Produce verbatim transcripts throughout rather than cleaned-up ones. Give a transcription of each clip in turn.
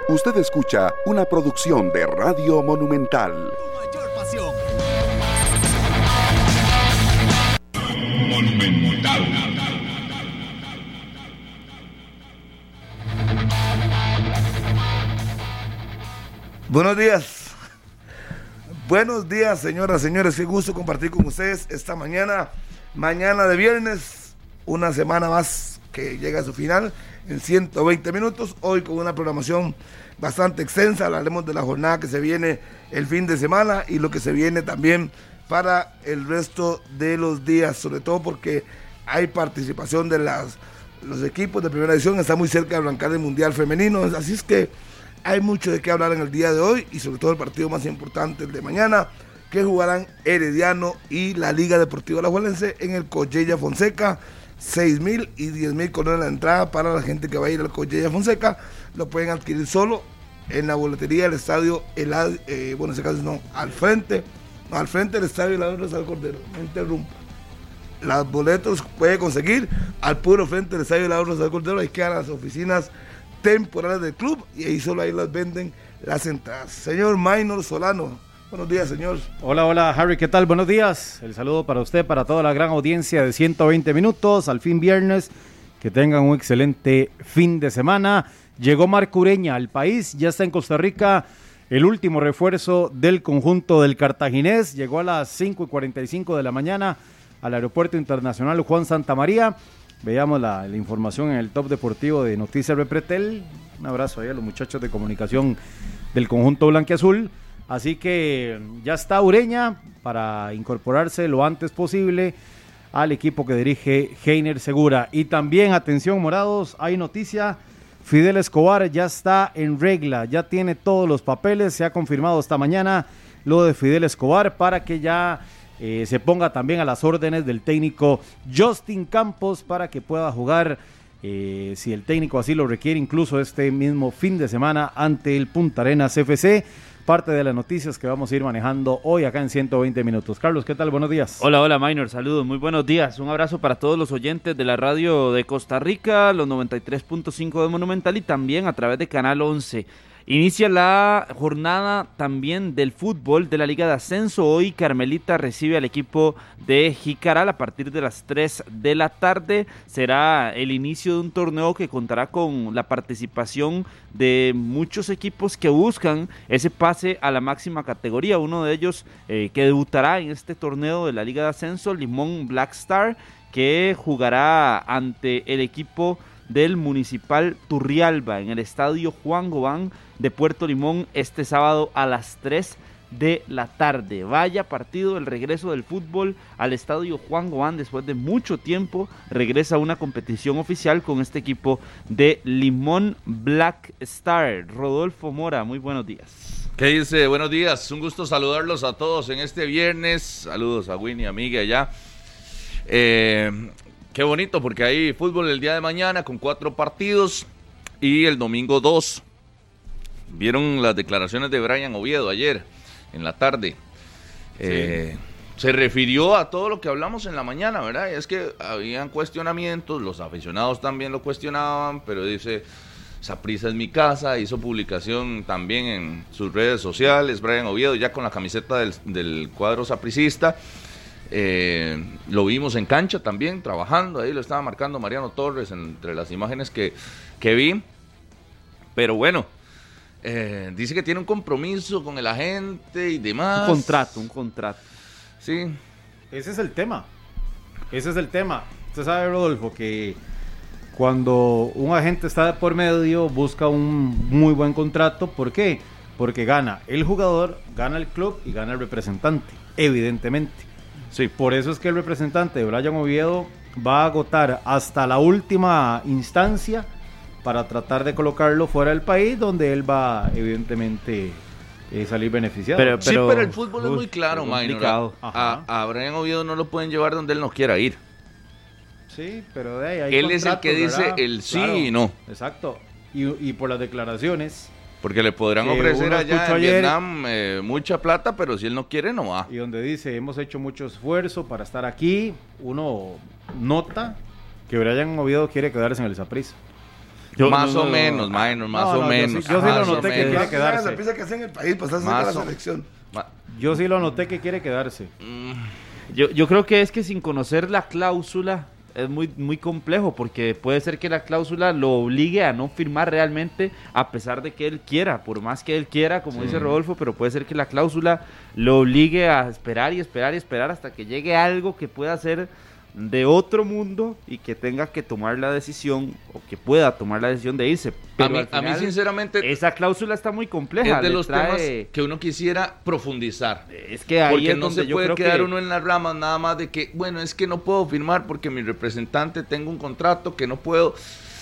Usted escucha una producción de Radio Monumental. Mayor pasión. Monumental. Buenos días. Buenos días, señoras, señores. Qué gusto compartir con ustedes esta mañana. Mañana de viernes, una semana más que llega a su final en ciento veinte minutos. Hoy con una programación bastante extensa. Hablaremos de la jornada que se viene el fin de semana y lo que se viene también para el resto de los días, sobre todo porque hay participación de las, los equipos de primera división. Está muy cerca de arrancar el Mundial Femenino, así es que hay mucho de qué hablar en el día de hoy y sobre todo el partido más importante, el de mañana, que jugarán Herediano y la Liga Deportiva Alajuelense en el Collella Fonseca. seis mil y diez mil colones la entrada para la gente que va a ir al Collella Fonseca. Lo pueden adquirir solo en la boletería del estadio, el, eh, bueno, en ese caso no, al frente, no, al frente del estadio Eladio Rosal Cordero, no interrumpa. Los boletos puede conseguir al puro frente del estadio Eladio Rosal Cordero. Ahí quedan las oficinas temporales del club y ahí solo ahí las venden las entradas. Señor Maynor Solano, buenos días, señor. Hola, hola, Harry, ¿qué tal? Buenos días. El saludo para usted, para toda la gran audiencia de ciento veinte minutos, al fin viernes. Que tengan un excelente fin de semana. Llegó Marco Ureña al país, ya está en Costa Rica, el último refuerzo del conjunto del Cartaginés. Llegó a las cinco y cuarenta y cinco de la mañana al Aeropuerto Internacional Juan Santamaría. Veamos la, la información en el top deportivo de Noticias Repretel. Un abrazo ahí a los muchachos de comunicación del conjunto blanquiazul. Así que ya está Ureña para incorporarse lo antes posible al equipo que dirige Heiner Segura. Y también, atención morados, hay noticia, Fidel Escobar ya está en regla, ya tiene todos los papeles, se ha confirmado esta mañana lo de Fidel Escobar para que ya eh, se ponga también a las órdenes del técnico Justin Campos para que pueda jugar, eh, si el técnico así lo requiere, incluso este mismo fin de semana ante el Punta Arenas F C. Parte de las noticias que vamos a ir manejando hoy acá en ciento veinte minutos. Carlos, ¿qué tal? Buenos días. Hola, hola, Maynor, saludos, muy buenos días. Un abrazo para todos los oyentes de la radio de Costa Rica, los noventa y tres punto cinco de Monumental y también a través de Canal once. Inicia la jornada también del fútbol de la Liga de Ascenso. Hoy Carmelita recibe al equipo de Jicaral a partir de las tres de la tarde. Será el inicio de un torneo que contará con la participación de muchos equipos que buscan ese pase a la máxima categoría. Uno de ellos eh, que debutará en este torneo de la Liga de Ascenso, Limón Black Star, que jugará ante el equipo del Municipal Turrialba en el estadio Juan Gobán de Puerto Limón este sábado a las tres de la tarde. Vaya partido, el regreso del fútbol al estadio Juan Gobán después de mucho tiempo. Regresa una competición oficial con este equipo de Limón Black Star. Rodolfo Mora, muy buenos días. ¿Qué dice? Buenos días, un gusto saludarlos a todos en este viernes. Saludos a Winnie, amiga allá. Eh... Qué bonito, porque hay fútbol el día de mañana con cuatro partidos y el domingo dos. Vieron las declaraciones de Brian Oviedo ayer en la tarde. Sí. Eh, se refirió a todo lo que hablamos en la mañana, ¿verdad? Y es que habían cuestionamientos, los aficionados también lo cuestionaban, pero dice, Saprissa es mi casa, hizo publicación también en sus redes sociales, Brian Oviedo, ya con la camiseta del, del cuadro sapricista. Eh, lo vimos en cancha también, trabajando, ahí lo estaba marcando Mariano Torres entre las imágenes que, que vi, pero bueno, eh, dice que tiene un compromiso con el agente y demás. Un contrato, un contrato. Sí. Ese es el tema, ese es el tema. Usted sabe, Rodolfo, que cuando un agente está por medio, busca un muy buen contrato. ¿Por qué? Porque gana el jugador, gana el club y gana el representante, evidentemente. Sí, por eso es que el representante de Brian Oviedo va a agotar hasta la última instancia para tratar de colocarlo fuera del país, donde él va, evidentemente, eh, salir beneficiado. Pero, pero, sí, pero el fútbol uy, es muy claro, Maynor. A, a Brian Oviedo no lo pueden llevar donde él no quiera ir. Sí, pero de ahí hay él es el que dice ¿verdad? El sí claro, y no. Exacto. Y, y por las declaraciones... Porque le podrán ofrecer allá en ayer, Vietnam eh, mucha plata, pero si él no quiere, no va. Y donde dice, hemos hecho mucho esfuerzo para estar aquí, uno nota que Brian Oviedo quiere quedarse en el Saprissa. Yo, más no, o no, menos, no, minor, más no, o no, menos. Yo sí, yo sí lo noté que quiere quedarse. La pieza que hace en el país, pasarse a la selección. Yo sí lo noté que quiere quedarse. Yo, yo creo que es que sin conocer la cláusula es muy, muy complejo, porque puede ser que la cláusula lo obligue a no firmar realmente, a pesar de que él quiera, por más que él quiera, como sí. dice Rodolfo, pero puede ser que la cláusula lo obligue a esperar y esperar y esperar hasta que llegue algo que pueda ser de otro mundo y que tenga que tomar la decisión o que pueda tomar la decisión de irse. Pero a, mí, final, a mí sinceramente esa cláusula está muy compleja. Es de los trae... temas que uno quisiera profundizar. Es que ahí porque es no donde se yo puede creo quedar que... uno en las ramas nada más de que, bueno, es que no puedo firmar porque mi representante tengo un contrato que no puedo...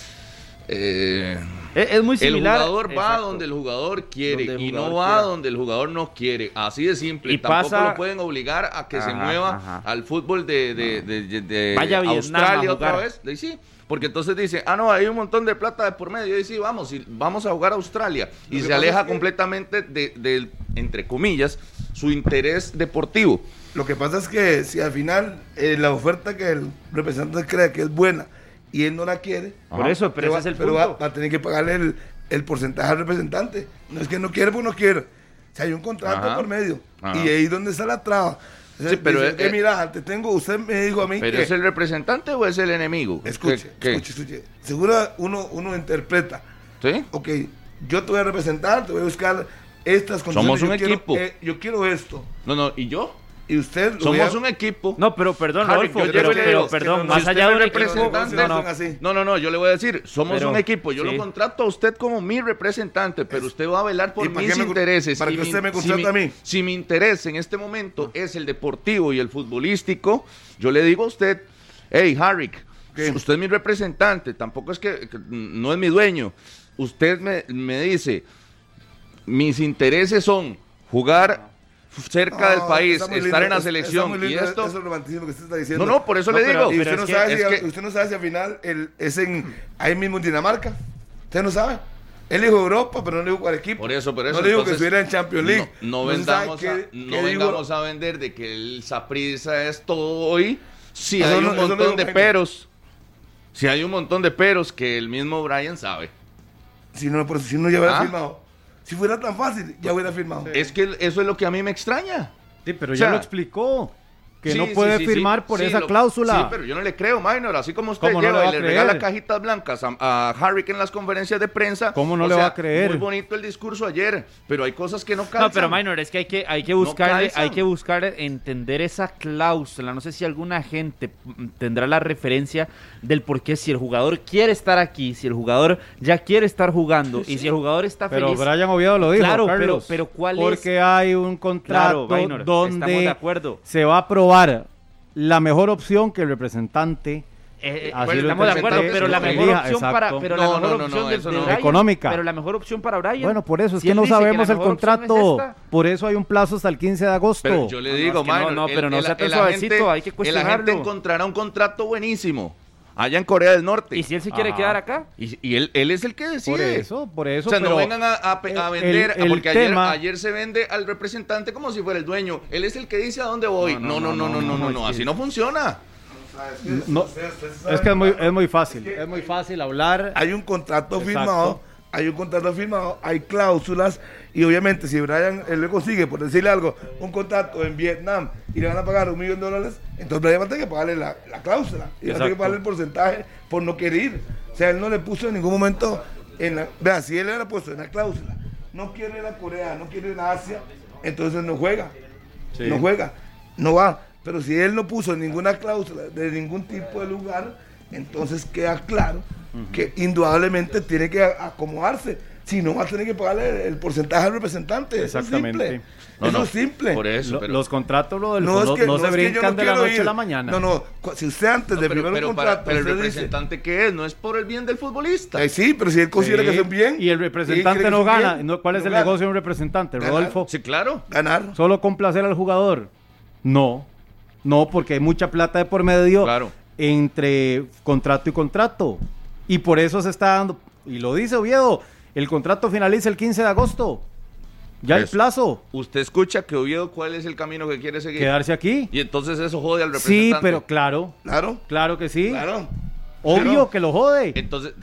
Eh, es, es muy similar. El jugador va exacto. donde el jugador quiere donde el y jugador no va quiera. donde el jugador no quiere. Así de simple. Y Tampoco pasa... lo pueden obligar a que ajá, se mueva ajá. al fútbol de, de, de, de, de Vaya Australia a otra vez. Y sí, porque entonces dice, ah, no, hay un montón de plata de por medio. Y sí, vamos, y vamos a jugar a Australia. Y se aleja es que... completamente de, de, entre comillas, su interés deportivo. Lo que pasa es que si al final eh, la oferta que el representante cree que es buena y él no la quiere, por ajá, eso, pero, pero ese va, es el pero punto. Va, va a tener que pagarle el, el porcentaje al representante. No es que no quiere, pues no quiere. O sea, hay un contrato ajá, por medio. Ajá. Y ahí es donde está la traba. O sea, sí, pero dicen, es, eh, mira, te tengo, usted me dijo a mí ¿pero que, es el representante o es el enemigo? Escuche, ¿Qué, escuche, qué? escuche. Seguro uno, uno interpreta. ¿Sí? Ok, yo te voy a representar, te voy a buscar estas condiciones. Somos un yo equipo. Quiero, eh, yo quiero esto. No, no, ¿y yo? Y usted somos a... un equipo. No, pero perdón, Harry, Rodolfo, yo pero, pero, pero perdón, no, más si allá de un representante, equipo, no, no, no, no, no, yo le voy a decir, somos pero, un equipo, yo sí. lo contrato a usted como mi representante, pero usted va a velar por mis me, intereses. Para que usted me contrate si a mí. Mi, si mi interés en este momento es el deportivo y el futbolístico, yo le digo a usted, hey, Harry, ¿qué? Usted es mi representante, tampoco es que, que no es mi dueño. Usted me, me dice, mis intereses son jugar cerca oh, del país, estar lindo, en la selección y esto. Eso es romanticismo que usted está diciendo. No, no, por eso no, le pero, digo. Y usted, no que, sabe si, que... usted no sabe si al final el, es en ahí mismo en Dinamarca. Usted no sabe. Él dijo Europa, pero no le dijo cuál equipo. Por eso, por eso. No le dijo entonces, que estuviera en Champions League. No, no, no vendamos, qué, a, no qué vendamos digo... a vender de que el Saprissa es todo hoy. Si eso hay no, un montón no de peros. Si hay un montón de peros que el mismo Brian sabe. Si no, por si no ya hubiera ¿Ah? firmado. Si fuera tan fácil, ya hubiera firmado. Sí. Es que eso es lo que a mí me extraña. Sí, pero o sea, ya lo explicó. Que sí, no puede sí, sí, firmar sí, por sí, esa lo, cláusula. Sí, pero yo no le creo, Minor. Así como usted ¿Cómo lleva no le y le creer? regala cajitas blancas a, a Harry en las conferencias de prensa. ¿Cómo no le sea, va a creer? Muy bonito el discurso ayer, pero hay cosas que no calzan. No, pero Minor, es que hay que, hay que buscar, no hay que buscar entender esa cláusula. No sé si alguna gente tendrá la referencia del por qué si el jugador quiere estar aquí, si el jugador ya quiere estar jugando sí, y si el jugador está pero feliz. Pero Brian Oviedo lo dijo, claro, Carlos, pero, pero ¿cuál porque es? Porque hay un contrato claro, Minor, donde de acuerdo. se va a aprobar la mejor opción que el representante eh, así estamos de acuerdo, pero la mejor elija, opción exacto. para pero no, la mejor no, no, opción no, de, de no. Brian, económica. Pero la mejor opción para Brian. Bueno, por eso es si que no sabemos que el contrato, es por eso hay un plazo hasta el quince de agosto. Pero yo le digo, no, no, no, no, pero no sea tan suavecito, hay que cuestionarlo. El agente encontrará un contrato buenísimo allá en Corea del Norte. ¿Y si él se quiere Ajá. quedar acá? Y, y él, él es el que decide. Por eso, por eso. O sea, pero no vengan a, a, a vender, el, el porque tema... ayer, ayer se vende al representante como si fuera el dueño. Él es el que dice a dónde voy. No, no, no, no, no, no, no, no así no funciona. No, es que es muy, es muy fácil, es muy fácil hablar. Hay un contrato Exacto. firmado, hay un contrato firmado, hay cláusulas y obviamente si Brian él le consigue, por decirle algo, un contrato en Vietnam y le van a pagar un millón de dólares, entonces Brian va a tener que pagarle la, la cláusula y va a tener que pagarle el porcentaje por no querer ir. O sea, él no le puso en ningún momento, en la, vea, si él le hubiera puesto en la cláusula, no quiere ir a Corea, no quiere ir a Asia, entonces no juega, sí. no juega, no va. Pero si él no puso ninguna cláusula de ningún tipo de lugar, entonces queda claro uh-huh. que indudablemente tiene que acomodarse. Si no, va a tener que pagarle el porcentaje al representante. Exactamente. Eso es simple. No, eso no, es simple. Por eso, Lo, pero... Los contratos lo del, no, es que, no, no se es brincan no de la noche ir. a la mañana. No, no. Si usted antes no, de pero, firmar pero un contrato... Para, pero el representante dice, que es, no es por el bien del futbolista. Eh, sí, pero si él considera sí. que es un bien... Y el representante no gana. Bien, ¿Cuál es no el gana. negocio de un representante, Ganar. Rodolfo? Sí, claro. Ganar. ¿Solo complacer al jugador? No. No, porque hay mucha plata de por medio claro. entre contrato y contrato. Y por eso se está dando, y lo dice Oviedo, el contrato finaliza el quince de agosto. Ya hay plazo. Usted escucha que Oviedo, ¿cuál es el camino que quiere seguir? Quedarse aquí. Y entonces eso jode al representante. Sí, pero claro. Claro. Claro que sí. Claro. Obvio pero, que lo jode. Entonces, hey,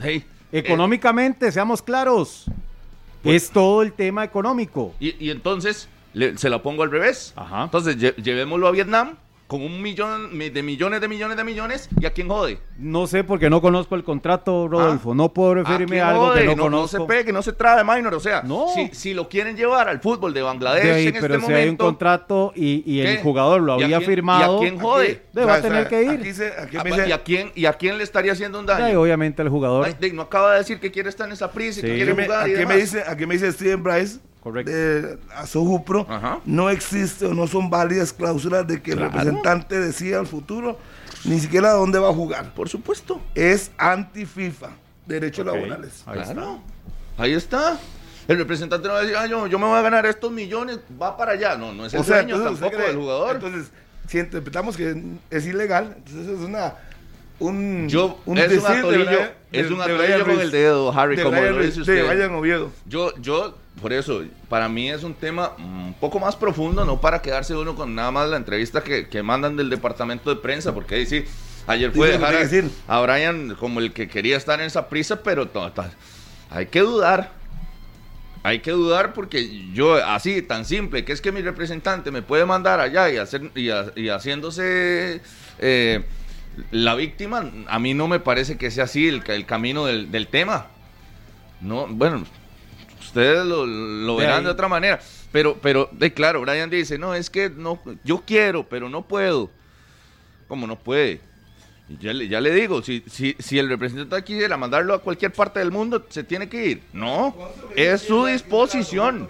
Económicamente, eh, seamos claros, pues, es todo el tema económico. Y, y entonces, le, se la pongo al revés. Ajá. Entonces, lle, llevémoslo a Vietnam con un millón de millones de millones de millones, ¿y a quién jode? No sé, porque no conozco el contrato, Rodolfo. ¿Ah? No puedo referirme a, a algo jode? que no, no conozco. No se pegue, no se trabe, minor. O sea, no. si, si lo quieren llevar al fútbol de Bangladesh de ahí, en pero este si momento... hay un contrato y, y el jugador lo había quién, firmado... ¿Y a quién jode? Aquí, va a tener que ir. Aquí se, aquí a, dice, ¿y, a quién, ¿Y a quién le estaría haciendo un daño? Y obviamente el jugador. Ay, no acaba de decir que quiere estar en esa prisa y sí. que quiere aquí jugar me, y aquí, demás. me dice, aquí me dice Steven Bryce... Correcto. De Azojupro, no existe o no son válidas cláusulas de que claro. el representante decida el futuro, ni siquiera dónde va a jugar. Por supuesto. Es anti-FIFA, derechos okay. laborales. Ahí claro. está. Ahí está. El representante no va a decir, ah, yo, yo me voy a ganar estos millones, va para allá. No, no es el o sea, dueño entonces, tampoco del jugador. Entonces, si interpretamos que es ilegal, entonces es una... Un, yo, un es un atolillo, de, es un de, atolillo de con el dedo, Harry, de como Brian lo dice usted. De Brian Oviedo. Yo, yo, por eso, para mí es un tema un poco más profundo, no para quedarse uno con nada más la entrevista que, que mandan del departamento de prensa, porque ahí sí, ayer fue dejar a, a Brian como el que quería estar en esa prisa, pero to, to, hay que dudar. Hay que dudar porque yo, así, tan simple, que es que mi representante me puede mandar allá y, hacer, y, a, y haciéndose... Eh, la víctima, a mí no me parece que sea así el, el camino del, del tema. No, bueno, ustedes lo, lo verán de, de otra manera. Pero, pero, de claro, Brian dice, no, es que no, yo quiero, pero no puedo. ¿Cómo no puede? Ya le, ya le digo, si, si, si el representante quisiera mandarlo a cualquier parte del mundo, se tiene que ir. No, es su disposición.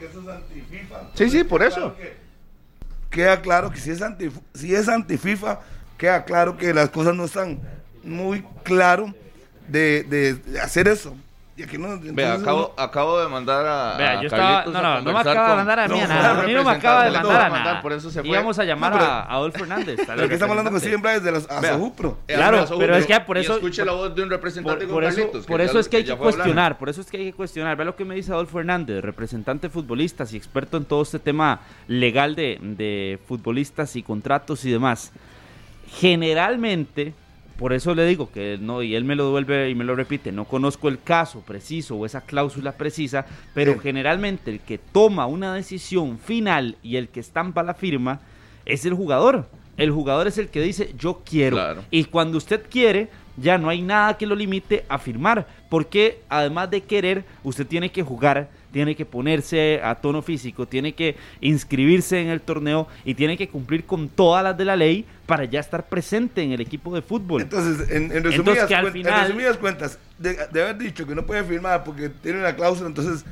Sí, sí, por eso. Queda claro que si es anti, si es anti-FIFA, queda claro que las cosas no están muy claro de, de, de hacer eso. Y aquí no, Vea, acabo, no... acabo de mandar a, Vea, a yo estaba, no, no, no me acaba de mandar a mí no, a nada. A mí no me acaba de mandar a nada. Por eso se fue. Íbamos a llamar no, pero, a Adolfo Hernández. Pero aquí estamos hablando con Steven Bryce de los Azojupro. Claro, pero es que por eso... escuche la voz de un representante por, por eso, Carlitos, por eso es que hay que cuestionar, por eso es que hay que cuestionar. Vea lo que me dice Adolfo Hernández, representante de futbolistas y experto en todo este tema legal de, de futbolistas y contratos y demás. Generalmente, por eso le digo que no, y él me lo devuelve y me lo repite, no conozco el caso preciso o esa cláusula precisa, pero sí. Generalmente el que toma una decisión final y el que estampa la firma es el jugador. El jugador es el que dice yo quiero. Claro. Y cuando usted quiere, ya no hay nada que lo limite a firmar, porque además de querer, usted tiene que jugar, tiene que ponerse a tono físico, tiene que inscribirse en el torneo y tiene que cumplir con todas las de la ley para ya estar presente en el equipo de fútbol. Entonces, en, en, resumidas, entonces, que al final, en resumidas cuentas, de, de haber dicho que no puede firmar porque tiene una cláusula, entonces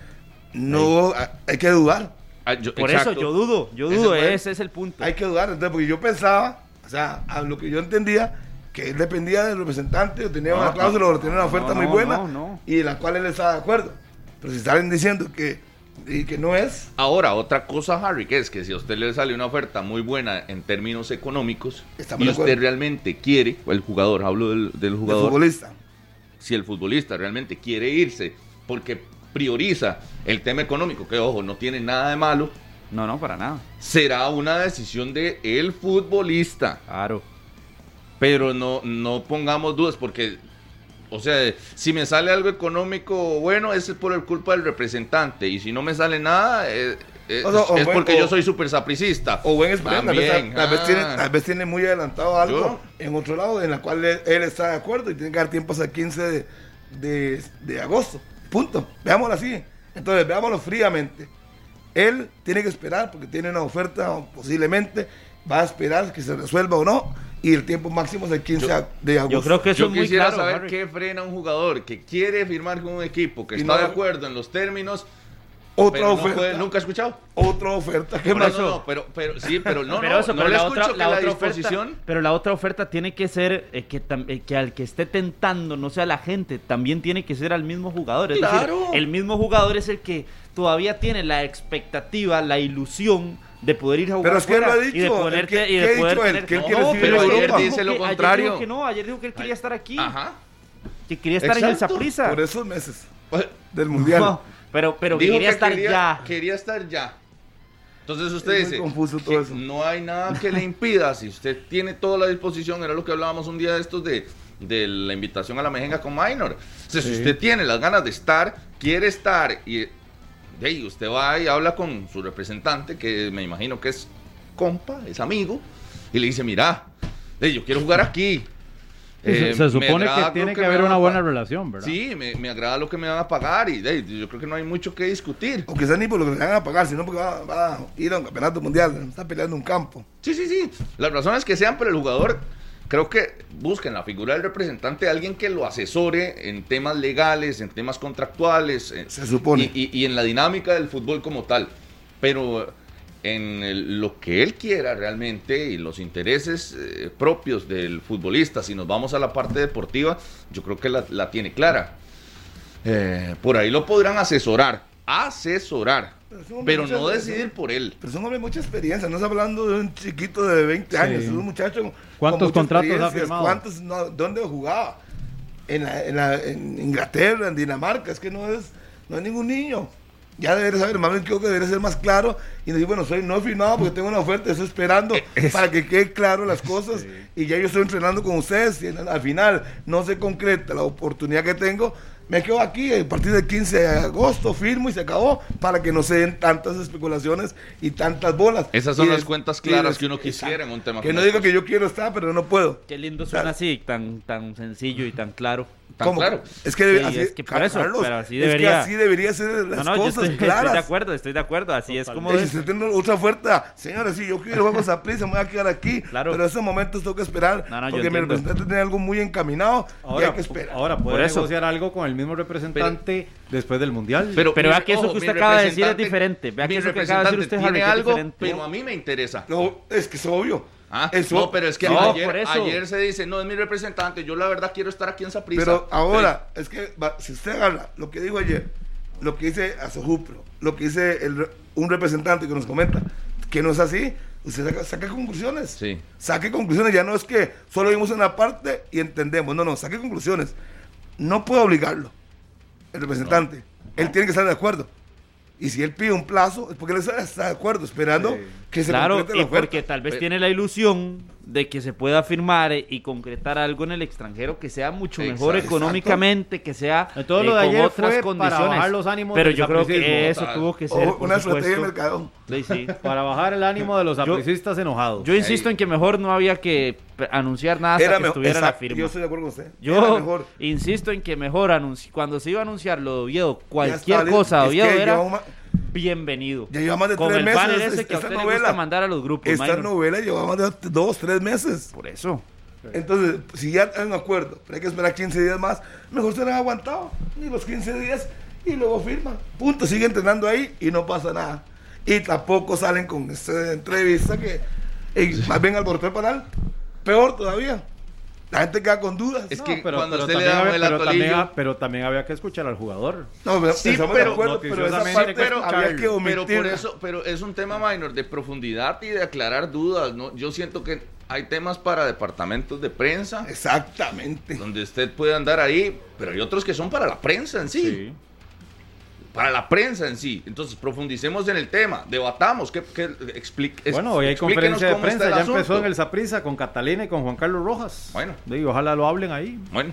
no hay, hay que dudar. Ah, yo, Por exacto. eso yo dudo, yo dudo, ese, ese es el punto. Hay que dudar, entonces, porque yo pensaba, o sea, a lo que yo entendía, que él dependía del representante, o tenía no, una cláusula, no, o tenía una oferta no, muy buena, no, no. y de la cual él estaba de acuerdo. Pero si salen diciendo que, y que no es... Ahora, otra cosa, Harry, que es que si a usted le sale una oferta muy buena en términos económicos, Estamos y usted realmente quiere, o el jugador, hablo del, del jugador... El futbolista. Si el futbolista realmente quiere irse, porque prioriza el tema económico, que ojo, no tiene nada de malo. No, no, para nada. Será una decisión de el futbolista. Claro. Pero no, no pongamos dudas, porque, o sea, si me sale algo económico bueno, es por el culpa del representante, y si no me sale nada, es, es, o sea, o es buen, porque o, yo soy súper sapricista. O buen esperando, tal, vez, tal, ah. vez tiene, tal vez tiene muy adelantado algo ¿Yo? en otro lado, en la cual él, él está de acuerdo, y tiene que dar tiempo hasta el quince de, de, de agosto. Punto. Veámoslo así. Entonces, veámoslo fríamente. Él tiene que esperar porque tiene una oferta, o posiblemente va a esperar que se resuelva o no, y el tiempo máximo es el quince yo, de agosto. Yo creo que eso yo es muy quisiera claro, saber Harry. qué frena un jugador que quiere firmar con un equipo, que y está no, de acuerdo en los términos. Otra pero oferta. No puede, ¿Nunca ha escuchado? Otra oferta. ¿Qué no, más? No, no, pero, pero sí, pero no, pero no, eso, no pero le la escucho otra, que la, la otra disposición. Oferta, pero la otra oferta tiene que ser eh, que, eh, que al que esté tentando no sea la gente, también tiene que ser al mismo jugador. Es claro. decir, el mismo jugador es el que todavía tiene la expectativa, la ilusión de poder ir a jugar pero es que él lo ha dicho, y de ponerte ¿qué, y de ¿qué poder dicho tener... él? Que él no, quiere pero a ayer Europa. dice lo que, contrario. Ayer dijo que no, ayer dijo que él quería estar aquí. Ajá. Que quería estar Exacto. en el Saprissa. Por esos meses del Mundial. No, pero pero que dijo quería que estar quería, ya. Quería estar ya. Entonces usted es dice muy confuso todo que eso. no hay nada que le impida, si usted tiene toda la disposición, era lo que hablábamos un día de estos de, de la invitación a la mejenga con Minor. O sea, sí. Si usted tiene las ganas de estar, quiere estar, y hey, usted va y habla con su representante, que me imagino que es compa, es amigo, y le dice, mira, hey, yo quiero jugar aquí. Eh, se supone que tiene que, que haber una buena relación, ¿verdad? Sí, me, me agrada lo que me van a pagar y hey, yo creo que no hay mucho que discutir. O quizás ni por lo que le van a pagar, sino porque va, va a ir a un campeonato mundial, está peleando un campo. Sí, sí, sí. Las razones que sean, pero el jugador, creo que busquen la figura del representante, alguien que lo asesore en temas legales, en temas contractuales. Se supone. Y, y, y en la dinámica del fútbol como tal. Pero en el, lo que él quiera realmente y los intereses eh, propios del futbolista, si nos vamos a la parte deportiva, yo creo que la, la tiene clara. Eh, por ahí lo podrán asesorar, asesorar, pero, pero no decidir por él. Pero es un hombre de mucha experiencia, no estamos hablando de un chiquito de veinte sí. años, es un muchacho. ¿Cuántos contratos ha firmado? ¿Cuántos, no, ¿Dónde jugaba? En, la, en, la, en Inglaterra, en Dinamarca, es que no es, no es ningún niño. Ya debería saber, más bien creo que debería ser más claro y decir, bueno, soy no he firmado porque tengo una oferta, estoy esperando es, para que quede claro las cosas sí. Y ya yo estoy entrenando con ustedes y al final no se concreta la oportunidad que tengo, me quedo aquí a partir del quince de agosto, firmo y se acabó para que no se den tantas especulaciones y tantas bolas. Esas son y las es, cuentas claras que uno quisiera en un tema. Que no digo que yo quiero estar, pero no puedo. Qué lindo suena, o sea, así, tan, tan sencillo y tan claro. Tan claro. Es que, sí, así, es que por eso, Carlos, pero así debería, es que así debería ser las no, no, cosas yo estoy, claras. Estoy de acuerdo, estoy de acuerdo, así Totalmente. Es como... Si usted tiene otra oferta, señores, si yo quiero jugar a prisa, me voy a quedar aquí, claro. Pero en estos momentos tengo que esperar, no, no, porque mi representante tiene algo muy encaminado ahora, y hay que esperar. Ahora, puede negociar algo con el mismo representante pero, después del Mundial. Pero, pero vea que eso ojo, que usted acaba de decir es diferente, vea que eso que acaba de decir usted tiene Harry, algo, es pero a mí me interesa. No, es que es obvio. Ah, eso, no, pero es que no, ayer, ayer se dice, no, es mi representante, yo la verdad quiero estar aquí en Saprissa. Pero ahora, pero, es que va, si usted agarra lo que dijo ayer, lo que dice Azojupro, lo que dice el, un representante que nos comenta, que no es así, usted saca, saca conclusiones. Sí. Saque conclusiones, ya no es que solo vimos una parte y entendemos, no, no, saque conclusiones. No puede obligarlo, el representante, no, él no. tiene que estar de acuerdo. Y si él pide un plazo, es porque él está de acuerdo, esperando sí. que se claro, concrete la oferta. Claro, y porque tal vez Pero, tiene la ilusión de que se pueda firmar y concretar algo en el extranjero que sea mucho mejor exacto, económicamente, exacto. que sea todo lo de eh, con otras fue condiciones. Para bajar los ánimos Pero yo creo que total. eso tuvo que ser, o una estrategia de mercado. Sí, sí. Para bajar el ánimo de los apricistas enojados. Yo insisto Ahí. en que mejor no había que anunciar nada hasta Era que mejor, estuviera exacto, la firma. Yo estoy de acuerdo con usted. Yo mejor. insisto en que mejor anunci- cuando se iba a anunciar lo de Oviedo, cualquier está, cosa de Oviedo era... Una... bienvenido. Ya lleva más de con tres el meses. Banner ese que a usted novela, le gusta mandar a los grupos. Esta minor. novela lleva más de dos, tres meses. Por eso. Entonces, si ya hay un acuerdo, pero hay que esperar quince días más, mejor se han aguantado ni los quince días y luego firman. Punto, sigue entrenando ahí y no pasa nada. Y tampoco salen con esta entrevista que eh, más bien alborotar el panal. Peor todavía. La gente queda con dudas. Es no, que pero, cuando pero usted le da había, el pero atolillo... también, pero también había que escuchar al jugador. No, pero, sí, pero, de acuerdo, pero esa parte pero, había que omitirla. Pero por eso, pero es un tema minor de profundidad y de aclarar dudas, ¿no? Yo siento que hay temas para departamentos de prensa. Exactamente. Donde usted puede andar ahí, pero hay otros que son para la prensa en sí. sí. Para la prensa en sí. Entonces, profundicemos en el tema, debatamos, que, que explique. Bueno, hoy hay conferencia de prensa, ya asunto. Empezó en el Saprissa con Catalina y con Juan Carlos Rojas. Bueno. Y ojalá lo hablen ahí. Bueno.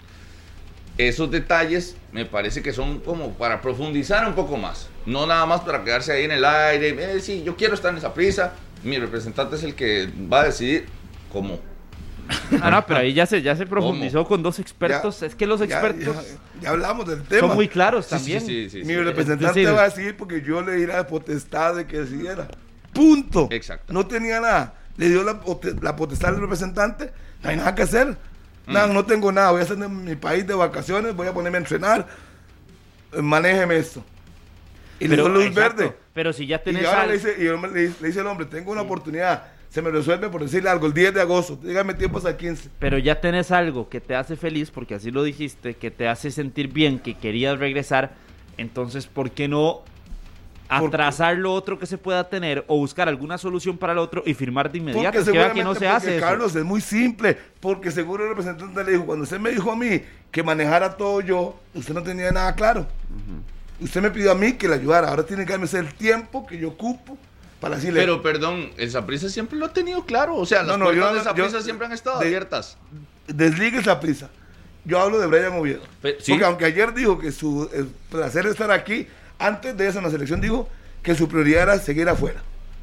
Esos detalles me parece que son como para profundizar un poco más. No nada más para quedarse ahí en el aire. Eh, sí, yo quiero estar en Saprissa. Mi representante es el que va a decidir cómo. Ah, no, pero ahí ya se, ya se profundizó ¿Cómo? con dos expertos. Ya, es que los expertos ya, ya, ya hablamos del tema. Son muy claros sí, también. Sí, sí, sí, Mi sí, representante sí, sí. va a decidir porque yo le di la potestad de que decidiera. Punto. Exacto. No tenía nada. Le dio la, la potestad al representante. No hay nada que hacer. Mm. Nada, no tengo nada. Voy a estar en mi país de vacaciones. Voy a ponerme a entrenar. Manéjeme esto. Y le dio luz exacto. verde. Pero si ya tenés y ahora al... le, dice, y yo le, le dice al hombre, tengo una sí. oportunidad. Se me resuelve por decirle algo el diez de agosto. Dígame tiempo hasta el quince. Pero ya tenés algo que te hace feliz, porque así lo dijiste, que te hace sentir bien, que querías regresar. Entonces, ¿por qué no atrasar lo otro que se pueda tener o buscar alguna solución para el otro y firmar de inmediato? Porque que vea que no se hace eso. Carlos, es muy simple. Porque seguro el representante le dijo, cuando usted me dijo a mí que manejara todo yo, usted no tenía nada claro. Uh-huh. Usted me pidió a mí que le ayudara. Ahora tiene que darme el tiempo que yo ocupo. Para decirle, pero perdón, el Saprissa siempre lo ha tenido claro, o sea, las no, no, puertas yo, de Saprissa siempre han estado de, abiertas. desligue esa prisa. Yo hablo de Brian Oviedo. Pe- ¿sí? Porque aunque ayer dijo que su el placer de estar aquí, antes de eso en la selección dijo que su prioridad era seguir afuera.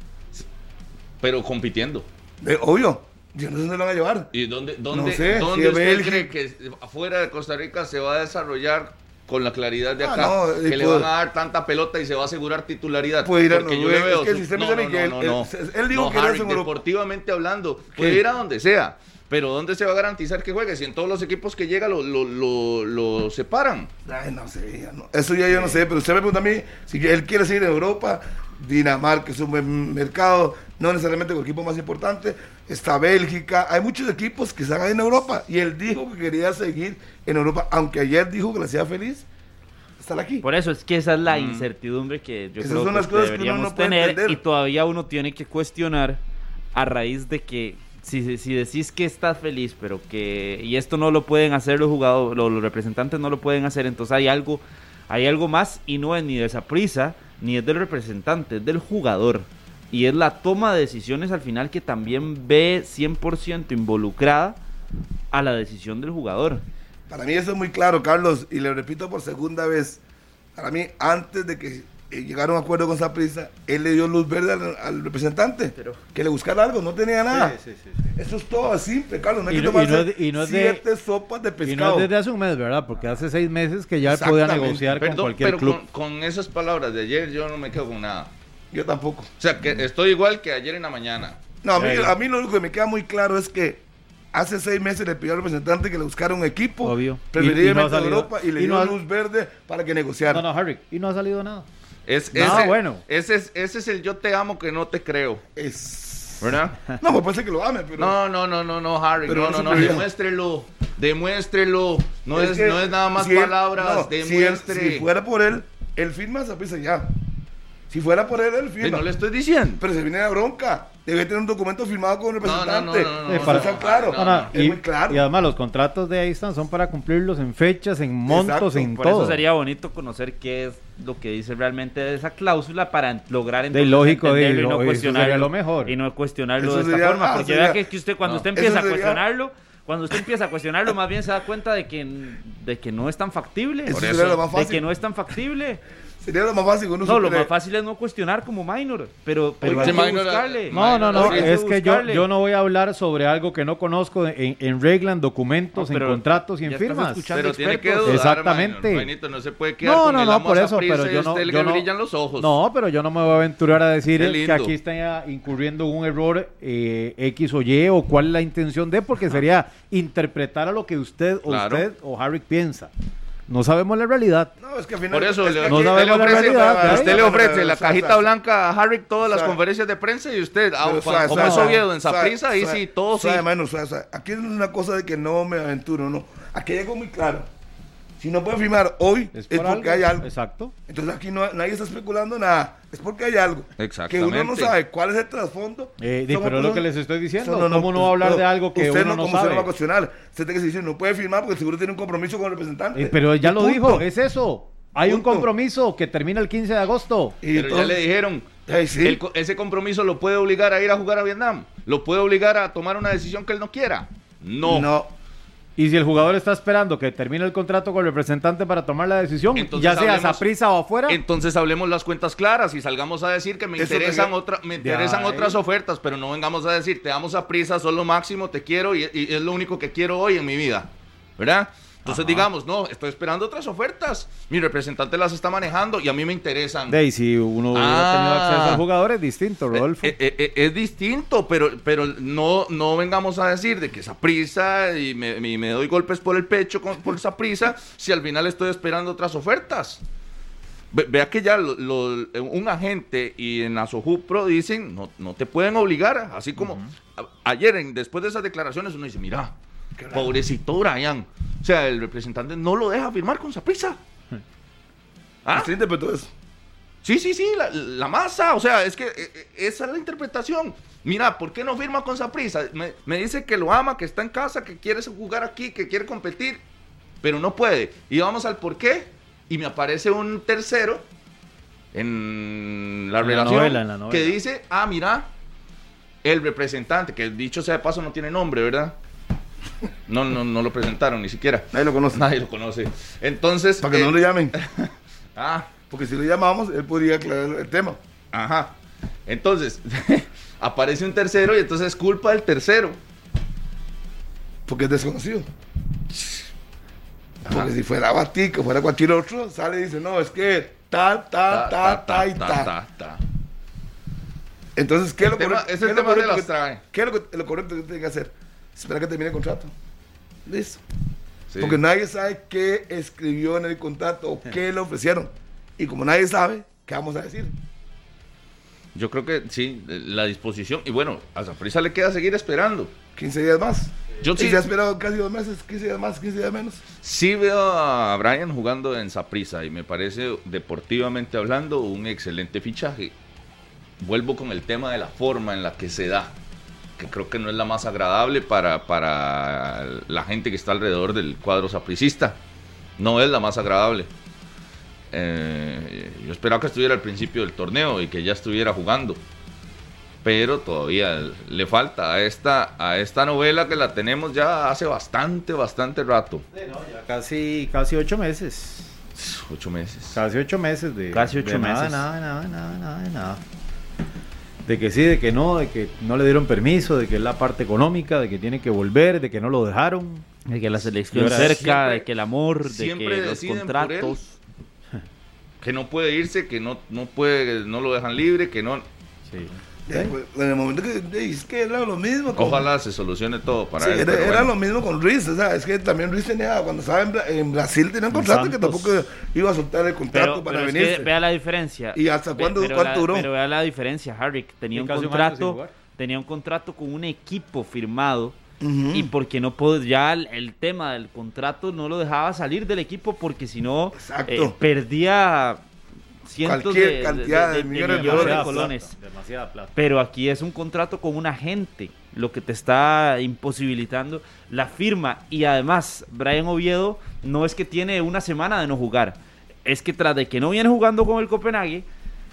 Pero compitiendo. Eh, obvio, yo no sé dónde lo van a llevar. ¿Y dónde, dónde, No sé, dónde si usted Bélgica- cree que afuera de Costa Rica se va a desarrollar con la claridad de Ah, acá? no, que y le puede- van a dar tanta pelota y se va a asegurar titularidad. Puede ir a Porque yo Noruega, le veo es que el su- sistema no, dice no, que no, él- no, él- él dijo no, que era Harry, en Europa. deportivamente hablando, puede ir a donde sea. Pero ¿dónde se va a garantizar que juegue? Si en todos los equipos que llega lo, lo, lo, lo separan. Ay, no sé, ya no. Eso ya yo no sé, pero usted me pregunta a mí si él quiere seguir en Europa. Dinamarca es un buen mercado, no necesariamente con el equipo más importante. Está Bélgica, hay muchos equipos que están ahí en Europa y él dijo que quería seguir en Europa, aunque ayer dijo que le hacía feliz estar aquí. Por eso es que esa es la incertidumbre que yo Esas creo son que las cosas que uno deberíamos no puede tener entender. y todavía uno tiene que cuestionar a raíz de que si, si decís que estás feliz, pero que y esto no lo pueden hacer los jugadores, los, los representantes no lo pueden hacer, entonces hay algo, hay algo más y no es ni de esa prisa ni es del representante, es del jugador. Y es la toma de decisiones al final que también ve cien por ciento involucrada a la decisión del jugador. Para mí eso es muy claro, Carlos, y le repito por segunda vez. Para mí, antes de que eh, llegara a un acuerdo con Saprissa, él le dio luz verde al, al representante, Pero- que le buscara algo, no tenía nada. Sí, sí, sí, sí. Eso es todo simple, Carlos, no hay Y que no- y tomarse no es de- y no es de- siete sopas de Y no pescado. es desde hace un mes, ¿verdad? Porque hace seis meses que ya él podía Exactamente. negociar con Perdón, cualquier pero club. con, con esas palabras de ayer yo no me quedo con nada. Yo tampoco. O sea, que estoy igual que ayer en la mañana. No, a mí, Ey. a mí lo único que me queda muy claro es que hace seis meses le pidió al representante que le buscara un equipo, Obvio. preferiblemente Y- y no ha de salido. Europa, y le Y dio no ha- luz verde para que negociara. No, no, Harry. Y no ha salido nada. Es, Nada ese, bueno. Ese es, ese es el yo te amo que no te creo. Es... ¿Verdad? No, pues puede ser que lo ame, pero... No, no, no, no, no, Harry. Pero no, no no, se no, podía. demuéstrelo. Demuéstrelo. No es, que no es nada más si él- palabras. no, si él- demuestre. Si, fuera por él, él firma esa prisa ya. Si fuera por él, él Eh, firma. no le estoy diciendo. Pero se viene la bronca. Debe tener un documento firmado con el No, no, representante. no, no, no, Sí, no, para- no, Está claro. no, No, no, no. es y, muy claro. y además los contratos de ahí están son para cumplirlos en fechas, en montos, Exacto, en Por todo. eso sería bonito conocer qué es lo que dice realmente esa cláusula para lograr De entonces lógico, de- entenderlo y eso no sería cuestionarlo lo mejor. y no cuestionarlo Eso de esta sería- forma, ah, porque sería- vea que, que usted cuando no, usted eso empieza a sería- cuestionarlo, cuando usted empieza a cuestionarlo, más bien se da cuenta de que de que no es tan factible, Eso Por sería eso. lo más de fácil. que no es tan factible. Sería lo más fácil. Uno No, lo supiera- más fácil es no cuestionar como minor, pero, pero Oiga, hay ese que minor- buscarle. No, no, no, Hay que es que yo, buscarle. yo no voy a hablar sobre algo que no conozco en, en regla, en documentos, No, pero en contratos y en ya estás firmas. escuchando Pero tiene que expertos. dudar, Exactamente. Maynor. Maynito, no se puede quedar No, con no, el no, amo por a eso, Saprissa pero y yo usted no, le yo no, brillan los ojos. no, pero yo no me voy a aventurar a decir Qué que lindo. aquí está incurriendo un error eh, X o Y o cuál es la intención de, porque sería interpretar a lo que usted o Claro. usted o Harry piensa. No sabemos la realidad. No, es que al final... Por eso es que le- aquí- no usted sabemos le la ofrece, realidad, usted ¿eh? le ofrece la O sea, cajita o sea, blanca a Harry todas las o sea, conferencias de prensa y usted, ah, Pero, pa- suave, como suave, es Oviedo en suave, Saprissa, ahí suave, sí, todo sí. suave, mano, suave, suave. Aquí es una cosa de que no me aventuro, no. Aquí hay algo muy claro. Si no puede firmar hoy, es, Es por porque algo. hay algo. Exacto. Entonces aquí no, nadie está especulando nada. Es porque hay algo. Exactamente. Que uno no sabe cuál es el trasfondo. Eh, di, Son pero es lo otros- que les estoy diciendo. son- ¿Cómo no va a hablar de algo que usted uno no ¿cómo se sabe? lo va a cuestionar? Usted tiene que decir, no puede firmar porque seguro tiene un compromiso con el representante. Eh, pero ya Y lo punto. dijo, es eso. Hay un Punto. compromiso que termina el quince de agosto. Y Pero ya entonces- le dijeron, Ay, sí. el co- ese compromiso lo puede obligar a ir a jugar a Vietnam, lo puede obligar a tomar una decisión que él no quiera. No. No. Y si el jugador está esperando que termine el contrato con el representante para tomar la decisión, Entonces ya sea hablemos- Saprissa o afuera, Entonces hablemos las cuentas claras y salgamos a decir que me Eso interesan, te- otra, me De interesan ahí. otras ofertas, pero no vengamos a decir, te damos a prisa, sos lo máximo, te quiero y, y es lo único que quiero hoy en mi vida, ¿verdad? Entonces digamos, no, estoy esperando otras ofertas, mi representante las está manejando y a mí me interesan. de ahí si uno hubiera Ah. tenido acceso al jugador es distinto, Rodolfo. Eh, eh, eh, es distinto, pero, pero no, no vengamos a decir de que esa prisa y me, me- me doy golpes por el pecho con, por esa prisa si al final estoy esperando otras ofertas. Ve- vea que ya lo- lo- un agente y en la Sojupro dicen no, no te pueden obligar, así como a- ayer en- después de esas declaraciones uno dice, mira, pobrecito Brian, o sea, el representante no lo deja firmar con Saprissa. ¿Ah? Usted interpretó eso. Sí, sí, sí, la, la masa, o sea, es que eh, eh, esa es la interpretación. Mira, ¿por qué no firma con Saprissa? Me, me dice que lo ama, que está en casa, que quiere jugar aquí, que quiere competir, pero no puede. Y vamos al por qué, y me aparece un tercero en la En la relación novela, en la novela. que dice, ah, mira, el representante, que dicho sea de paso no tiene nombre, ¿verdad? No, no, no lo presentaron ni siquiera. Nadie lo conoce. Nadie lo conoce. Entonces. Para que eh, no lo llamen. Ah, Porque si lo llamamos, él podría aclarar el tema. ajá. Entonces, aparece un tercero y entonces es culpa del tercero. Porque es desconocido. Ajá. Porque si fuera Batico, fuera cualquier otro, sale y dice, no, es que ta, ta, ta, ta y ta. ta. Entonces, ¿qué es lo El tema- correcto? ese ¿Qué es lo tema se correcto las que- trae. ¿Qué es lo, que- lo correcto que tiene que hacer? Esperar que termine el contrato. Listo. Sí. Porque nadie sabe qué escribió en el contrato o qué le ofrecieron. Y como nadie sabe, ¿qué vamos a decir? Yo creo que sí, la disposición. Y bueno, a Saprissa le queda seguir esperando. quince días más. Yo Y sí, se ha esperado casi dos meses, quince días más, quince días menos. sí veo a Brian jugando en Saprissa y me parece, deportivamente hablando, un excelente fichaje. Vuelvo con el tema de la forma en la que se da, que creo que no es la más agradable para, para la gente que está alrededor del cuadro sapricista. No es la más agradable. Eh, yo esperaba que estuviera al principio del torneo y que ya estuviera jugando. Pero todavía le falta a esta, a esta novela que la tenemos ya hace bastante, bastante rato. Casi, casi ocho meses. Ocho meses. Casi ocho meses de. Casi ocho de nada, meses. Nada, nada, nada, nada, nada. De que sí, de que no, de que no le dieron permiso, de que es la parte económica, de que tiene que volver, de que no lo dejaron. De que la selección Y ahora cerca, siempre- de que el amor, de siempre que los deciden por contratos. Que no puede irse, que no, no puede, no lo dejan libre, que no. Sí. Eh, pues, en el momento que eh, es que era lo mismo. con- Ojalá se solucione todo para Sí, él. era, pero era bueno. lo mismo con Ruiz, o sea, es que también Ruiz tenía, cuando estaba en, Bra- en Brasil tenía un contrato que Santos. tampoco iba a soltar el contrato Pero, para pero es venirse. que vea la diferencia. ¿Y hasta Ve- cuándo- pero cuánto la- duró? Pero vea la diferencia, Harry. Tenía Sí, un casi un año sin contrato, jugar. tenía un contrato con un equipo firmado. Ujú. Y porque no puedo, ya el, el tema del contrato no lo dejaba salir del equipo porque si no Exacto. eh, perdía cientos Cualquier de, de- cantidad de de- de millones de millones de dólares. colones. Plata, demasiada plata. Pero aquí es un contrato con un agente, lo que te está imposibilitando la firma. Y además, Brian Oviedo no es que tiene una semana de no jugar, es que tras de que no viene jugando con el Copenhague,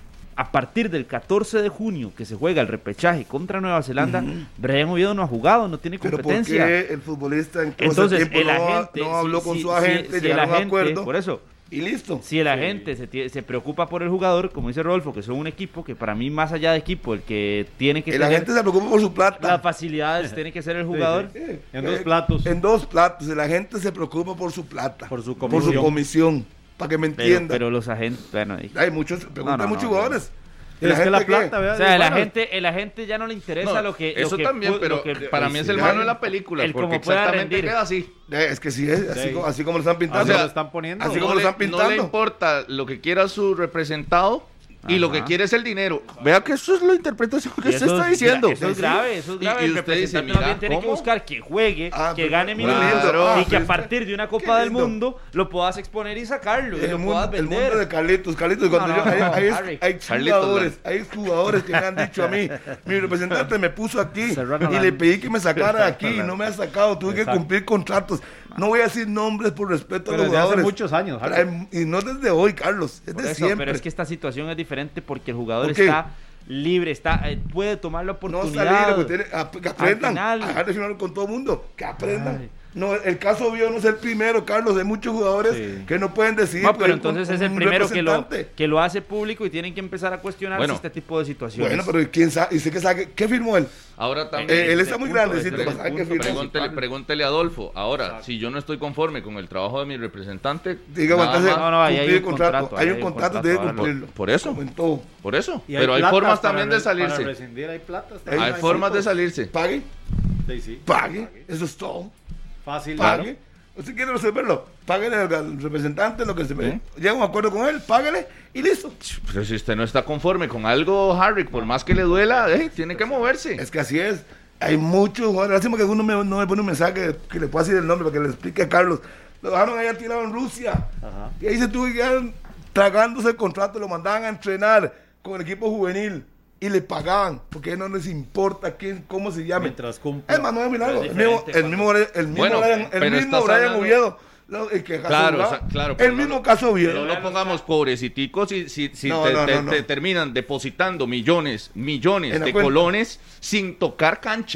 a partir del catorce de junio que se juega el repechaje contra Nueva Zelanda, Ujú. Brian Oviedo no ha jugado, no tiene Pero ¿por competencia. qué el futbolista en todo Entonces, ese tiempo el no, agente, no habló si- con si- su si- agente, si el llegaron a un agente, acuerdo por eso, y listo? si el agente se, tie- se preocupa por el jugador, como dice Rodolfo, que son un equipo, que para mí más allá de equipo, el que tiene que El tener agente se preocupa por su plata. las facilidades tiene que ser el jugador. sí. Eh, En dos eh, platos. En dos platos. El agente se preocupa por su plata. Por su Por comisión. su comisión. Para que me Pero, entienda. pero los agentes, bueno, y- Hay muchos, preguntan No, no, muchos no, jugadores. Pero es que la agente qué? plata, vea, o sea, el bueno, agente, el agente ya no le interesa No, lo que lo eso que también, pu- pero lo que- para mí es el sí, malo ya. de la película, El porque cómo pueda exactamente rendir. queda así. Eh, Es que sí, es, así, Sí. como, así como lo están así pintando. lo están poniendo. así no como lo le, están no le pintando. importa lo que quiera su representado y lo Ajá. que quiere es el dinero. Vea que eso es la interpretación que Y usted eso está es gra- diciendo. Eso es grave, eso es Y- grave. y El usted dice, representante más bien mira, tiene que ¿cómo? buscar que juegue, Ah, que pero- gane muy minutos lindo. Ah, y que pero a es partir que- de una qué Copa del lindo. Mundo lo puedas exponer y sacarlo y El lo mundo, puedas el vender. mundo de Carlitos, Carlitos, cuando No, yo, no, hay, no, hay, Harry. hay Carlitos, jugadores, hay jugadores que me han dicho a mí, mi representante me puso aquí Serrano y le Land. pedí que me sacara de aquí y no me ha sacado, tuve que Exacto. cumplir contratos. No voy a decir nombres por respeto a Pero los desde hace jugadores. muchos años, Pero Harry. hay- y no desde hoy, Carlos, es Por de eso, siempre. pero es que esta situación es diferente porque el jugador Ok. está libre, está eh, puede tomar la No oportunidad. salir, pues, tiene- a- que aprendan, final- a dejar de firmar con todo el mundo, que aprendan. Ay. No, el caso Oviedo no es el primero, Carlos, hay muchos jugadores Sí. que no pueden decidir. No, porque pero hay un- entonces es el un primero que lo, representante. que lo hace público y tienen que empezar a cuestionarse Bueno. este tipo de situaciones. Bueno, pero ¿quién sabe? ¿Y sé que sabe? ¿Qué firmó él? Ahora también. Eh, él está de muy punto, grandecito de para saber qué punto, firmó. Pregúntele, pregúntele a Adolfo. Ahora, si yo no estoy conforme con el trabajo de mi representante, Diga, nada entonces, más- No, no, ahí hay cumplir un el contrato. contrato, hay ahí un hay un contrato, contrato, debe ahora lo- cumplirlo. por eso. Como en todo. por eso. Y Pero hay plata formas para también de re- Para salirse. rescindir hay plata. está Hay bien, Hay formas de tiempo. salirse. Pague, Sí, sí. pague, eso es todo. Fácil. Pague. ¿Usted quiere resolverlo? Páguele al, al representante lo que se ¿Eh? llega a un acuerdo con él, páguele y listo. Pero si usted no está conforme con algo, Harry, por más que le duela, eh, tiene que moverse. Es que así es. Hay muchos jugadores. Lástima que uno me, no me pone un mensaje que, que le pueda decir el nombre para que le explique a Carlos. Lo dejaron ahí tirado en Rusia. Ajá. Y ahí se tuvo que quedar tragándose el contrato. Lo mandaban a entrenar con el equipo juvenil. Y le pagaban. Porque no les importa quién, cómo se llame. Mientras cumple. Es Manuel Milagro. Pero El es mismo, diferente el mismo, el mismo Bueno, Brian, el pero mismo estás Brian hablando- Oviedo. lo- el que Claro, jugaba, o sea, claro, pero el no mismo lo- caso Oviedo. No lo pongamos pobreciticos si, si, si No, te, no, te- no, no. te terminan depositando millones, millones En la de cuenta. colones sin tocar cancha.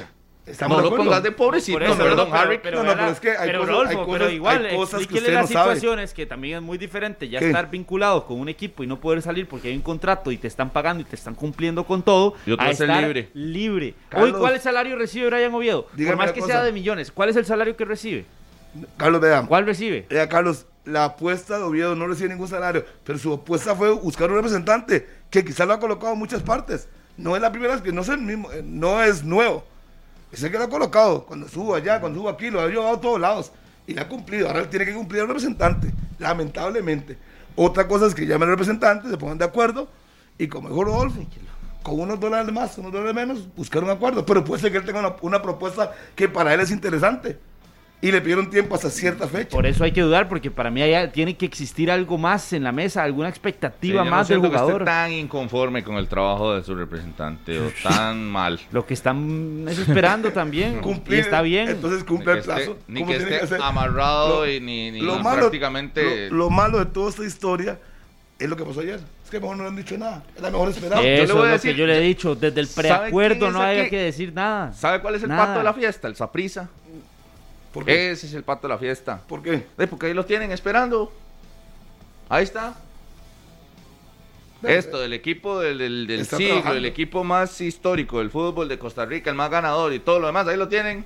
Estamos No de lo acuerdo. pongas de pobrecito, Por eso, perdón, pero- Harry. Pero, No, no, ¿verdad? pero es que hay Pero, cosas- Rodolfo, hay pero cosas- igual, hay cosas que explíquele usted las no sabe. situaciones que también es muy diferente. Ya ¿Qué? estar vinculado con un equipo y no poder salir porque hay un contrato y te están pagando y te están cumpliendo con todo. Y otro a es el estar libre. libre. Carlos, Hoy, ¿cuál salario recibe Brian Oviedo? dígame Por más una que cosa. sea de millones, ¿cuál es el salario que recibe? Carlos, vea. ¿Cuál recibe? Vea, Carlos, la apuesta de Oviedo no recibe ningún salario, pero su apuesta fue buscar un representante que quizás lo ha colocado en muchas partes. No es la primera vez que no es el mismo, eh, no es nuevo. Es el que lo ha colocado. Cuando subo allá, cuando subo aquí, lo ha llevado a todos lados. Y le ha cumplido. Ahora él tiene que cumplir al representante, lamentablemente. Otra cosa es que llame al representante, se pongan de acuerdo y como dijo Rodolfo, con unos dólares más, unos dólares menos, buscar un acuerdo. Pero puede ser que él tenga una, una propuesta que para él es interesante. Y le pidieron tiempo hasta cierta fecha. Por eso hay que dudar, porque para mí hay- tiene que existir algo más en la mesa, alguna Sí, expectativa yo más no del siento que esté jugador. tan inconforme con el trabajo de su representante o tan mal. Lo que están es esperando también. Cumplir, y está bien. Entonces Ni cumple que el esté, plazo. ni como que tiene esté ser. amarrado Lo- y ni, ni lo malo- prácticamente... Lo, lo malo de toda esta historia es lo que pasó ayer. Es que mejor no le han dicho nada. Era mejor esperar. yo Eso le voy a es lo decir- que yo le he dicho. Desde el ¿Sabe preacuerdo quién es no hay aquí? que decir nada. ¿Sabe cuál es el Nada. pato de la fiesta? El Saprissa. ¿Por qué? Ese es el pato de la fiesta. ¿Por qué? Eh, Porque ahí lo tienen esperando. Ahí está. Pero, Esto del equipo del, del, del está siglo, trabajando. el equipo más histórico del fútbol de Costa Rica, el más ganador y todo lo demás, ahí lo tienen.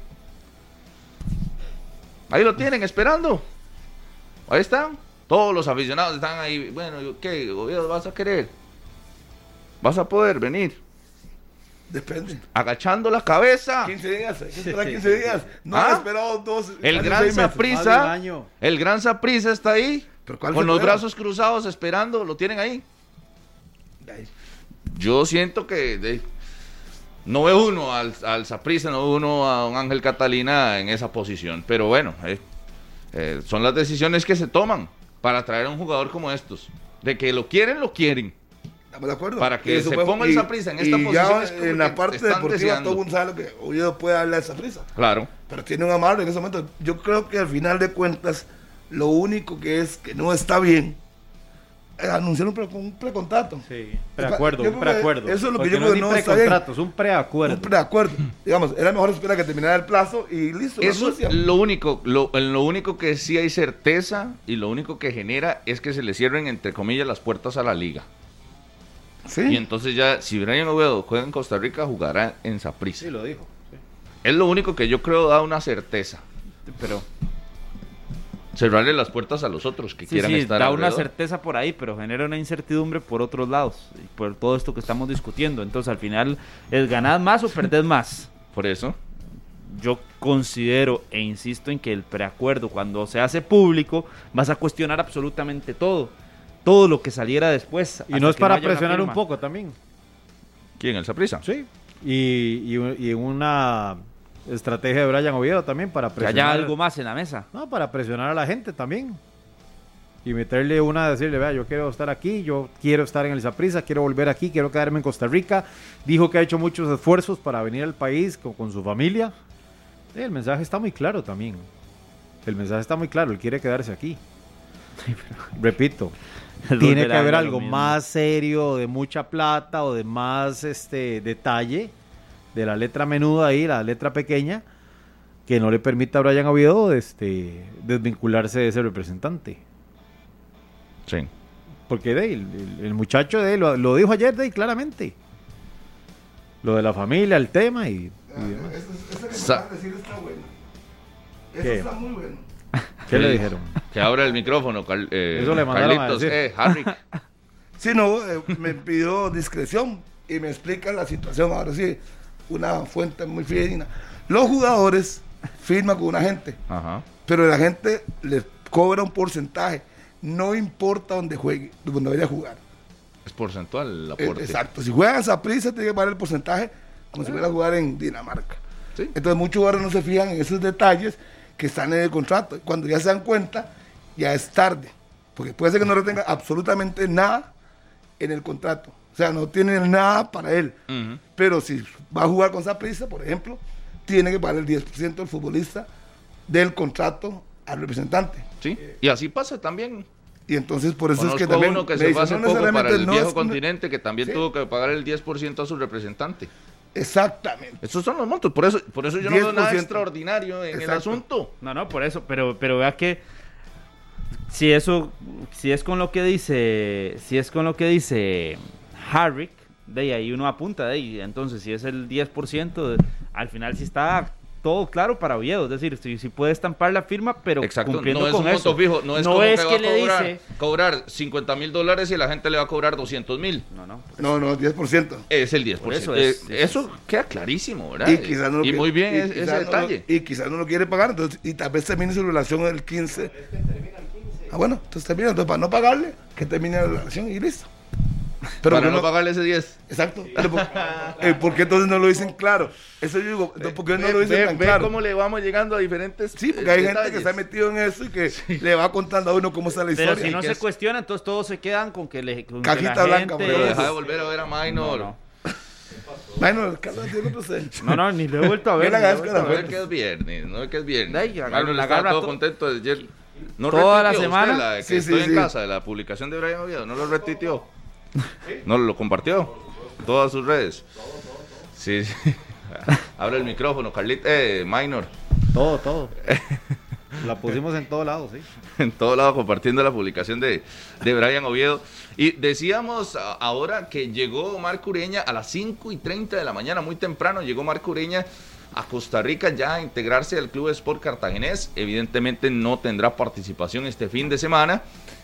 Ahí lo tienen esperando. Ahí están. Todos los aficionados están ahí. Bueno, ¿qué? Oviedo, ¿vas a querer? ¿Vas a poder venir? Depende. Agachando la cabeza. quince días. Hay que esperar quince días. No ¿Ah? han esperado dos. El años, gran seis meses. Más de un Saprissa, año. el gran Saprissa está ahí, ¿Pero cuál con se los prueba? brazos cruzados esperando, lo tienen ahí. Ay, Yo siento que de- no ve uno al, al Saprissa, no ve uno a un Ángel Catalina en esa posición, pero bueno, eh, eh, son las decisiones que se toman para traer a un jugador como estos. De que lo quieren, lo quieren. ¿Estamos de acuerdo? Para que Y eso se fue- ponga el y- Saprissa en esta y posición ya es como en la que parte están deportiva deseando. todo el mundo sabe lo que Oviedo puede darle a esa prisa. Claro. Pero tiene un amarre en ese momento. Yo creo que al final de cuentas, lo único que es que no está bien es anunciar un, pre, un precontrato. Sí, preacuerdo, Yo un creo que preacuerdo. eso es lo que Porque yo no creo es que ni no está bien. precontrato, es un preacuerdo. Un preacuerdo. Digamos, era mejor esperar que terminara el plazo y listo. lo Eso anuncia. es lo único, lo, lo único que sí hay certeza y lo único que genera es que se le cierren entre comillas las puertas a la liga. Sí. Y entonces ya, si Brian Oviedo juega en Costa Rica, jugará en Saprissa. Sí, lo dijo. sí. Es lo único que yo creo da una certeza. Pero cerrarle las puertas a los otros que Sí, quieran sí, estar da una alrededor. certeza por ahí, pero genera una incertidumbre por otros lados, y por todo esto que estamos discutiendo. Entonces, al final, ¿es ganar más o perder más? Por eso. Yo considero e insisto en que el preacuerdo, cuando se hace público, vas a cuestionar absolutamente todo. Todo lo que saliera después. Y hasta no es que para haya una presionar un firma. poco también. ¿Quién? ¿El Saprissa? Sí. Y, y, y una estrategia de Brian Oviedo también para Que presionar. haya algo más en la mesa. No, para presionar a la gente también. Y meterle una, decirle, vea, yo quiero estar aquí, yo quiero estar en el Saprissa, quiero volver aquí, quiero quedarme en Costa Rica. Dijo que ha hecho muchos esfuerzos para venir al país con, con su familia. Sí, el mensaje está muy claro también. El mensaje está muy claro, él quiere quedarse aquí. Repito, tiene que haber algo más serio, de mucha plata o de más este detalle, de la letra menuda ahí, la letra pequeña, que no le permita a Brian Oviedo este, desvincularse de ese representante. Sí. Porque de, el, el- el muchacho de él lo, lo dijo ayer de ahí claramente. Lo de la familia, el tema y, y demás. Eso, eso que me Sa- acabas de decir está bueno. Eso ¿Qué? está muy bueno. ¿Qué le Sí. dijeron? Que abra el micrófono, Carl- eh, Eso le mandaron a Carlitos. decir. Eh, Harry. Sí, no, eh, me pidió discreción y me explica la situación. Ahora sí, una fuente muy fidedigna. Los jugadores firman con un agente, Ajá. pero el agente les cobra un porcentaje. No importa dónde juegue, donde vaya a jugar. Es porcentual el Eh, aporte. Exacto. Si juegan a Saprissa, tiene que pagar el porcentaje como si fuera a jugar en Dinamarca. Sí. Entonces, muchos jugadores no se fijan en esos detalles que están en el contrato. Cuando ya se dan cuenta, ya es tarde. Porque puede ser que no retenga absolutamente nada en el contrato. O sea, no tiene nada para él. Ujú. Pero si va a jugar con Saprissa, por ejemplo, tiene que pagar el diez por ciento del futbolista del contrato al representante. Sí. Y así pasa también. Y entonces, por eso Conozco es que también. uno que me se dicen, fue hace no poco para necesariamente el no viejo es- continente que también Sí. tuvo que pagar el diez por ciento a su representante. Exactamente. Esos son los montos, por eso, por eso yo no diez veo por nada ciento. extraordinario en Exacto. el asunto. No, no, por eso, pero, pero vea que si eso, si es con lo que dice, si es con lo que dice Harrick, de ahí uno apunta de ahí, entonces si es el diez por ciento, al final sí está todo claro para Oviedo, es decir, si, si puede estampar la firma, pero Exacto, cumpliendo no es con un eso. monto fijo, no es no como es que, que, va le a cobrar, dice, cobrar cincuenta mil dólares y la gente le va a cobrar doscientos mil. no, no, No, no, diez por ciento. Es el diez por ciento. Por eso es- Eh, eso queda clarísimo, ¿verdad? Y, quizás no lo Y quiere- muy bien y es- quizás ese no lo- detalle. y quizás no lo quiere pagar, entonces, y tal vez termine su relación el quince. Ah, bueno, entonces termina, entonces para no pagarle, que termine la relación y listo. Pero Para que no pagarle ese diez. Exacto. Pero, ¿por, eh, ¿por qué entonces no lo dicen claro? Eso yo digo, entonces, ¿por qué no Ve- lo dicen ve- tan ve claro? cómo le vamos llegando a diferentes Sí, porque eh, hay gente detalles. que está metido en eso y que le va contando a uno cómo está la pero historia. si no que se es- cuestiona, entonces todos se quedan con que le con que Cajita la blanca, gente- Pero hombre. deja de volver a ver a Minor. No, no. Bueno, Carlos, tiene otro ser. No, no, ni lo he vuelto a ver. Yo le ni lo he agradezco vuelto a No la ver. es que es viernes, no es que es viernes. De ahí, agarra- Minor la estaba agarra todo to- contento desde ayer. ¿No Toda la retuiteó usted semana? la de que Sí, sí, estoy en sí. casa de la publicación de Brian Oviedo? ¿No lo retuiteó? ¿No lo compartió? Todas sus redes. Sí, sí. Abre el micrófono, Carlita, eh, Minor. Todo, todo. La pusimos en todos lados, sí. En todo lado compartiendo la publicación de, de Brian Oviedo. Y decíamos a- ahora que llegó Marco Ureña a las cinco y treinta de la mañana, muy temprano, llegó Marco Ureña a Costa Rica ya a integrarse al Club Sport Cartaginés. Evidentemente no tendrá participación este fin de semana,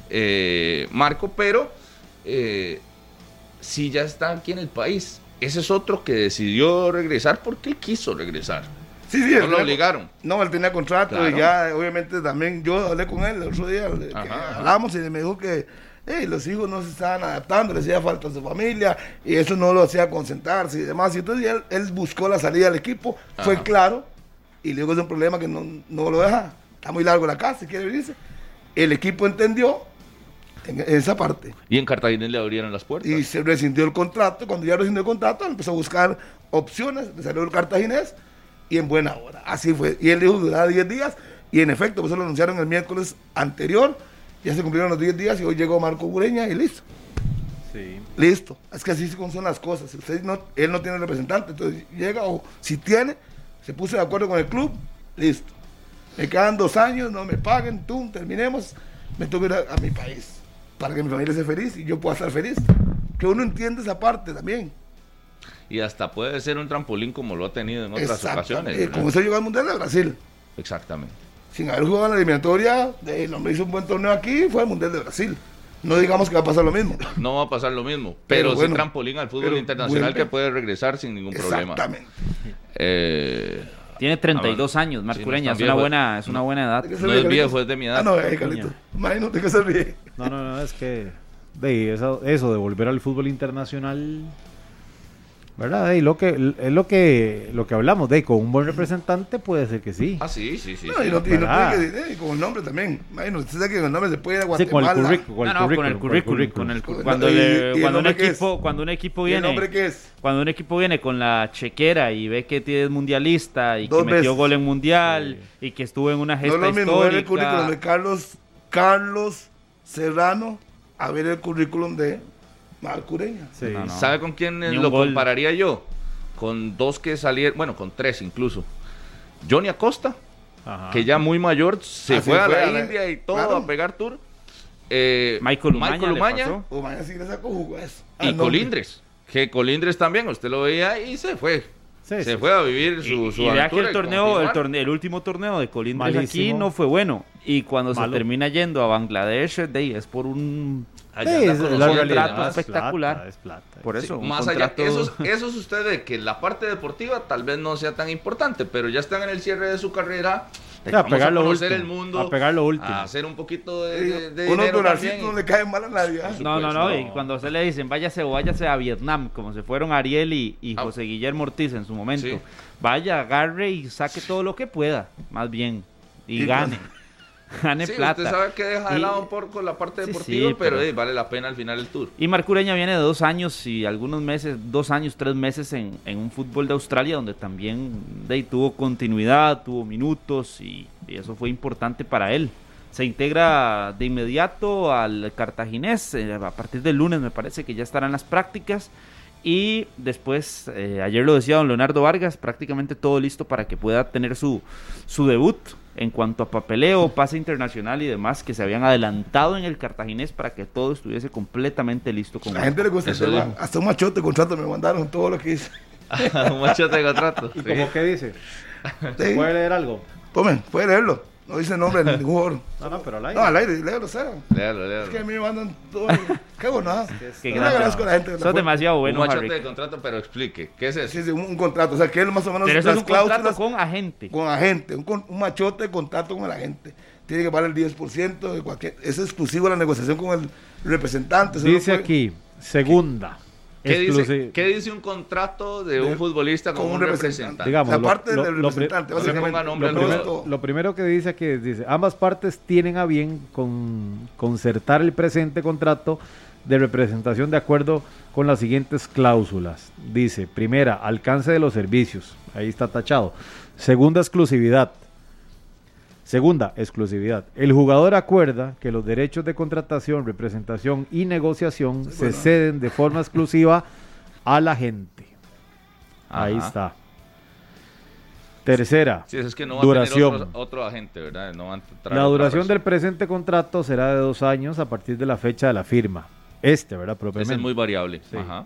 eh, Marco, pero eh, sí ya está aquí en el país. Ese es otro que decidió regresar porque él quiso regresar. Sí, sí, No él lo tenía- obligaron. No, él tenía contrato Claro. y ya, obviamente, también yo hablé con él el otro día, le- que Ajá, ajá. hablamos y me dijo que eh, los hijos no se estaban adaptando, les hacía falta a su familia y eso no lo hacía concentrarse y demás. Y entonces él, él buscó la salida del equipo, fue Ajá. claro y le digo que es un problema que no, no lo deja, está muy largo la casa, quiere venirse. El equipo entendió en, en esa parte Y en Cartaginés le abrieron las puertas. y se rescindió el contrato. Cuando ya rescindió el contrato, empezó a buscar opciones, le salió el Cartaginés y en buena hora. Así fue. Y él dijo que duraba diez días y en efecto, pues eso lo anunciaron el miércoles anterior. Ya se cumplieron los diez días y hoy llegó Marco Ureña y listo. Sí. Listo. Es que así son las cosas. Si usted no, él no tiene representante, entonces llega o si tiene, se puso de acuerdo con el club, listo. Me quedan dos años, no me paguen, tú, terminemos, me tengo que ir a, a mi país para que mi familia sea feliz y yo pueda estar feliz. Que uno entiende esa parte también. Y hasta puede ser un trampolín como lo ha tenido en otras Exactamente. ocasiones. Eh, ¿verdad? Como eso llegó al Mundial de Brasil. Exactamente. Sin haber jugado en la eliminatoria, eh, el hombre hizo un buen torneo aquí y fue al Mundial de Brasil. No digamos que va a pasar lo mismo. No va a pasar lo mismo, Pero pero, sí bueno, trampolín al fútbol pero internacional vuelve. que puede regresar sin ningún problema. Exactamente. Eh, Tiene treinta y dos Ah, años, sí, Marco no Ureña, es es tan una viejo. buena, es una buena edad. ¿De qué se no ríe, es Carlitos? viejo, es de mi edad. Ah, no, eh, Carlito. Imagínate que se ríe. No, no, no, es que de eso, eso de volver al fútbol internacional, ¿verdad? Y lo que es lo que lo que hablamos de con un buen representante puede ser que sí. Ah, sí, sí, sí. No, sí. y no, y no ¿verdad? tiene que eh, y con el nombre también. Imagínate, usted sabe que con el nombre se puede ir a Sí, con el Guatemala. currículum, con el No, no, con el currículum, con el cu- cuando, ¿Y- le- y el cuando un nombre qué es? equipo, cuando un equipo ¿Y el viene, nombre qué es? cuando un equipo viene con la chequera y ve que tiene mundialista y Dos que metió veces. gol en mundial y que estuvo en una No gesta es lo mismo ver el histórica. currículum de Carlos, Carlos Serrano a ver el currículum de Marco Ureña. Sí. No, no. ¿Sabe con quién eh, Ni un lo gol. compararía yo? Con dos que salieron, bueno, con tres incluso. Johnny Acosta, Ajá. que ya muy mayor se Ah, fue se a fue la a la- India y todo claro. a pegar tour. Eh, Michael Umaña le pasó. O mañana sí le sacó jugo a eso. y Ah, no, Colindres, que Colindres también, usted lo veía y se fue. Sí, se sí, fue a vivir su, Y, su y vea que aventura el y torneo, el, continuar. torneo, el último torneo de Colindres aquí Malísimo. no fue bueno. Y cuando Malo. se termina yendo a Bangladesh, de ahí es por un Allá Sí, anda es con la nosotros. realidad, contrato es espectacular. plata, es plata. por Sí, eso. un más allá, contrato- eso, es- eso es usted de que la parte deportiva tal vez no sea tan importante, pero ya están en el cierre de su carrera. Sí, a vamos pegar a lo conocer último, el mundo, a pegar lo último. a hacer un poquito de, Sí, de, de unos dinero dolarcitos también. no le caen mal a nadie. ¿ah? No, no, no, supuesto. y cuando a usted le dicen váyase o váyase a Vietnam, como se fueron Ariel y, y Ah. José Guillermo Ortiz en su momento, Sí. vaya, agarre y saque todo lo que pueda, más bien, y Y gane, gane Sí, plata. usted sabe que deja de Y- lado un poco la parte Sí, deportiva, sí, pero, pero- eh, vale la pena al final el tour. Y Marco Ureña viene de dos años y algunos meses, dos años, tres meses en, en un fútbol de Australia donde también de ahí tuvo continuidad, tuvo minutos y, y eso fue importante para él. Se integra de inmediato al Cartaginés, eh, a partir del lunes me parece que ya estarán las prácticas Y después, eh, ayer lo decía don Leonardo Vargas, prácticamente todo listo para que pueda tener su, su debut en cuanto a papeleo, pase internacional y demás, que se habían adelantado en el Cartaginés para que todo estuviese completamente listo. Con la gente le gusta Eso hacer, dijo. hasta un machote de contrato me mandaron todo lo que hice. Un machote de contrato. ¿Y sí. como qué dice? Sí. ¿Puede leer algo? Tomen, puede leerlo. No dice nombre de ningún jugador. No, no, pero al aire. No, al aire, léelo, cero. Léalo, Es que a léalo. mí me mandan todo. Qué bueno. ¿ah? Qué Yo le grande. agradezco a la gente. de la Eso es fuente. demasiado Un bueno, machote Harry. de contrato, pero explique, ¿qué es eso? Sí, sí, un, un contrato. O sea, que él más o menos Pero eso es las un contrato cláusulas con agente. con agente. Un, con- un machote de contrato con el agente. Tiene que pagar el diez por ciento de cualquier. Es exclusivo a la negociación con el representante. Eso no Dice puede- aquí, segunda. ¿Qué dice, exclusi- ¿Qué dice un contrato de De- un futbolista con, con un un representante? representante. Digamos, la lo- parte lo- del lo pri- representante. no le básicamente, ponga nombre lo al todo negocio. esto- Lo primero que dice aquí es, dice, ambas partes tienen a bien con, concertar el presente contrato de representación de acuerdo con las siguientes cláusulas. Dice, primera, alcance de los servicios, ahí está tachado. Segunda, exclusividad. Segunda, exclusividad. El jugador acuerda que los derechos de contratación, representación y negociación se bueno. ceden de forma exclusiva a la gente. Ahí Ajá. está. Tercera, Sí, es que no va a duración. tener otro, otro agente, ¿verdad? No va a entrar La otra duración persona. del presente contrato será de dos años a partir de la fecha de la firma. Este, ¿verdad? Ese Propiamente. es muy variable. Sí. Ajá.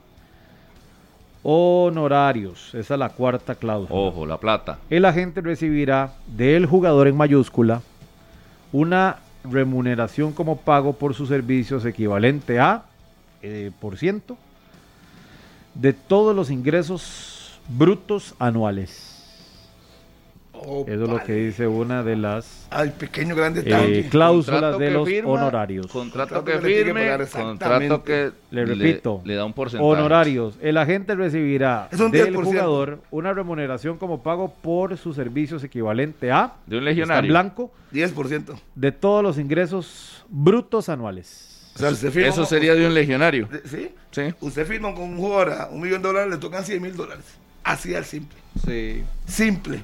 Honorarios, esa es la cuarta cláusula. Ojo, la plata. El agente recibirá del jugador en mayúscula una remuneración como pago por sus servicios equivalente a eh, por ciento de todos los ingresos brutos anuales. Oh, Eso es lo vale. que dice una de las Ay, pequeño, grande eh, tanque. cláusulas Contrato de que los firma, honorarios. Contrato Contrato que que le tiene que firme, pagar contrato exactamente. que Le repito, le, da un porcentaje. Honorarios. El agente recibirá Es un del diez por ciento. jugador una remuneración como pago por sus servicios equivalente a, De un está en legionario. blanco, diez por ciento. de todos los ingresos brutos anuales. O sea, usted firma Eso con- sería de un legionario. de- ¿Sí? Sí. Usted firma con un jugador a un millón de dólares, le tocan cien mil dólares. Así al simple. Sí. Simple.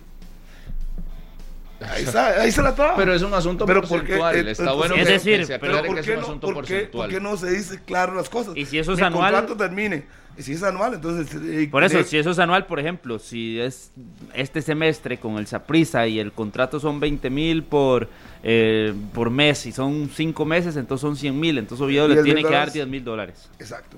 Ahí está, ahí se la toda. Pero es un asunto Pero ¿por qué? porcentual. Eh, Está entonces- bueno Es que, decir, que se pero aclare ¿por que es qué un no- asunto por qué- porcentual. ¿Por qué no se dice claro las cosas? Y si eso es Mi anual- contrato termine. Y si es anual, entonces... eh, Por eso, de- si eso es anual, por ejemplo, si es este semestre con el Saprissa y el contrato son veinte mil por, eh, por mes y son cinco meses, entonces son cien mil. Entonces Oviedo le diez mil tiene que dar dólares. diez mil dólares. Exacto.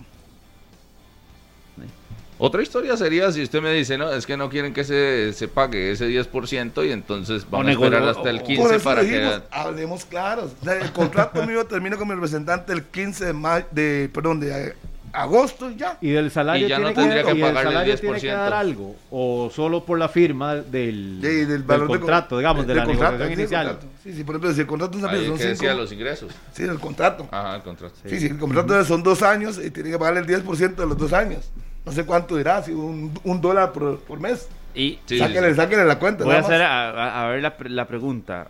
Otra historia sería si usted me dice, no, es que no quieren que se, se pague ese diez por ciento y entonces vamos a nego- esperar o- hasta el o- Por quince eso para dijimos, que... hablemos claros. O sea, el contrato mío termina con mi representante el quince de mayo, de, perdón, de eh, agosto y ya. Y del salario Y ya no tiene tendría que y el pagarle el salario diez por tiene que ciento. dar algo o solo por la firma del, De- del del valor de con- contrato, digamos, de del la contrato, negociación sí, el inicial. contrato. Sí, sí, por ejemplo, si el contrato es Ahí son que decía cinco, los ingresos. sí, el contrato. Ajá, el contrato. Sí, sí, el contrato son dos años y tiene que pagarle el diez por ciento de los dos años. No sé cuánto dirá, si un, un dólar por, por mes. Y Sí, sáquenle, sí. sáquenle la cuenta. voy a nada hacer más. a, a- a ver la, pre- la pregunta.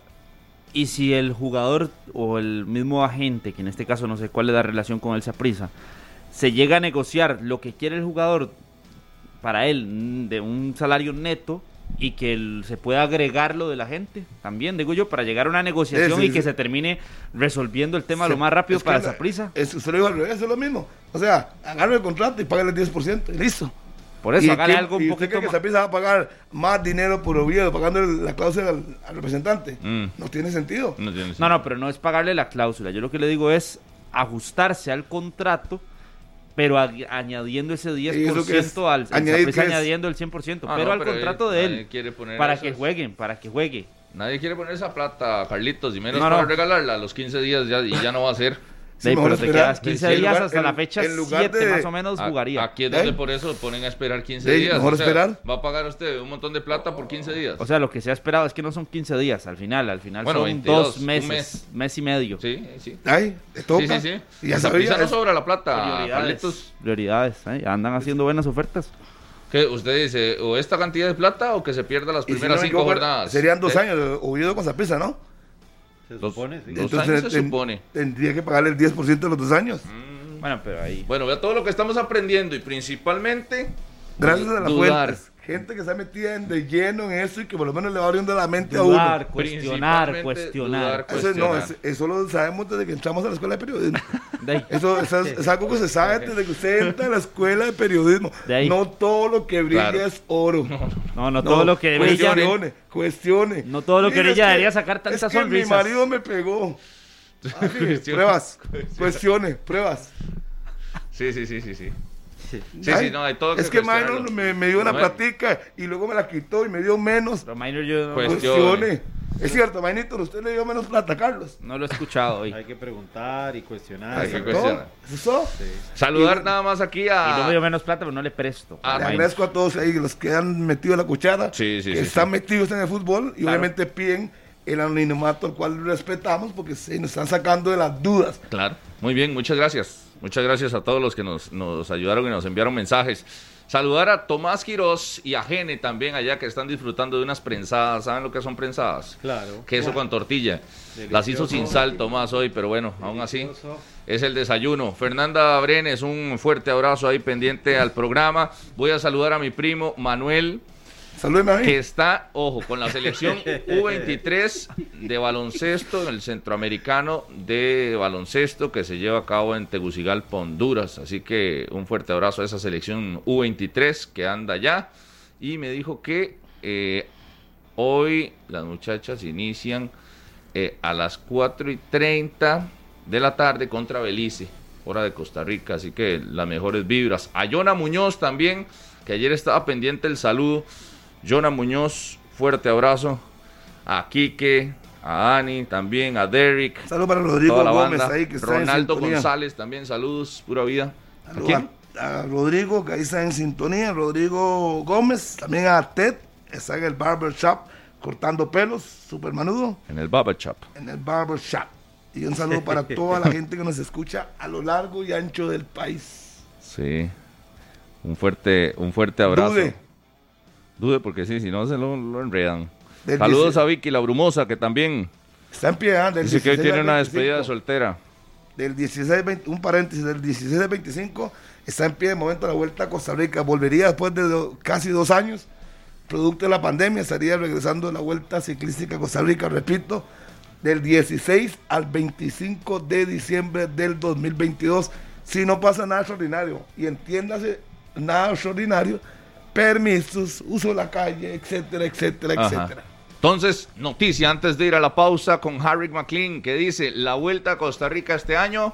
Y si el jugador o el mismo agente, que en este caso no sé cuál es la relación con el Saprissa, se llega a negociar lo que quiere el jugador para él mm, de un salario neto y que el- se pueda agregar lo de la gente, también digo yo, para llegar a una negociación Sí, sí, y que sí. se termine resolviendo el tema Sí, lo más rápido es que para el la- Saprissa. Es, usted lo dijo al revés, es lo mismo. O sea, agarre el contrato y págale el diez por ciento y listo. Por eso, ¿Y hágale quién- algo y un usted poquito cree que más. Saprissa va a pagar más dinero por Oviedo pagando el- la cláusula al, al representante? Mm. No tiene sentido. No, tiene No, no, pero no es pagarle la cláusula. Yo lo que le digo es ajustarse al contrato, pero a- añadiendo ese diez por ciento ¿Y eso qué es? al el Añadir Saprissa qué es? añadiendo el cien por ciento, Ah, pero no, al pero contrato ahí de nadie él, quiere poner para eso, que es- jueguen, para que juegue. Nadie quiere poner esa plata, Carlitos, y menos No, no. para regalarla a los quince días ya, y ya no va a ser. Sí, Sí, mejor pero te esperar. quedas quince Sí, en días lugar- hasta en- la fecha en lugar siete de- más o menos A- jugaría. Aquí es donde ¿Eh? por eso ponen a esperar quince Sí, días. mejor o sea, esperar. Va a pagar usted un montón de plata por quince días. O sea, lo que se ha esperado es que no son quince días al final, al final Bueno, son veintidós, dos un meses, mes. mes. y medio. Sí, sí. Ay, te Sí, toca. sí, sí. Y ya Esa sabía. prisa no es- sobra la plata, Prioridades, Carlitos. prioridades, ¿eh? Andan haciendo buenas ofertas. ¿Qué usted dice? ¿O esta cantidad de plata o que se pierda las y si primeras no me cinco equivoco, jornadas? Serían dos ¿Eh? años de Oviedo con Saprissa, ¿no? Se Dos- supone, sí. dos años se ten- supone. Tendría que pagarle el diez por ciento de los dos años. Bueno, pero ahí... Bueno, vea todo lo que estamos aprendiendo y principalmente Gracias a las dudar. fuentes. Gente que está metida en de lleno en eso y que por lo menos le va abriendo la mente a Dudar, uno. cuestionar, Principalmente cuestionar. dudar. Eso, no, cuestionar. es- eso lo sabemos desde que entramos a la escuela de periodismo. De ahí. Eso, eso es, es algo que se sabe desde que usted entra a la escuela de periodismo. De ahí. No todo lo que brilla Claro. es oro. No, no todo lo que brilla. Cuestione, cuestione. No todo lo que Mire, brilla es debería sacar tantas es que sonrisas. mi marido me pegó. Ah, sí, Cuestione. pruebas, cuestione, pruebas. Sí, sí, sí, sí, sí. Sí, Ay, sí, no, hay todo que es que cuestionarlo. Minor me, me dio una No, platica y luego me la quitó y me dio menos. Pero Minor yo no, Pues- Cuestione. Es cierto, Mainito, usted le dio menos plata a Carlos. no lo he escuchado hoy. Hay que preguntar y cuestionar. Hay que ¿Aceptó? cuestionar. ¿Eso? Saludar Y- nada más aquí Y no me dio a... menos plata, pero no le presto. Ah, Le Minor. agradezco a todos ahí, los que han metido la cuchara, Sí, sí, que sí, están sí. metidos en el fútbol y Claro. obviamente piden el anonimato al cual respetamos porque se nos están sacando de las dudas. Claro, muy bien, muchas gracias. Muchas gracias a todos los que nos, nos ayudaron y nos enviaron mensajes. Saludar a Tomás Quirós y a Gene también allá que están disfrutando de unas prensadas. ¿Saben lo que son prensadas? Claro. Queso con tortilla. Las hizo sin sal Tomás hoy, pero bueno, aún así es el desayuno. Fernanda Brenes, un fuerte abrazo ahí pendiente al programa. Voy a saludar a mi primo Manuel, Salúdeme a mí. que está, ojo, con la selección U veintitrés de baloncesto, en el centroamericano de baloncesto que se lleva a cabo en Tegucigalpa, Honduras. Así que un fuerte abrazo a esa selección U veintitrés que anda allá. Y me dijo que eh, hoy las muchachas inician eh, a las cuatro y treinta de la tarde contra Belice, hora de Costa Rica. Así que las mejores vibras. A Yona Muñoz también, que ayer estaba pendiente el saludo. Yona Muñoz, fuerte abrazo. A Quique, a Ani, también a Derek, Saludos para Rodrigo toda la Gómez banda. ahí que está Ronaldo en sintonía. González, también saludos, pura vida. ¿A Saludos quién? a, a Rodrigo que ahí está en sintonía, Rodrigo Gómez, también a Ted, está en el barber shop cortando pelos, super manudo, En el Baba Shop. en el barber shop. Y un saludo para toda la gente que nos escucha a lo largo y ancho del país. Sí. Un fuerte, un fuerte abrazo. Dude. Dude, porque sí, si no se lo, lo enredan. Del Saludos dieciséis a Vicky La Brumosa, que también Está en pie, ¿ah? Del dice que hoy dieciséis tiene al una despedida de veinticinco. soltera. Del dieciséis al veinte, un paréntesis, del dieciséis al veinticinco está en pie de momento la vuelta a Costa Rica. Volvería después de do- casi dos años, producto de la pandemia, estaría regresando de la vuelta ciclística a Costa Rica, repito, del dieciséis al veinticinco de diciembre del dos mil veintidós. Si no pasa nada extraordinario, y entiéndase, nada extraordinario, permisos, uso de la calle, etcétera, etcétera, Ajá. etcétera. Entonces, noticia antes de ir a la pausa con Harry McLean, que dice, la vuelta a Costa Rica este año.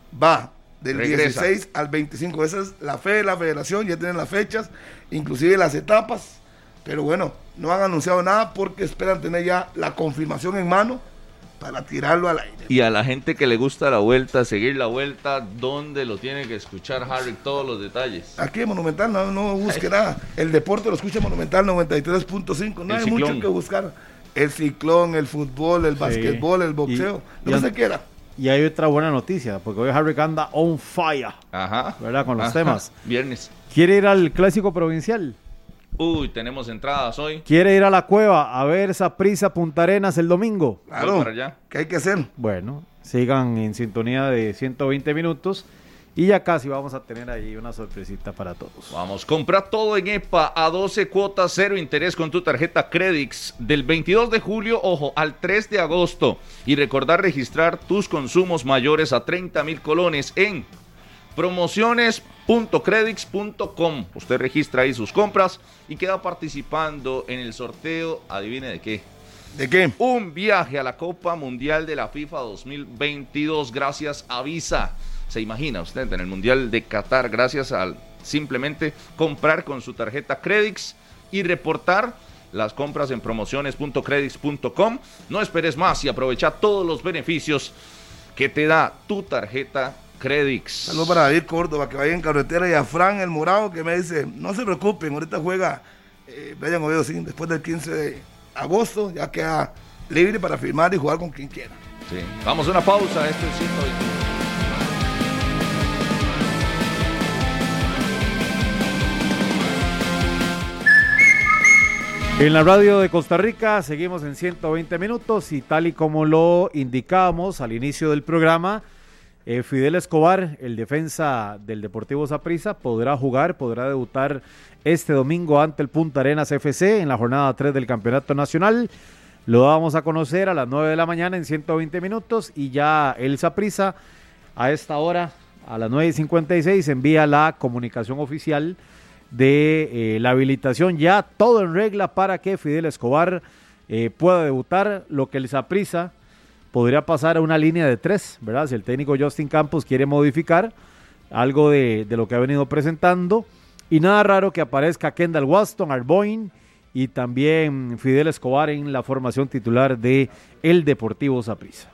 Va del Regresa. dieciséis al veinticinco. Esa es la fe de la federación, ya tienen las fechas, inclusive las etapas. Pero bueno, no han anunciado nada porque esperan tener ya la confirmación en mano para tirarlo al aire. Y a la gente que le gusta la vuelta, seguir la vuelta, ¿dónde lo tiene que escuchar Harry? Todos los detalles. Aquí en Monumental no, no busque nada. El deporte lo escucha Monumental noventa y tres punto cinco. No El hay ciclón. mucho que buscar. El ciclón, el fútbol, el basquetbol, el boxeo, Y- lo y que an- se quiera. Y hay otra buena noticia, porque hoy Harry anda on fire, Ajá. ¿verdad? Con los Ajá. temas. Viernes. ¿Quiere ir al Clásico Provincial? Uy, tenemos entradas hoy. ¿Quiere ir a la Cueva a ver Saprissa Punta Arenas el domingo? Claro, para allá. ¿qué hay que hacer? Bueno, sigan en sintonía de ciento veinte minutos y ya casi vamos a tener ahí una sorpresita para todos. Vamos, compra todo en E P A a doce cuotas, cero interés con tu tarjeta Credix del veintidós de julio, ojo, al tres de agosto. Y recordar registrar tus consumos mayores a treinta mil colones en promociones punto credix punto com. Usted registra ahí sus compras y queda participando en el sorteo, adivine de qué. ¿De qué? Un viaje a la Copa Mundial de la FIFA dos mil veintidós gracias a Visa. ¿Se imagina usted en el Mundial de Qatar gracias al simplemente comprar con su tarjeta Credix y reportar las compras en promociones punto credix punto com? No esperes más y aprovecha todos los beneficios que te da tu tarjeta Credix. Saludos para David Córdoba, que vaya en carretera, y a Fran el Morado, que me dice, no se preocupen, ahorita juega eh, Brian Oviedo, sí, después del quince de agosto, ya queda libre para firmar y jugar con quien quiera. Sí. Vamos a una pausa, esto es ciento veintiuno. En la radio de Costa Rica seguimos en ciento veinte minutos y tal y como lo indicábamos al inicio del programa, eh, Fidel Escobar, el defensa del Deportivo Saprissa, podrá jugar, podrá debutar este domingo ante el Punta Arenas F C en la jornada tres del Campeonato Nacional. Lo vamos a conocer a las nueve de la mañana en ciento veinte minutos y ya el Saprissa a esta hora, a las nueve y cincuenta y seis, envía la comunicación oficial de eh, la habilitación, ya todo en regla para que Fidel Escobar eh, pueda debutar, lo que el Saprissa podría pasar a una línea de tres, ¿verdad? Si el técnico Justin Campos quiere modificar algo de, de lo que ha venido presentando, y nada raro que aparezca Kendall Waston, Arboin y también Fidel Escobar en la formación titular de el Deportivo Saprissa.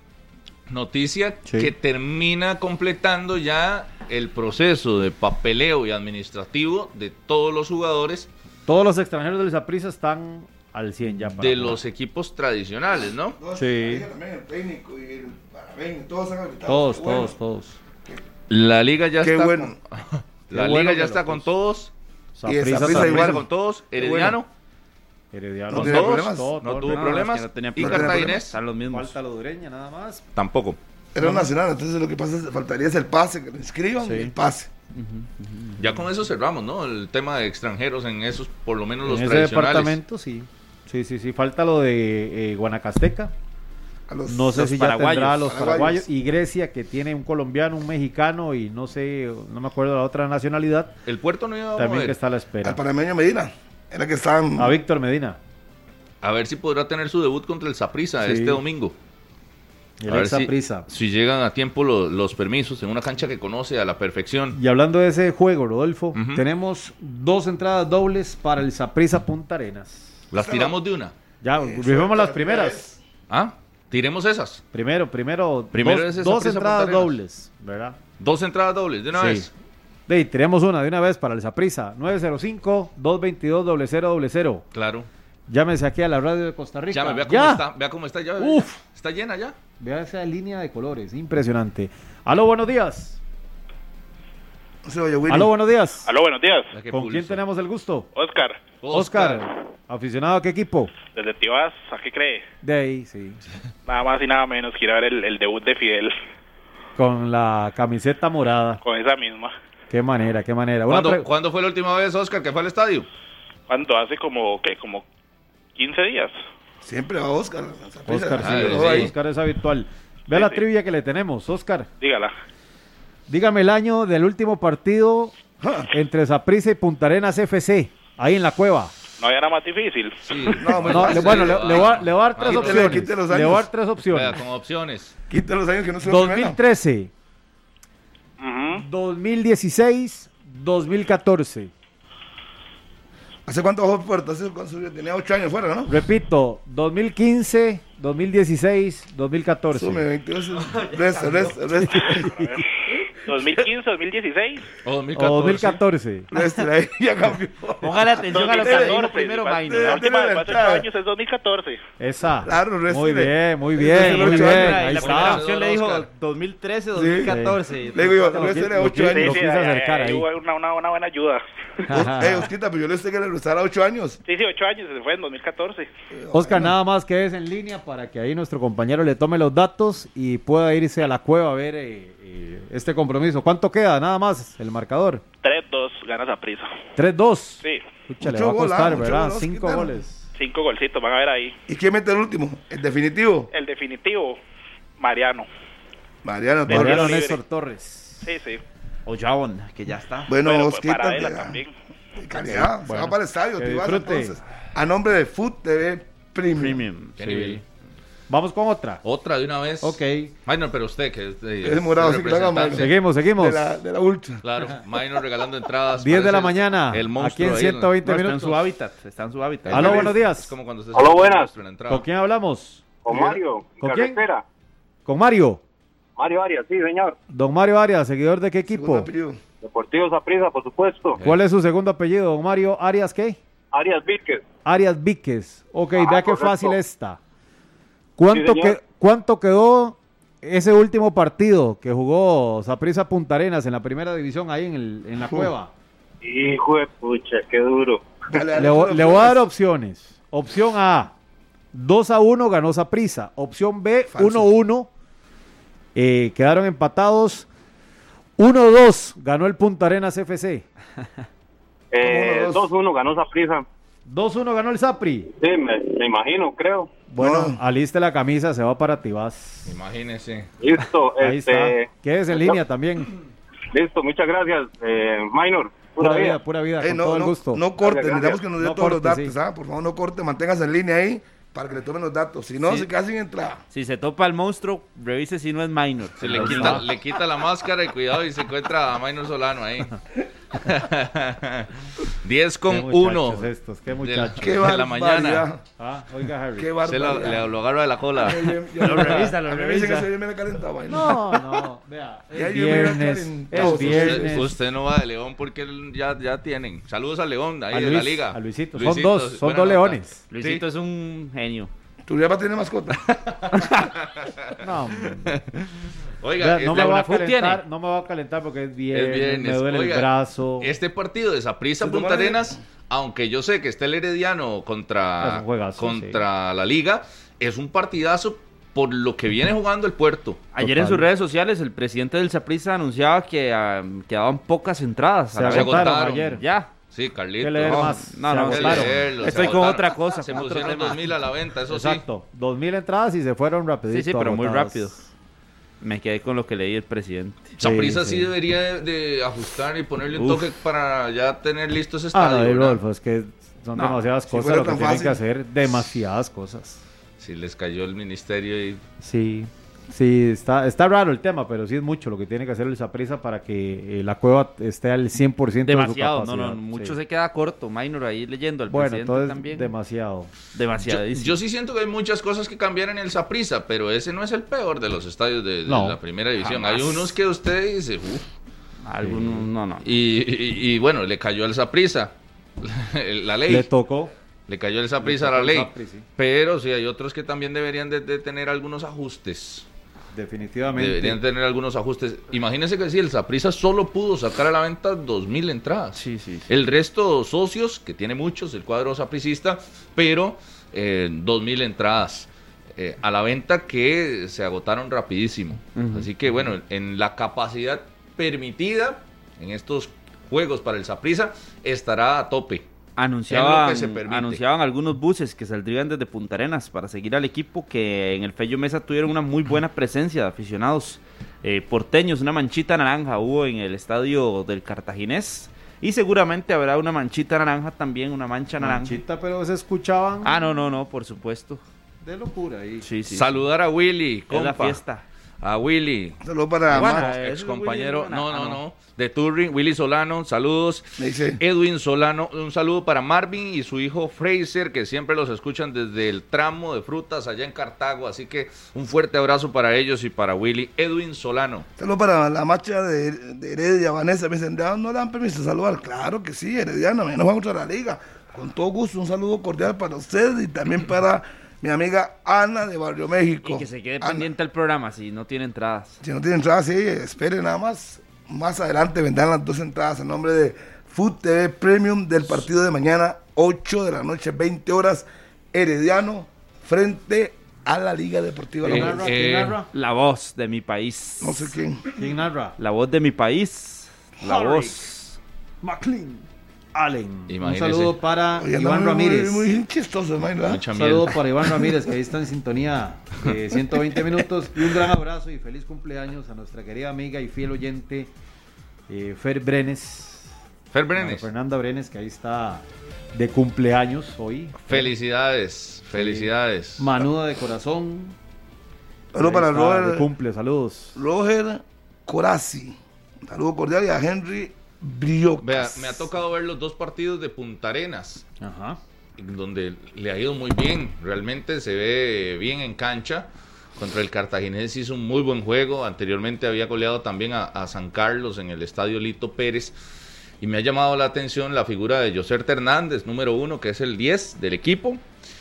Noticia Sí. que termina completando ya el proceso de papeleo y administrativo de todos los jugadores Todos los extranjeros del Saprissa están al cien ya. Para de jugar. los equipos tradicionales, ¿no? Todos, Sí. ahí también el técnico y el paraben, todos han habilitado. Todos, Qué bueno. todos, todos. La liga ya Qué está bueno. con, Qué la bueno liga que ya lo está con puso. todos, Y el Saprissa Saprissa también. igual. con todos, Qué Herediano Herediano. No con tiene todos, problemas. todo, no todo, tuvo nada, problemas, es que no tenía y problemas. Cartaginés Están los mismos. Falta lo de Ureña nada más. tampoco. Era un nacional, entonces lo que pasa es que faltaría es el pase, que lo inscriban Sí. y el pase. Ya con eso cerramos, ¿no? El tema de extranjeros en esos, por lo menos los En ese tradicionales. departamento sí. Sí, sí, sí. Falta lo de eh, Guanacasteca. A los, No sé los si paraguayos, ya tendrá a los paraguayos. paraguayos. Y Grecia, que tiene un colombiano, un mexicano y no sé, no me acuerdo la otra nacionalidad, El puerto no iba a también que mover. está a la al espera. panameño Medina. Era que estaban. A Víctor Medina. A ver si podrá tener su debut contra el Saprissa Sí. este domingo. El A ver ex si, Saprissa. si llegan a tiempo lo- los permisos en una cancha que conoce a la perfección. Y hablando de ese juego, Rodolfo, Ujú. tenemos dos entradas dobles para el Saprissa Punta Arenas. Las tiramos de una. Ya, Eso, vivimos las la primeras. ¿Ah? Tiremos esas. Primero, primero, Primero dos, es ese dos Saprissa entradas Punta Arenas. dobles, ¿verdad? Dos entradas dobles de una Sí. vez. De ahí, tenemos una de una vez para el Saprissa, nueve cero cinco, dos dos dos, cero cero cero cero. Claro. Llámese aquí a la radio de Costa Rica. Ya, vea cómo ¡Ya! está. Vea cómo está ya. Uf. Está llena ya. Vea esa línea de colores, impresionante. Aló, buenos días. No se oye, Willy. Aló, buenos días. Aló, buenos días. Vea qué ¿Con pulso. quién tenemos el gusto? Oscar, Oscar. ¿Aficionado a qué equipo? desde Tibás, ¿a qué cree? De ahí, sí. Nada más y nada menos, quiero ver el, el debut de Fidel Con la camiseta morada. con esa misma. Qué manera, qué manera. Una ¿Cuándo, pre- ¿Cuándo fue la última vez, Oscar, que fue al estadio? ¿Cuánto? Hace como, ¿qué? Como quince días. Siempre va Oscar. Oscar, Ah, sí, sí. sí, Oscar es habitual. Vea Sí, la sí. trivia que le tenemos, Oscar. Dígala. Dígame el año del último partido entre Saprissa y Punta Arenas F C, ahí en la cueva. No había nada más difícil. Sí. No, muy No, fácil. le- bueno, le, le voy a, le voy a dar Ah, tres quítele, opciones. quítele los Le voy a años. dar tres opciones. Vea, con opciones. Quita los años que no se dos mil trece, Ujú. dos mil dieciséis, dos mil catorce. ¿Hace cuánto bajó Puerto? Hace cuánto subió? Tenía ocho años fuera, ¿no? Repito, dos mil quince, dos mil dieciséis, dos mil catorce. Sume veintidós. Resto, resto, resto. dos mil quince, dos mil dieciséis. O dos mil O dos mil catorce. catorce. Resto, ahí ya cambió. Póngale atención a lo que dos mil dijo catorce, primero va- Maino. La ¿no? última Tiene de la hace ocho entrada. años es dos mil catorce. Esa. Claro, resto Muy de- bien, muy Ese bien, es el muy ocho bien. años. Ahí Y la primera está. opción le dijo dos mil trece, dos mil catorce. Le digo yo, Lo resto qui- era lo ocho qui- años. lo quise acercar ahí. hubo una, una, una buena ayuda. Eh, Osquita, pero yo le sé que le restará ocho años. Sí, sí, ocho años, se fue en dos mil catorce. Oscar, nada más quédese en línea para que ahí nuestro compañero le tome los datos y pueda irse a la cueva a ver eh, eh, este compromiso. ¿Cuánto queda? Nada más el marcador. tres dos, ganas a prisa. tres dos. Sí, Pucha, le Mucho va a gol, costar, ah, mucho ¿verdad? gol, Cinco Oscar. goles. cinco golcitos, van a ver ahí. ¿Y quién mete el último? El definitivo. El definitivo, Mariano. Mariano De Torres. Mariano libre. Néstor Torres. Sí, sí. O Jabón, que ya está. Bueno, Bueno, pues Osquita, para Vela que- también. de calidad. Se Bueno, va para el estadio, que Tibás, disfrute. entonces. A nombre de Food T V Premium. Premium. ¿Qué Sí. nivel? Vamos con otra. Otra de una vez. Ok. Minor, pero usted que es de, Es morado, de sí, que lo haga representante. Minor. Seguimos, seguimos. De la, de la Ultra. Claro, Minor regalando entradas. diez de la parece mañana, el aquí monstruo en ahí ciento veinte No, está en minutos. su hábitat. Está en su hábitat. Aló, feliz. buenos Es días. como cuando usted Aló, se buenas. el monstruo en la entrada. ¿Con quién hablamos? Con Mario, ¿Con quién? carretera. Con Mario. Mario Arias, sí, señor. Don Mario Arias, seguidor de qué Segundo equipo? apellido. Deportivo Saprissa, por supuesto. ¿Cuál es su segundo apellido, don Mario? ¿Arias qué? Arias Víquez. Arias Víquez. Ok, Ah, vea qué correcto. fácil está. ¿Cuánto, Sí, que, señor. ¿Cuánto quedó ese último partido que jugó Saprissa Punta Arenas en la primera división ahí en, el, en la cueva? Hijo de pucha, qué duro. Dale, dale, Le, vo- solo le voy a dar flores. opciones. Opción A, dos a uno ganó Saprissa. Opción B, Falso. uno a uno. Eh, quedaron empatados. uno a dos ganó el Punta Arenas F C. Eh, uno, dos. dos uno ganó Saprissa. dos uno ganó el Sapri. Sí, me, me imagino, creo. Bueno, No. aliste la camisa, se va para Tibás. Imagínese. Listo, Ahí este, está. Quédese en línea también. listo, muchas gracias, eh, Minor. Pura Pura vida, vida. pura vida, Ey, con no, todo el no, gusto. no corte, Gracias, necesitamos que nos dé No todos corte, los datos, sí. ¿ah? Por favor, no corte, manténgase en línea ahí para que le tomen los datos. Si no, Sí. se queda sin entrada. Si se topa el monstruo, revise si no es minor. Se le quita, le quita la máscara y cuidado y se encuentra a Minor Solano ahí. diez con Qué uno muchachos estos, qué de la, muchachos. Qué de la barbaridad. mañana. Ah, oiga, Harry. Qué Se lo, barbaridad. le, lo agarra de la cola. Lo revisa, lo A mí me dicen revisa. que se viene calentado, ahí. No, no, vea, Ya es yo me voy a viernes, calentado. es Usted, viernes. usted no va de León porque él ya, ya tienen. Saludos a León, ahí A de Luis, la liga. a Luisito, son Luisito, dos, son buena dos nota. leones. Luisito Sí. es un genio. Tu ya va a tener mascota. No, hombre. Oiga, Vea, no, este, me voy a Unafut calentar, tiene. no me voy a calentar porque es viernes, es viernes. me duele Oiga, el brazo. Este partido de Saprissa Se Punta toma de- Arenas, aunque yo sé que está el Herediano Es contra, un juegazo, contra la liga, es un partidazo por lo que viene jugando el Puerto. Ayer en Total. sus redes sociales el presidente del Saprissa anunciaba que ah, quedaban pocas entradas. Se a la Se agotaron agotaron. ayer. Ya. Sí, Carlito. ¿Qué leer No, más? no, Se no, que agotaron. leerlo, se Estoy con agotaron. otra cosa, Se con otro pusieron tema. dos mil a la venta, eso Exacto, dos mil entradas y se fueron rapidito. Sí, sí, pero muy agotadas. rápido. Me quedé con lo que leí el presidente. sí. Saprissa sí, sí. debería de, de ajustar y ponerle un Uf. toque para ya tener listo ese Ah, estadio. no, y ¿verdad? Rodolfo, es que son No, demasiadas si cosas fuera lo que tan tienen fácil. que hacer, demasiadas cosas. Si les cayó el ministerio y Sí, sí, está, está raro el tema, pero sí es mucho lo que tiene que hacer el Saprissa para que eh, la cueva esté al cien por ciento Demasiado, de su no, capacidad. no, mucho Sí. se queda corto. Minor ahí leyendo al Bueno, presidente entonces también. demasiado. Yo, Demasiadísimo. yo sí siento que hay muchas cosas que cambiar en el Saprissa, pero ese no es el peor de los estadios de, de No, la primera división. jamás. Hay unos que usted dice, uff. Algunos, no, no. Y, y- y bueno, le cayó al Saprissa la ley. Le Le, tocó. cayó el Saprissa a Le la tocó ley. el Sapri, sí. Pero sí, hay otros que también deberían de, de tener algunos ajustes. Definitivamente. Deberían tener algunos ajustes. Imagínense que si el Saprissa solo pudo sacar a la venta dos mil entradas. Sí, sí, sí. El resto socios, que tiene muchos, el cuadro sapricista, pero eh, dos mil entradas eh, a la venta que se agotaron rapidísimo. Ujú. Así que bueno, en la capacidad permitida en estos juegos para el Saprissa estará a tope. Anunciaban, Es lo que se permite. anunciaban algunos buses que saldrían desde Punta Arenas para seguir al equipo, que en el Fello Mesa tuvieron una muy buena presencia de aficionados eh, porteños. Una manchita naranja hubo en el estadio del Cartaginés, y seguramente habrá una manchita naranja también, una mancha naranja. Manchita, pero se escuchaban Ah, no, no, no, por supuesto. de locura ahí. Sí, sí. Saludar a Willy, Es la compa. fiesta. A Willy, Saludos para Bueno, Max. eh, ex compañero, Willy, no, ah, no, no. no, de Turring, Willy Solano, saludos. Me dice, Edwin Solano, un saludo para Marvin y su hijo Fraser, que siempre los escuchan desde el tramo de frutas allá en Cartago, así que un fuerte abrazo para ellos y para Willy. Edwin Solano. saludos para la marcha de, de Heredia, Vanessa. Me dicen, "Ah, no le dan permiso de saludar". Claro que sí, Herediano, me nos va contra la liga. Con todo gusto, un saludo cordial para usted y también para mi amiga Ana de Barrio México. Y que se quede Ana, pendiente al programa si no tiene entradas. si no tiene entradas, sí, espere nada más. Más adelante vendrán las dos entradas en nombre de Food T V Premium del partido de mañana, ocho de la noche, veinte horas, Herediano frente a la Liga Deportiva Eh, Local. ¿Quién narra? eh, ¿Quién narra? La voz de mi país. No sé quién. ¿Quién narra? La voz de mi país. La Harry. voz. McLean Allen. Imagínese. Un saludo para Oye, Iván anda muy- Ramírez. Muy, muy chistoso, ¿no? ¿verdad? Mucha Un miel. saludo para Iván Ramírez, que ahí está en sintonía de ciento veinte minutos. Y un gran abrazo y feliz cumpleaños a nuestra querida amiga y fiel oyente eh, Fer Brenes. Fer María Brenes, Fernanda Brenes, que ahí está de cumpleaños hoy. felicidades, felicidades. Manuda de corazón. Saludos para Ahí está, de Roger, cumple, saludos. Roger Corazzi. Saludo cordial y a Henry Briocas. Vea, me ha tocado ver los dos partidos de Punta Arenas, Ajá. donde le ha ido muy bien, realmente se ve bien en cancha. Contra el Cartaginés hizo un muy buen juego, anteriormente había goleado también a, a San Carlos en el estadio Lito Pérez, y me ha llamado la atención la figura de José Hernández, número uno, que es el diez del equipo.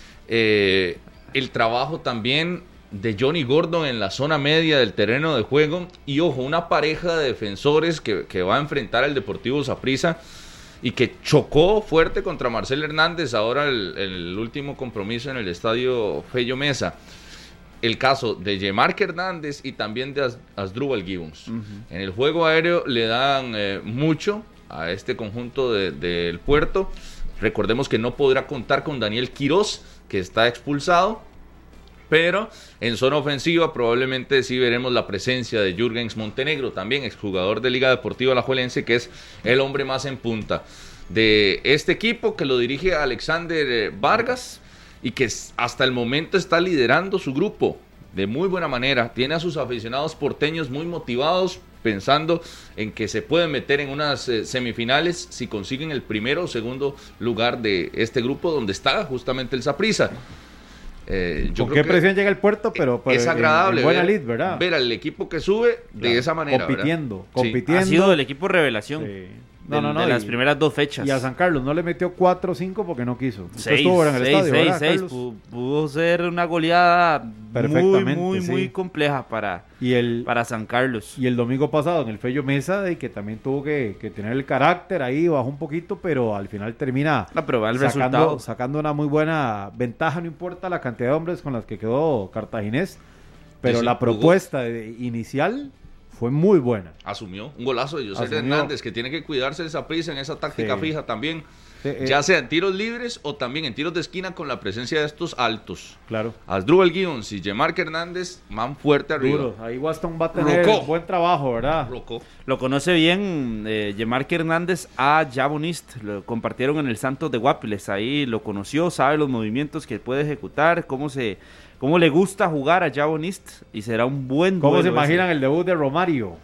Eh, el trabajo también de Johnny Gordon en la zona media del terreno de juego, y ojo, una pareja de defensores que, que va a enfrentar al Deportivo Saprissa y que chocó fuerte contra Marcel Hernández ahora el, el último compromiso en el estadio Fello Mesa. El caso de Yemarque Hernández y también de As- Asdrúbal Gibbons. Uh-huh. En el juego aéreo le dan eh, mucho a este conjunto de, del Puerto, Recordemos que no podrá contar con Daniel Quirós, que está expulsado, pero en zona ofensiva probablemente sí veremos la presencia de Jürgens Montenegro, también exjugador de Liga Deportiva Alajuelense, que es el hombre más en punta de este equipo, que lo dirige Alexander Vargas y que hasta el momento está liderando su grupo de muy buena manera. Tiene a sus aficionados porteños muy motivados, pensando en que se pueden meter en unas eh, semifinales si consiguen el primero o segundo lugar de este grupo, donde está justamente el Saprissa. Eh, yo ¿Con creo qué que presión llega el puerto? Pero, pero es agradable en, en buena ver, lid, ¿verdad? ver al equipo que sube de Claro, esa manera, compitiendo, ¿verdad? compitiendo. Ha sido el equipo revelación. Sí. No, no, no, de y, las primeras dos fechas. Y a San Carlos no le metió cuatro o cinco porque no quiso. Usted seis, estuvo en el seis, estadio, seis, ¿verdad, seis. Carlos? Pudo, pudo ser una goleada muy, Perfectamente, muy, sí. muy compleja para, Y el, para San Carlos. y el domingo pasado en el Fello Mesa, de que también tuvo que, que tener el carácter ahí, bajó un poquito, pero al final termina No, pero va el sacando, resultado. sacando una muy buena ventaja, no importa la cantidad de hombres con las que quedó Cartaginés, pero Sí, sí, la jugó. propuesta de- inicial fue muy buena. Asumió un golazo de José Asumió. Hernández, que tiene que cuidarse de Saprissa en esa táctica Sí. fija también, Sí, eh, ya sea en tiros libres o también en tiros de esquina, con la presencia de estos altos. Claro. Asdrúbal Gibbons y Yemark Hernández, man fuerte arriba. Duro. Ahí Waston va a tener Rocó. buen trabajo, ¿verdad? Rocó. Lo conoce bien eh, Yemark Hernández a Javonist, lo compartieron en el Santos de Guapiles, ahí lo conoció, sabe los movimientos que puede ejecutar, cómo se cómo le gusta jugar a Javonist, y será un buen ¿Cómo se duelo imaginan ese. el debut de Romario?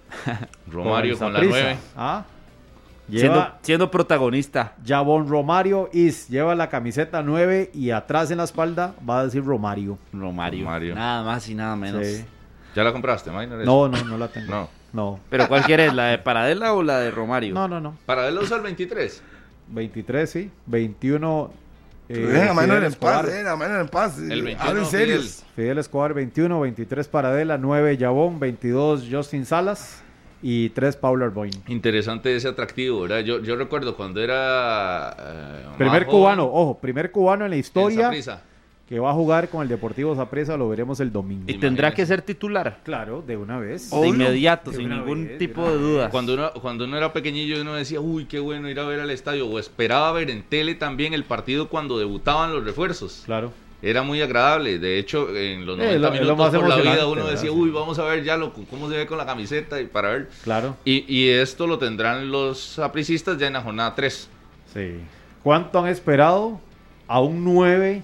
Romario el con la Saprissa. nueve. ¿Ah? siendo, Lleva siendo protagonista? Javon Romario Is, lleva la camiseta nueve y atrás en la espalda va a decir Romario. Romario. Romario. Nada más y nada menos. Sí. ¿Ya la compraste, Minor? No, no, no la tengo. No. No, Pero ¿cuál quieres? ¿La de Paradela o la de Romario? no, no. no. ¿Para él usa el veintitrés? veintitrés, sí. veintiuno. Eh, Dejen a Manuel Fidel en paz, Escobar. dejen a Manuel en paz. El eh, veintiuno, hablen serios. Fidel Escobar, veintiuno. veintitrés Paradela, nueve Yabón, veintidós Justin Salas y tres Paul Arboin. Interesante ese atractivo, ¿verdad? Yo, yo recuerdo cuando era... eh, Primer más cubano, joven, ojo, primer cubano en la en historia Saprissa. que va a jugar con el Deportivo Saprissa, lo veremos el domingo. Y tendrá que ser titular. Claro, de una vez. De inmediato, De sin una ningún vez, tipo de de una dudas. Cuando uno, cuando uno era pequeñillo, uno decía, uy, qué bueno ir a ver al estadio, o esperaba ver en tele también el partido cuando debutaban los refuerzos. Claro. Era muy agradable, de hecho, en los Eh, noventa lo- es lo minutos más por la vida emocionante, uno ¿verdad? decía, Sí. uy, vamos a ver ya lo, cómo se ve con la camiseta y para ver. Claro. Y, y esto lo tendrán los sapricistas ya en la jornada tres. Sí. ¿Cuánto han esperado a un nueve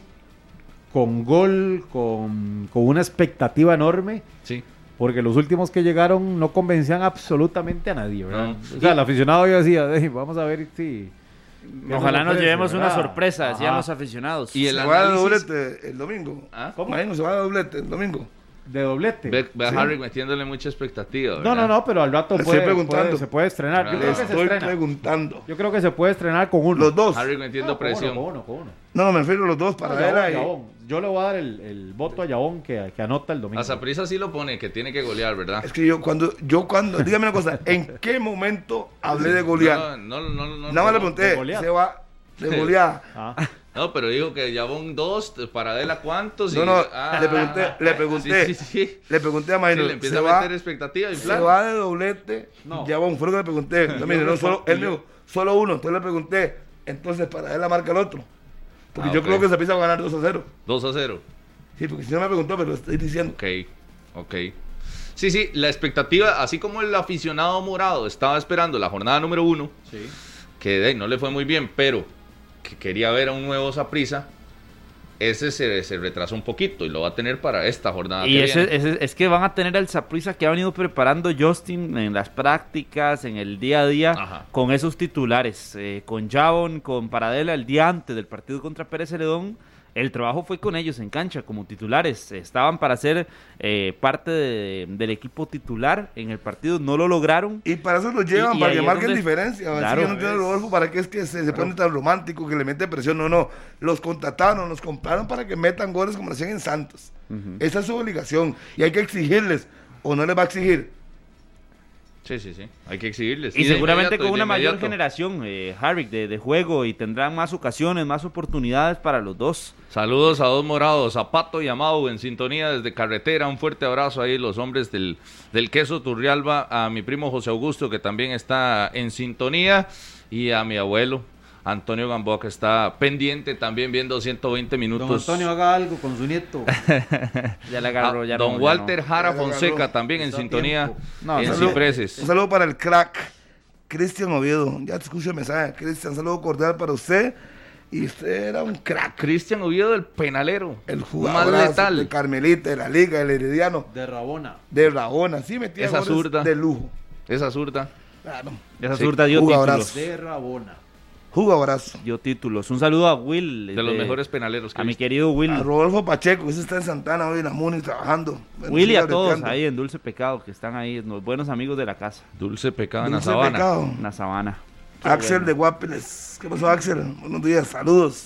con gol, con, con una expectativa enorme? Sí. Porque los últimos que llegaron no convencían absolutamente a nadie, ¿verdad? No. O sea, el aficionado yo decía, "Eh, vamos a ver si... Ojalá nos ofrece, llevemos una ¿verdad? sorpresa, decían Ajá. los aficionados. Y el Se va a análisis... doblete el domingo. ¿Ah? ¿Cómo? Imagino, se va a doblete el domingo. De doblete. Ve, ve a Sí. Harry metiéndole mucha expectativa, No, no, ¿verdad? no, pero al rato Le puede, estoy preguntando. puede- se puede estrenar. Yo Le creo que se Estoy estrena. preguntando. Yo creo que se puede estrenar con uno. Los dos. Harry metiendo No, con uno, presión. con uno, con uno. No, no, me refiero a los dos para No, ver Yabón, ahí. Yabón. Yo le voy a dar el, el voto a Yabón que, que anota el domingo. A Saprissa sí lo pone, que tiene que golear, ¿verdad? Es que yo cuando, yo cuando, dígame una cosa, ¿en qué momento hablé de golear? No, no, no, no, Nada más le no, pregunté, de golear. se va de golear. Ah, no, pero dijo que Yabón dos, Paradela cuántos. y- No, no, Ah, le pregunté, le pregunté, Sí, sí, sí. le pregunté a Sí, Maynor, le empieza se a va, meter expectativa y se plan. va de doblete, No. ya bueno, fue lo que le pregunté, no, mire, no, solo, él me dijo, solo uno, entonces le pregunté, entonces para él la marca el otro, porque Ah, yo ok. creo que se empieza a ganar dos a cero, dos a cero. sí, porque si no me preguntó, pero lo estoy diciendo. Ok, ok. Sí, sí, la expectativa, así como el aficionado morado estaba esperando la jornada número uno, sí. que de ahí no le fue muy bien, pero que quería ver a un nuevo Saprissa, ese se, se retrasó un poquito y lo va a tener para esta jornada. Y que ese, viene. ese- es que van a tener al Saprissa que ha venido preparando Justin en las prácticas, en el día a día, Ajá. con esos titulares, eh, con Javon, con Paradela, el día antes del partido contra Pérez Celedón. El trabajo fue con ellos en cancha como titulares, estaban para ser eh, parte de- del equipo titular en el partido, no lo lograron. Y para eso lo llevan, Y- y para ahí que es marquen donde- diferencia. Así Claro. yo no entiendo, Rodolfo, para qué es que se, se pone tan romántico, que le mete presión. No, no. Los contrataron, los compraron para que metan goles como lo hacían en Santos. Esa es su obligación. Y hay que exigirles. ¿O no les va a exigir? Sí, sí, sí, hay que exigirles. Y de seguramente inmediato, y con de una mayor inmediato. generación, eh, Harvick, de, de juego, y tendrán más ocasiones, más oportunidades para los dos. Saludos a dos morados, Zapato y Amado en sintonía desde carretera. Un fuerte abrazo ahí, los hombres del, del queso Turrialba, a mi primo José Augusto, que también está en sintonía, y a mi abuelo, Antonio Gamboa, que está pendiente también viendo ciento veinte minutos. Don Antonio, haga algo con su nieto. Ya le agarró, ya Ah, Don no, Walter ya no. Jara Ya le Fonseca agarró. también en Está sintonía tiempo. No, en un saludo. Cipreses. Un saludo para el crack Cristian Oviedo. Ya te escucho el mensaje. Cristian, un saludo cordial para usted. Y usted era un crack. Cristian Oviedo, del penalero. El más jugador letal. de Carmelita, de la Liga, del Herediano, De Rabona. de Rabona. Sí, metía Esa goles zurda. de lujo. Esa zurda. Claro. Esa Sí, zurda dio jugadorazo. títulos. De Rabona. Jugadorazo. Dio títulos. Un saludo a Will. De los mejores penaleros que A he mi visto. querido Will. A Rodolfo Pacheco, ese está en Santana hoy en la Muni trabajando. Will y a Siga todos breteando. ahí en Dulce Pecado, que están ahí, los buenos amigos de la casa. Dulce pecado en la Dulce sabana. Pecado. En la sabana. Qué Axel bueno. de Guapiles. ¿Qué pasó, Axel? Buenos días, saludos.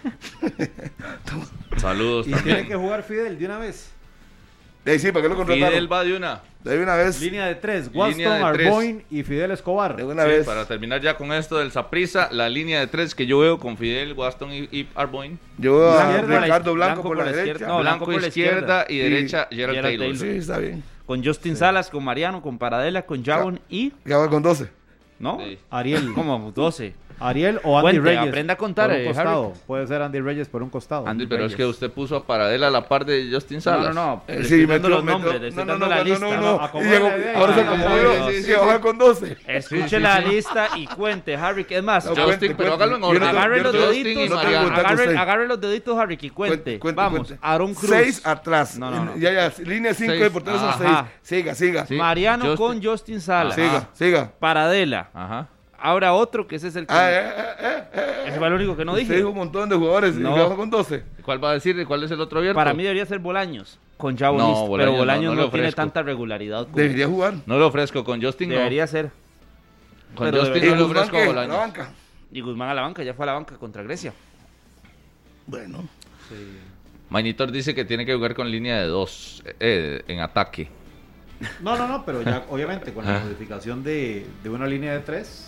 Saludos Y tiene también. que jugar Fidel de una vez. De ahí sí, ¿para qué lo contrataron? Fidel va de una. De ahí una vez. Línea de tres. Línea Waston, de tres. Arboin y Fidel Escobar. De una Sí, vez. para terminar ya con esto del Saprissa, la línea de tres que yo veo con Fidel, Waston y, y Arboin. Yo veo a Blanco por la Ricardo iz- Blanco, Blanco por la, por la derecha. izquierda. No, Blanco, por la izquierda, izquierda. y Y derecha Gerald, Gerald Taylor. Taylor. Sí, está bien. Con Justin Salas, con Mariano, con Paradela, con Javon y... Ya va con doce. ¿No? Sí. Ariel. Como doce. Ariel o Andy Cuente, Reyes. aprenda a contar, por un eh, costado. Harry. Puede ser Andy Reyes por un costado. Andy Pero es Reyes. que usted puso a Paradela a la par de Justin No, Salas. no, no. Eh, Le sí, estoy dando metió- los nombres, metió- le estoy no, dando no, la no, lista. No, no, No, no. acomódale Y llegó, de ahí. ahora se Ah, acomodó. sí, sí, Sí, sí, baja sí. con doce. Escuche la lista y cuente, Harry. que Es más, No, Justin, cuente, pero cuente. hágalo en Yo orden. no tengo- agarre yo los no tengo- Justin y deditos. no tengo Mariano. contacto Agarre, usted. agarre los deditos, Harry, y cuente. Cuente, cuente, Vamos, cuente. Aaron Cruz. Seis atrás. No, no, no. Ya, ya. Línea cinco Seis. de porteros son seis. Ajá. Siga, siga. Sí. Mariano Justin- con Justin Salas. Siga, siga. Paradela. Ajá. Ahora otro que ese es el que... Ah, eh, eh, eh, eh. Ese fue el único que no Usted dije. dijo un montón de jugadores. No. Y baja con doce. ¿Cuál va a decir? ¿Cuál es el otro abierto? Para mí debería ser Bolaños con Javon No, East, Bolaños pero no, Bolaños no no, le tiene ofrezco. tanta regularidad como Debería jugar. No lo ofrezco con Justin. no. debería ser. Con pero Justin debería- no le Y Guzmán, ofrezco a ¿qué? Bolaños. La banca. Y Guzmán a la banca, ya fue a la banca contra Grecia. Bueno. Mañitor dice que tiene que jugar con línea de dos eh, en ataque. No, no, no, pero ya obviamente con la Ah. modificación de, de una línea de tres,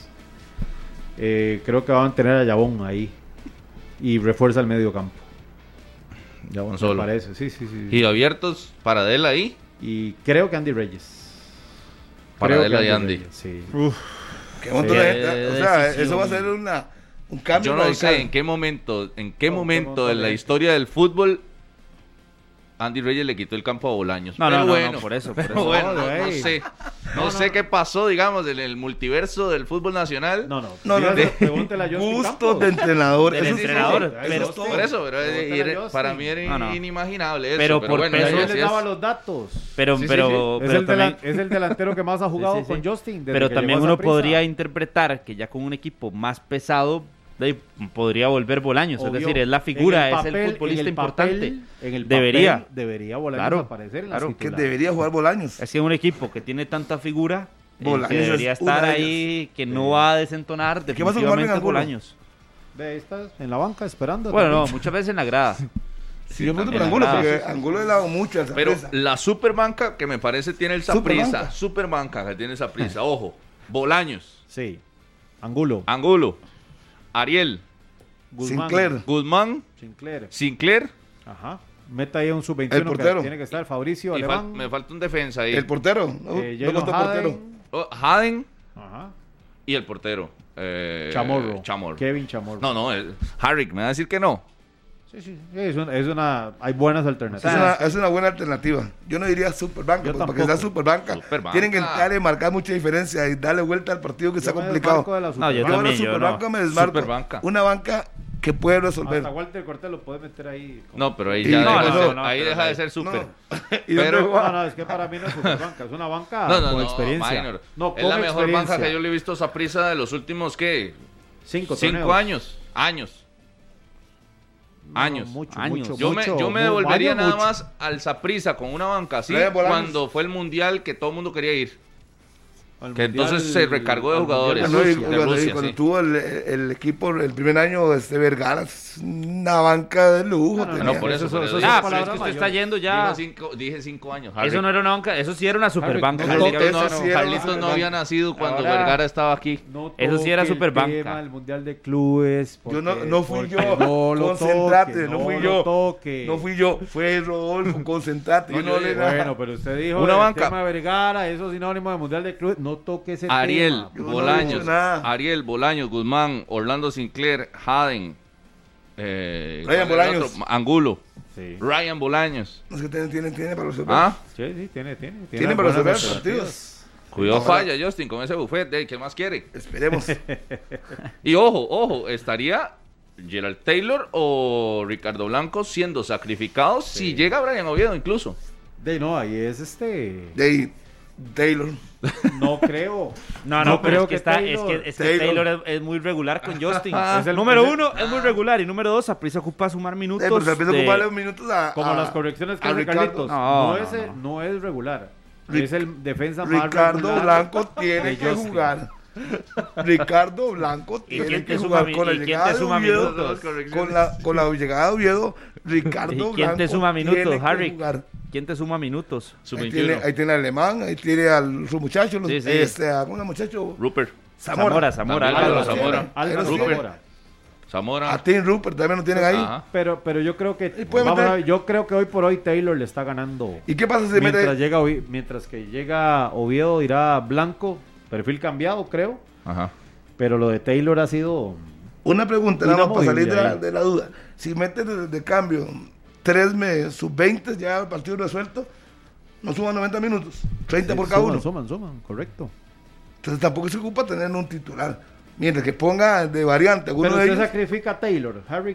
eh, creo que van a tener a Yabón ahí y refuerza el medio campo. Ya van Me solo. parece, sí, sí, sí. Y abiertos, Paradela ahí. Y creo que Andy Reyes. Paradela Creo que y Andy. Reyes, sí. Qué montón Sí. de gente. O sea, Decisión. eso va a ser una, un cambio Yo no radical. sé en qué momento, en qué No, momento qué montón de de la gente. historia del fútbol Andy Reyes le quitó el campo a Bolaños. No, pero no, no, bueno, no, por eso, por pero eso. bueno, No, no, no ey. sé. No, sé qué pasó, digamos, en el multiverso del fútbol nacional. No, no. No, no, dígase, de- pregúntele a Justin Gustos Campos. de entrenador. Del Eso sí, entrenador, eso pero- es todo. Por eso, pero, Pregúntale era- a Justin. para mí era No, no. inimaginable eso. Pero Pero, por bueno, Pero peso- ya yo así les es. daba los datos. Pero, Sí, sí, pero, Es pero el, también, delan- es el delantero que más ha jugado Sí, sí, sí. con Justin. desde pero que también llegó a uno Saprissa. podría interpretar que ya con un equipo más pesado de ahí podría volver Bolaños. Obvio, es decir, es la figura, en es papel- el futbolista en el importante. papel- en el papel Debería. Debería Bolaños Claro, aparecer en la claro. Que titular. debería jugar Bolaños. Es que un equipo que tiene tanta figura, eh, Bolaños que debería es una estar de ahí, que no va a desentonar, ¿Qué pasa con Marvin definitivamente Angulo? Bolaños. De ahí estás en la banca esperando. Bueno, no, también. muchas veces en la grada. Sí, yo pregunto también por Angulo, agrada, porque sí, sí, Angulo le ha dado mucho a esa Pero presa. la superbanca que me parece tiene el Saprissa. Superbanca. Superbanca que tiene Saprissa. Ojo, Bolaños, Sí. Angulo. Angulo, Ariel, Guzmán. Sinclair. Guzmán, Sinclair. Sinclair. Ajá. Meta ahí un sub veintiuno El portero. que tiene que estar Fabricio Y fal- Alemán. me falta un defensa ahí. El portero. No, eh, no Jalen contó portero. Haden, Oh, Haden Ajá. y el portero. eh, Chamorro. Chamorro. Kevin Chamorro. No, no, el- Harrick, ¿me va a decir que no? Sí, sí. Es una, es una- hay buenas Es alternativas. una, es una buena alternativa. Yo no diría Superbanca, Yo porque para que sea tampoco. Superbanca, Superbanca. tienen que entrar y marcar mucha diferencia y darle vuelta al partido que Yo está me complicado. desmarco de la No, yo Yo Superbanca. ahora también, yo Superbanca no. me desmarco. Superbanca. Una banca que puede resolver. Hasta Walter Cortés lo puede meter ahí. No, pero ahí Y- ya no, deja, no, de ser- no, ahí pero deja ahí- de ser super. ¿Y Pero- dónde va? No, no, es que para mí no es Superbanca, es una banca No, no, con no, experiencia. minor. No, es con la mejor banca experiencia. que yo le he visto a Saprissa de los últimos, ¿qué? Cinco, Cinco torneos. años. Años. No, años. mucho, Años. mucho, Yo me, mucho, yo me mu- devolvería años, nada mucho. más al Saprissa con una banca así Brian Bolaños. cuando fue el mundial que todo el mundo quería ir. Al Que Mundial- entonces se recargó de al jugadores. Ah, Mundial no, de y Rusia. de cuando, y Rusia, cuando sí. tuvo el, el equipo el primer año, este Vergara, es una banca de lujo. No, no, tenía. No, por eso. Eso- pero eso yo- Ah, son pero es palabras que usted mayores. está yendo ya. Dijo cinco- dije cinco años. Eso Harry. no era una banca, eso sí era una superbanca. no, Carlitos Ese no, sí era Carlitos una no había superbanca. nacido cuando Ahora- Vergara estaba aquí. No Eso sí era toque el Superbanca. tema del Mundial de Clubes. Yo no, porque- no fui porque yo, No lo concentrate, toque, no, fui lo yo, toque. no fui yo, fue Rodolfo, concentrate, yo No, no yo le digo, nada. Bueno, pero usted dijo Una el banca. tema de Vergara, eso es sinónimo de Mundial de Clubes. No no toque ese Ariel tema. Yo no Bolaños, he dicho nada. Ariel Bolaños, Guzmán, Orlando Sinclair, Haden, eh, Ryan ¿cuál era el Bolaños. otro? Angulo, Sí. Ryan Bolaños. No es que tiene, tiene, tiene para resolver. ¿Ah? Sí, sí, tiene, tiene. Tiene para resolver buenas partidos. Cuidado Ahora- falla, Justin, con ese buffet, ¿eh? ¿Qué más quiere? Esperemos. Y ojo, ojo, estaría Gerald Taylor o Ricardo Blanco siendo sacrificados si llega Brian Oviedo incluso. De no, ahí es este. De ahí, Taylor. No creo. No, no, pero es que, está, es Taylor- que, es que Taylor. Taylor es, es muy regular con Justin. Es el- número es el- uno, es muy regular. Y número dos, Saprissa ocupa sumar minutos. Eh, pero se empieza a de- ocuparle un minutos a. Como a- las correcciones que a hace Ricardo. Carlitos. No, No, no, es, el- no. no es regular. Ric- es el defensa más Ricardo regular Blanco tiene de que Justin. jugar. Ricardo Blanco ¿Y tiene quién que te suma jugar mi- con la y quién llegada te de suma Oviedo. minutos? Con la, con la llegada de Oviedo, Ricardo ¿Y Blanco. quién te suma minutos, tiene que Harry? jugar. ¿Quién te suma minutos? Sub Ahí veintiuno. tiene, ahí tiene al alemán, ahí tiene al su muchacho, los- Sí, sí. este, a ¿cómo se llama el muchacho? Rupert, Zamora, Zamora. Zamora, También Álvaro Álvaro Zamora. Zamora. Álvaro Ahí lo Zamora. Zamora. A Tim Rupert también lo tienen ahí. Ajá. Pero, pero yo creo que puede vamos meter- a ver, yo creo que hoy por hoy Taylor le está ganando. ¿Y qué pasa si se Mientras mete? llega Ovi- mientras que llega Oviedo irá Blanco, perfil cambiado, creo. Ajá. Pero lo de Taylor ha sido Una pregunta, Una nada más para salir de la, movilidad ahí. de la duda. Si metes de, de cambio tres me, sub veinte, ya el partido resuelto, no suman noventa minutos, treinta por cada suman, uno. suman, suman, correcto. Entonces tampoco se ocupa tener un titular. Mientras que ponga de variante alguno Pero de usted ellos. sacrifica a Taylor, Harry.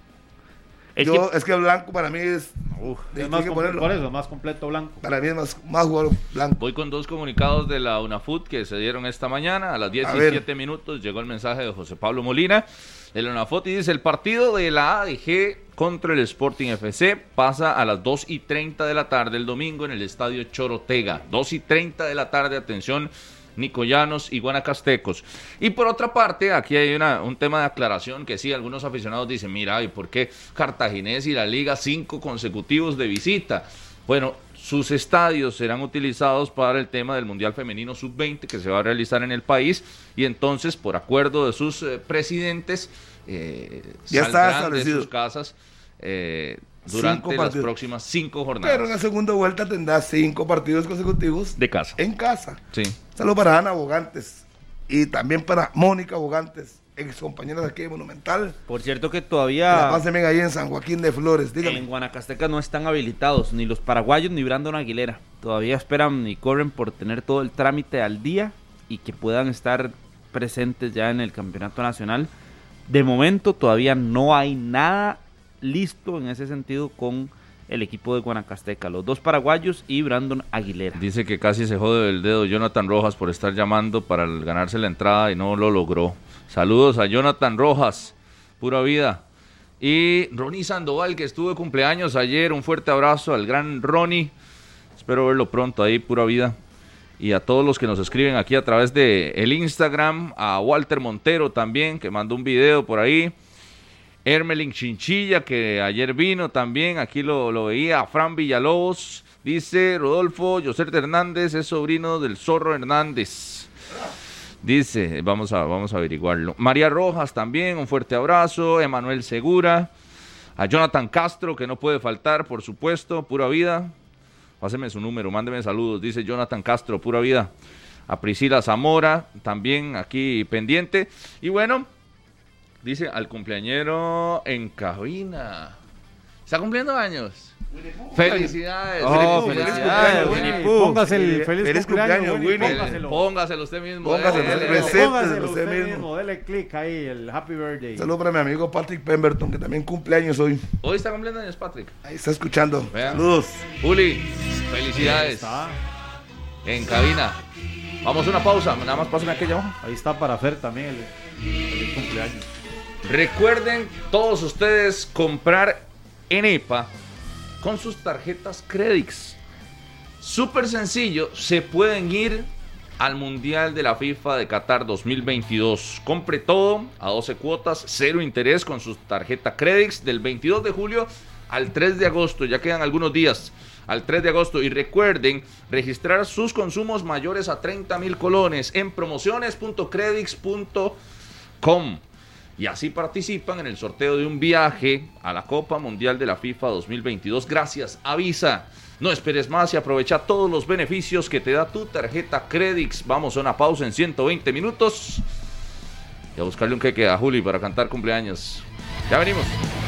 Es yo, que- es que Blanco para mí es. Uf, de- es tiene más que comple- ponerlo. por eso, más completo Blanco. Para mí es más, más jugador Blanco. Voy con dos comunicados de la UNAFUT que se dieron esta mañana. A las diecisiete minutos llegó el mensaje de José Pablo Molina de la UNAFUT y dice: el partido de la A D G contra el Sporting F C pasa a las dos y treinta de la tarde el domingo en el estadio Chorotega. dos y treinta de la tarde, atención, nicoyanos y guanacastecos. Y por otra parte, aquí hay una, un tema de aclaración que sí, algunos aficionados dicen: mira, ¿y por qué Cartaginés y la Liga cinco consecutivos de visita? Bueno, sus estadios serán utilizados para el tema del Mundial Femenino sub veinte que se va a realizar en el país y entonces, por acuerdo de sus eh, presidentes, eh, Ya está saldrán de establecido. sus casas eh, durante Cinco las partidos. próximas cinco jornadas. Pero en la segunda vuelta tendrá cinco partidos consecutivos De casa. en casa. Sí. Saludos para Ana Bogantes y también para Mónica Bogantes, ex compañera de aquí de Monumental. Por cierto que La todavía pasen ahí en San Joaquín de Flores, dígame. en Guanacasteca no están habilitados ni los paraguayos ni Brandon Aguilera. Todavía esperan y corren por tener todo el trámite al día y que puedan estar presentes ya en el campeonato nacional. De momento todavía no hay nada listo en ese sentido con el equipo de Guanacasteca, los dos paraguayos y Brandon Aguilera. Dice que casi se jode el dedo Jonathan Rojas por estar llamando para el- ganarse la entrada y no lo logró. Saludos a Jonathan Rojas, pura vida. Y Ronnie Sandoval, que estuvo de cumpleaños ayer, un fuerte abrazo al gran Ronnie. Espero verlo pronto ahí, pura vida. Y a todos los que nos escriben aquí a través de el Instagram, a Walter Montero también, que mandó un video por ahí. Hermelin Chinchilla, que ayer vino también, aquí lo, lo veía, a Fran Villalobos, dice Rodolfo Yoser Hernández, es sobrino del Zorro Hernández. Dice, vamos a, vamos a averiguarlo. María Rojas también, un fuerte abrazo. Emanuel Segura, a Jonathan Castro, que no puede faltar, por supuesto, pura vida. Páseme su número, mándeme saludos, dice Jonathan Castro, pura vida. A Priscila Zamora, también aquí pendiente. Y bueno, dice al cumpleañero en cabina. ¿Está cumpliendo años? Felicidades. Oh, Winnie Pooh. felicidades, Winnie Winnie Pooh. Pooh. Póngase el feliz, Feliz cumpleaños, cumpleaños, Winnie. Winnie. Póngaselo. Póngaselo usted mismo. Póngaselo, dele, dele. receta. Póngaselo usted usted mismo. mismo, dele click ahí, el happy birthday. Saludos para mi amigo Patrick Pemberton, que también cumple años hoy. Hoy está cumpliendo años, Patrick. Ahí está escuchando. Vean. Saludos. Juli, felicidades. Está. En cabina. Vamos a una pausa. Nada más pásame aquella hoja. Ahí está para Fer también el, feliz cumpleaños. Recuerden todos ustedes comprar en E P A con sus tarjetas Credix. Súper sencillo, se pueden ir al Mundial de la FIFA de Qatar dos mil veintidós. Compre todo a doce cuotas, cero interés con su tarjeta Credix del veintidós de julio al tres de agosto. Ya quedan algunos días al tres de agosto. Y recuerden registrar sus consumos mayores a treinta mil colones en promociones punto credix punto com. y así participan en el sorteo de un viaje a la Copa Mundial de la FIFA dos mil veintidós gracias a Visa. No esperes más y aprovecha todos los beneficios que te da tu tarjeta Credix. Vamos a una pausa en ciento veinte minutos y a buscarle un queque a Juli para cantar cumpleaños. Ya venimos.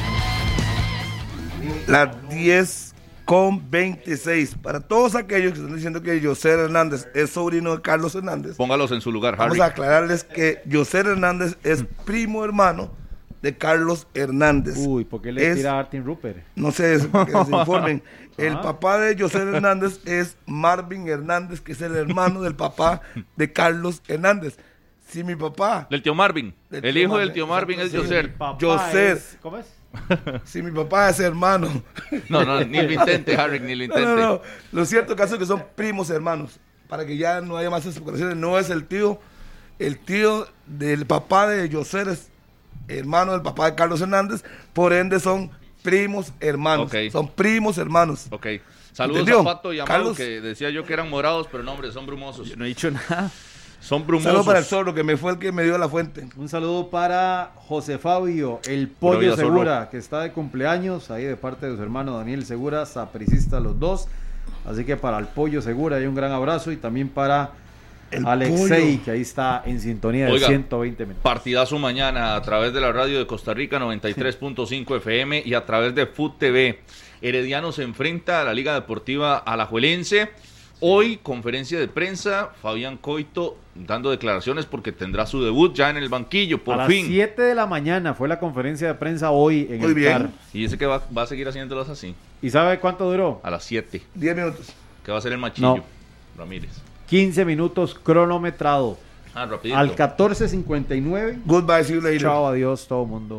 Las diez con veintiséis. Para todos aquellos que están diciendo que Yoser Hernández es sobrino de Carlos Hernández, Póngalos en su lugar, Harry. vamos a aclararles que Yoser Hernández es primo hermano de Carlos Hernández. Uy, ¿por qué le Es- tira a Artin Rupert? No sé, es- que se informen. El Ah. papá de Yoser Hernández es Marvin Hernández, que es el hermano del papá de Carlos Hernández. Si mi papá, Del tío Marvin. Del El tío hijo Marvin, del tío Marvin es exacto, sí. Yoser. Papá Yoser. es- ¿Cómo es? si mi papá es hermano. No, no, ni lo intente, Harry, ni lo No, intente. no, no. Lo cierto caso es que son primos hermanos. Para que ya no haya más especulaciones. No es el tío. El tío del papá de Yoser es hermano del papá de Carlos Hernández. Por ende son primos hermanos. Ok. Son primos hermanos. Ok. Saludos ¿Entendió? a Pato y a Mau, Carlos. que decía yo que eran morados, pero no, hombre, son brumosos. Yo no he dicho nada. Son brumosos. Saludos para el zorro, que me fue el que me dio la fuente. Un saludo para José Fabio, el Pura Pollo vida, Segura, zorro. que está de cumpleaños, ahí de parte de su hermano Daniel Segura, sapricista los dos. Así que para el Pollo Segura hay un gran abrazo y también para El Alexei, Pollo. que ahí está en sintonía de Oiga, ciento veinte minutos. Partidazo mañana a través de la radio de Costa Rica noventa y tres punto cinco F M y a través de F U T V. Herediano se enfrenta a la Liga Deportiva Alajuelense. Hoy, conferencia de prensa, Fabián Coito dando declaraciones porque tendrá su debut ya en el banquillo, por a las fin. siete de la mañana fue la conferencia de prensa hoy en Muy el bien. C A R. Y dice que va, va a seguir haciéndolas así, ¿Y sabe cuánto duró? a las siete, diez minutos. que va a ser el machillo, No. Ramírez. quince minutos cronometrado. Ah, rapidito. Al catorce cincuenta y nueve. Goodbye, see you later. Chao, adiós, todo mundo.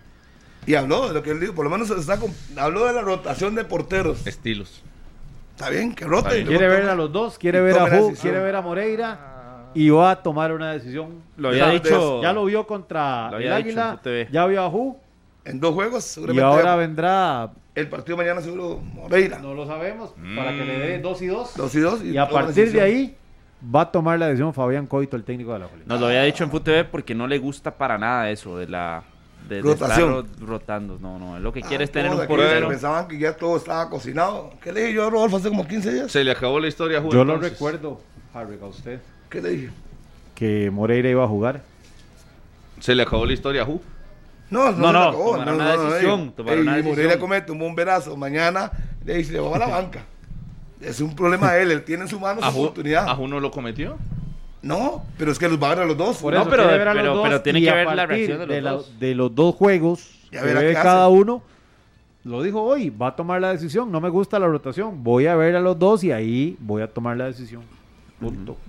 Y habló de lo que él dijo, por lo menos está con- habló de la rotación de porteros. Estilos. Está bien, que Está roten. bien. Quiere ver a los dos, quiere ver a Tome la Ju, decisión. quiere ver a Moreira y va a tomar una decisión. Lo había Ya- dicho- Ya lo vio contra Lo el había dicho en Águila, F U T V. ya vio a Ju En dos juegos, y seguramente. ahora vendrá, El partido mañana seguro Moreira. no lo sabemos, para que le dé dos y dos. Dos y dos. Y a toma partir de decisión. ahí va a tomar la decisión Fabián Coito, el técnico de la Juventud. Nos lo había dicho en F U T V porque no le gusta para nada eso de la de, de Rotación. estar ro- rotando. No, no, lo que Ah, quiere es tener todos un aquellos que portero. pensaban que ya todo estaba cocinado. ¿Qué le dije yo a Rodolfo hace como quince días? Se le acabó la historia a Ju, Yo lo entonces. recuerdo, Harry, a usted, ¿Qué le dije? que Moreira iba a jugar. Se le acabó la historia a Ju. No, no, No, se no, le acabó. tomaron una decisión, ey. tomaron Ey, una y Moreira decisión. comete un bomberazo. Mañana le dice, le va a la banca. Es un problema de él. Él tiene en su mano ¿A su Ju, oportunidad. ¿A Ju no lo cometió? No, pero es que los va a ver a los dos. Por No, eso pero- quiere ver a los pero- dos pero tiene y que a ver la partir reacción de los la- dos. de los dos juegos Ya que verá ve qué cada hace. uno. Lo dijo hoy, va a tomar la decisión. No me gusta la rotación. Voy a ver a los dos y ahí voy a tomar la decisión. Punto.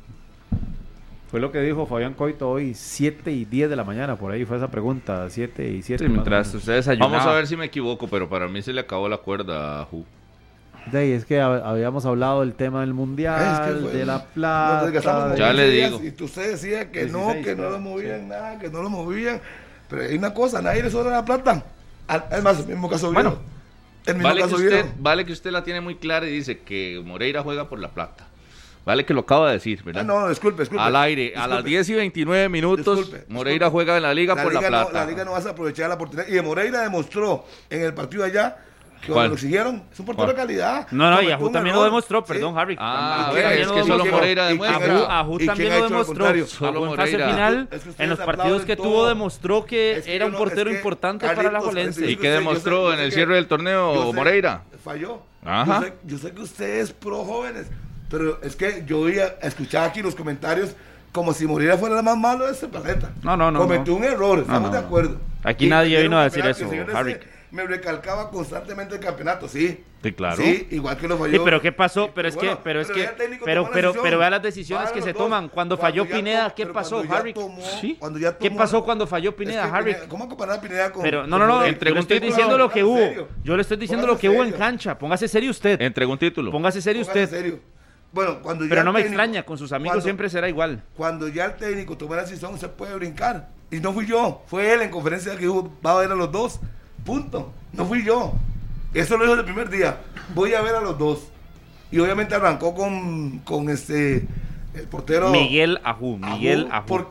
Fue lo que dijo Fabián Coito hoy, siete y diez de la mañana. Por ahí fue esa pregunta, siete y siete. Sí, mientras usted desayunaba. Vamos a ver si me equivoco, pero para mí se le acabó la cuerda a Ju. De ahí es que hab- habíamos hablado del tema del mundial, Es que fue- de la Nos plata. desgastamos como de- Ya le quince días digo. Y usted decía que no, dieciséis, que no creo. lo movían nada, que no lo movían. Pero hay una cosa, a nadie le sobra la plata. Al- Además, el mismo caso Bueno, vieron. El mismo Vale que, caso usted, vieron. vale que usted la tiene muy clara y dice que Moreira juega por la plata. Vale que lo acaba de decir, ¿verdad? Ah, no, disculpe, disculpe. Al aire, a las Disculpe. diez y veintinueve minutos, Disculpe, Moreira disculpe. juega en la liga por la liga plata. No, la liga no vas a aprovechar la oportunidad. Y de Moreira demostró en el partido allá que ¿Cuál? cuando lo exigieron, es un portero ¿Cuál? de calidad. No, no, y Cometió Ajú un también error. lo demostró, Sí. perdón, Harry. Ah, Ajú ve, también es lo que solo demostró. Moreira ¿Y quién demuestra. ha Ajú, hecho- Ajú y quién también ha lo hecho lo demostró. contrario? Solo Ajú en fase Moreira. final, Es que ustedes en los se partidos que aplauden tuvo, todo. demostró que Es que era yo un no- portero es que, importante para la Carlitos, Jolense. ¿Y yo qué sé- yo sé- demostró yo en sé el que- cierre del torneo yo sé- Moreira? Falló. Ajá. Yo sé, yo sé que usted es pro jóvenes, pero es que yo oía, escuchaba aquí los comentarios como si Moreira fuera el más malo de este planeta. No, no, no, Cometió no. un error, estamos no, de no. acuerdo. Aquí Y nadie quiero vino a recuperar decir que el eso, señor Harry. ese me recalcaba constantemente el campeonato, sí. Sí, claro. Sí, igual que lo falló. Sí, pero ¿qué pasó? Pero es Bueno, que, pero es pero que, ya el técnico pero, toma la pero, decisión. pero vea las decisiones Van que los se dos. toman. Cuando falló ya Pineda, tomó- ¿qué pero pasó, cuando ya Harry? tomó- Sí. cuando ya ¿Qué tomó- pasó cuando falló Es Pineda, que Harry? Pineda- ¿Cómo comparar a Pineda con.? Pero no, con no, no, Moreira? yo Entregó le un estoy título. diciendo lo que Póngase hubo. serio. Yo le estoy diciendo lo Póngase que hubo en serio. cancha. Póngase serio usted. Entregó un título. Póngase serio Póngase usted. serio. Bueno, cuando ya Pero el no me técnico- extraña, con sus amigos cuando- siempre será igual. Cuando ya el técnico tomó la decisión, se puede brincar. Y no fui yo, fue él en conferencia que dijo, va a ver a los dos. Punto. No fui yo. Eso lo dijo el primer día. Voy a ver a los dos. Y obviamente arrancó con, con este el portero Miguel Ajú, Ajú, Miguel Ajú. porque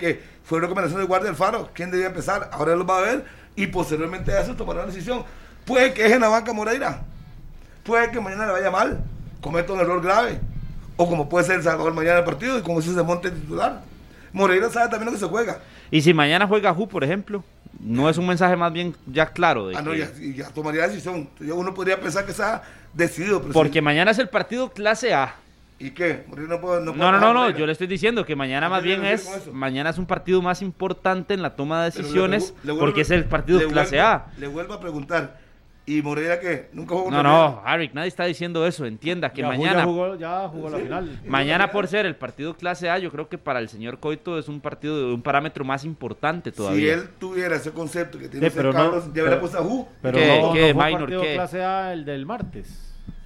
Fue recomendación del guardia Alfaro, quién debía empezar, ahora él lo va a ver y posteriormente a eso tomará una decisión. Puede que dejen la banca Moreira, puede que mañana le vaya mal, cometa un error grave, o como puede ser El Salvador mañana en el partido y como si se monte titular. Moreira sabe también lo que se juega. Y si mañana juega Ju, por ejemplo, no es un mensaje más bien ya claro. De ah, no, que... ya, ya tomaría la decisión. Uno podría pensar que está decidido. Pero porque sí. Mañana es el partido clase A. ¿Y qué? Moreira no puede, no, puede no, no, no, no, Moreira. yo le estoy diciendo que mañana más bien es, mañana es un partido más importante en la toma de decisiones, le, le vuelvo, porque es el partido clase vuelvo, A. Le vuelvo a preguntar, ¿y Moreira qué? ¿Nunca jugó? No, no, Harry, nadie está diciendo eso, entienda que ya mañana... Jugó, ya jugó la final. Mañana por ser el partido clase A, yo creo que para el señor Coito es un partido de un parámetro más importante todavía. Si él tuviera ese concepto que tiene sí, pero Carlos, no, ya hubiera puesto a Ju. Pero ¿Qué, no, qué, no fue minor, partido qué? clase A el del martes.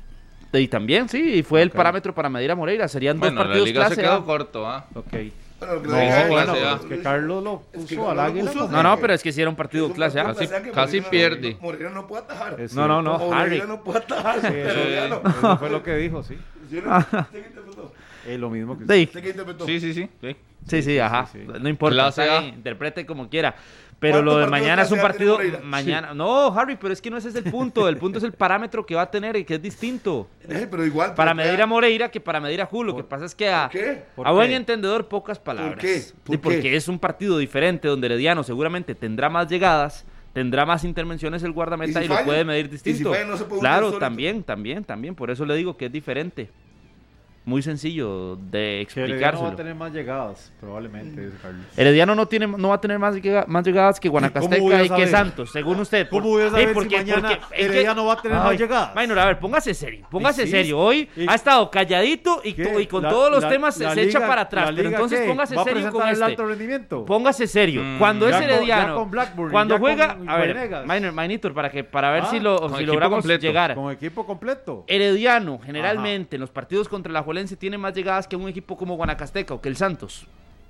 Y también, sí, fue okay. el parámetro para medir a Moreira. Serían bueno, dos partidos la liga clase se quedó A. corto, ¿ah? Ok. Bueno, no, es bueno, clase A. es que Carlos lo puso es que al águila. puso, No, no, pero es que si era un partido un clase A. partido Casi, que casi Moreira pierde. No, Moreira no puede atajar. Es No, no, no, Moreira Harry. no puede atajar. Sí, pero ya no. eso fue lo que dijo, sí. ¿Sí, no? ¿Usted qué interpretó? Es lo mismo que Sí, ¿Usted qué interpretó? Sí, sí, sí. sí. sí, sí, ajá. sí, sí. No importa, Clase está A. bien, interprete como quiera. Pero ¿Cuántos lo de partidos mañana es un clase A tiene partido... Moreira? Mañana... No, Harry, pero es que no ese es el punto. El punto es el parámetro que va a tener y que es distinto. Eh, pero igual. Para pero medir a Moreira que para medir a Ju. Lo que pasa es que a, ¿Por qué? ¿Por a buen qué? entendedor pocas palabras. ¿Por qué? ¿Por Sí, porque qué? es un partido diferente donde Herediano seguramente tendrá más llegadas, tendrá más intervenciones el guardameta ¿Y y, si lo falla? puede medir ¿Y si distinto. falla no se puede hundir Claro, solito? también, también, también. Por eso le digo que es diferente. Muy sencillo de Que Herediano va explicárselo. a tener más llegadas, probablemente, dice Carlos. Herediano no tiene, no va a tener más, llega- más llegadas que ¿Cómo voy Guanacasteca a y que saber? Santos, según usted. ¿Cómo Por- voy a saber Eh, si porque- mañana porque- es que- Herediano va a tener más llegadas? Minor, a ver, póngase serio, póngase Y sí, serio. Hoy y- ha estado calladito y, ¿Qué? to- y con La- todos los la- temas se, la se echa liga- para atrás. la Pero liga, entonces ¿qué? póngase ¿Va a serio con presentar el este. alto rendimiento? Póngase serio. Mm. Cuando Ya es con- Herediano, ya con Blackburn, cuando ya juega, con a ver, Venegas. Minor, Minitor, para que para ver Ah, si lo con si equipo logramos completo. llegar. Con equipo completo. Herediano, generalmente, en los partidos contra el Alajuelense tiene más llegadas que un equipo como Guanacasteca o que el Santos.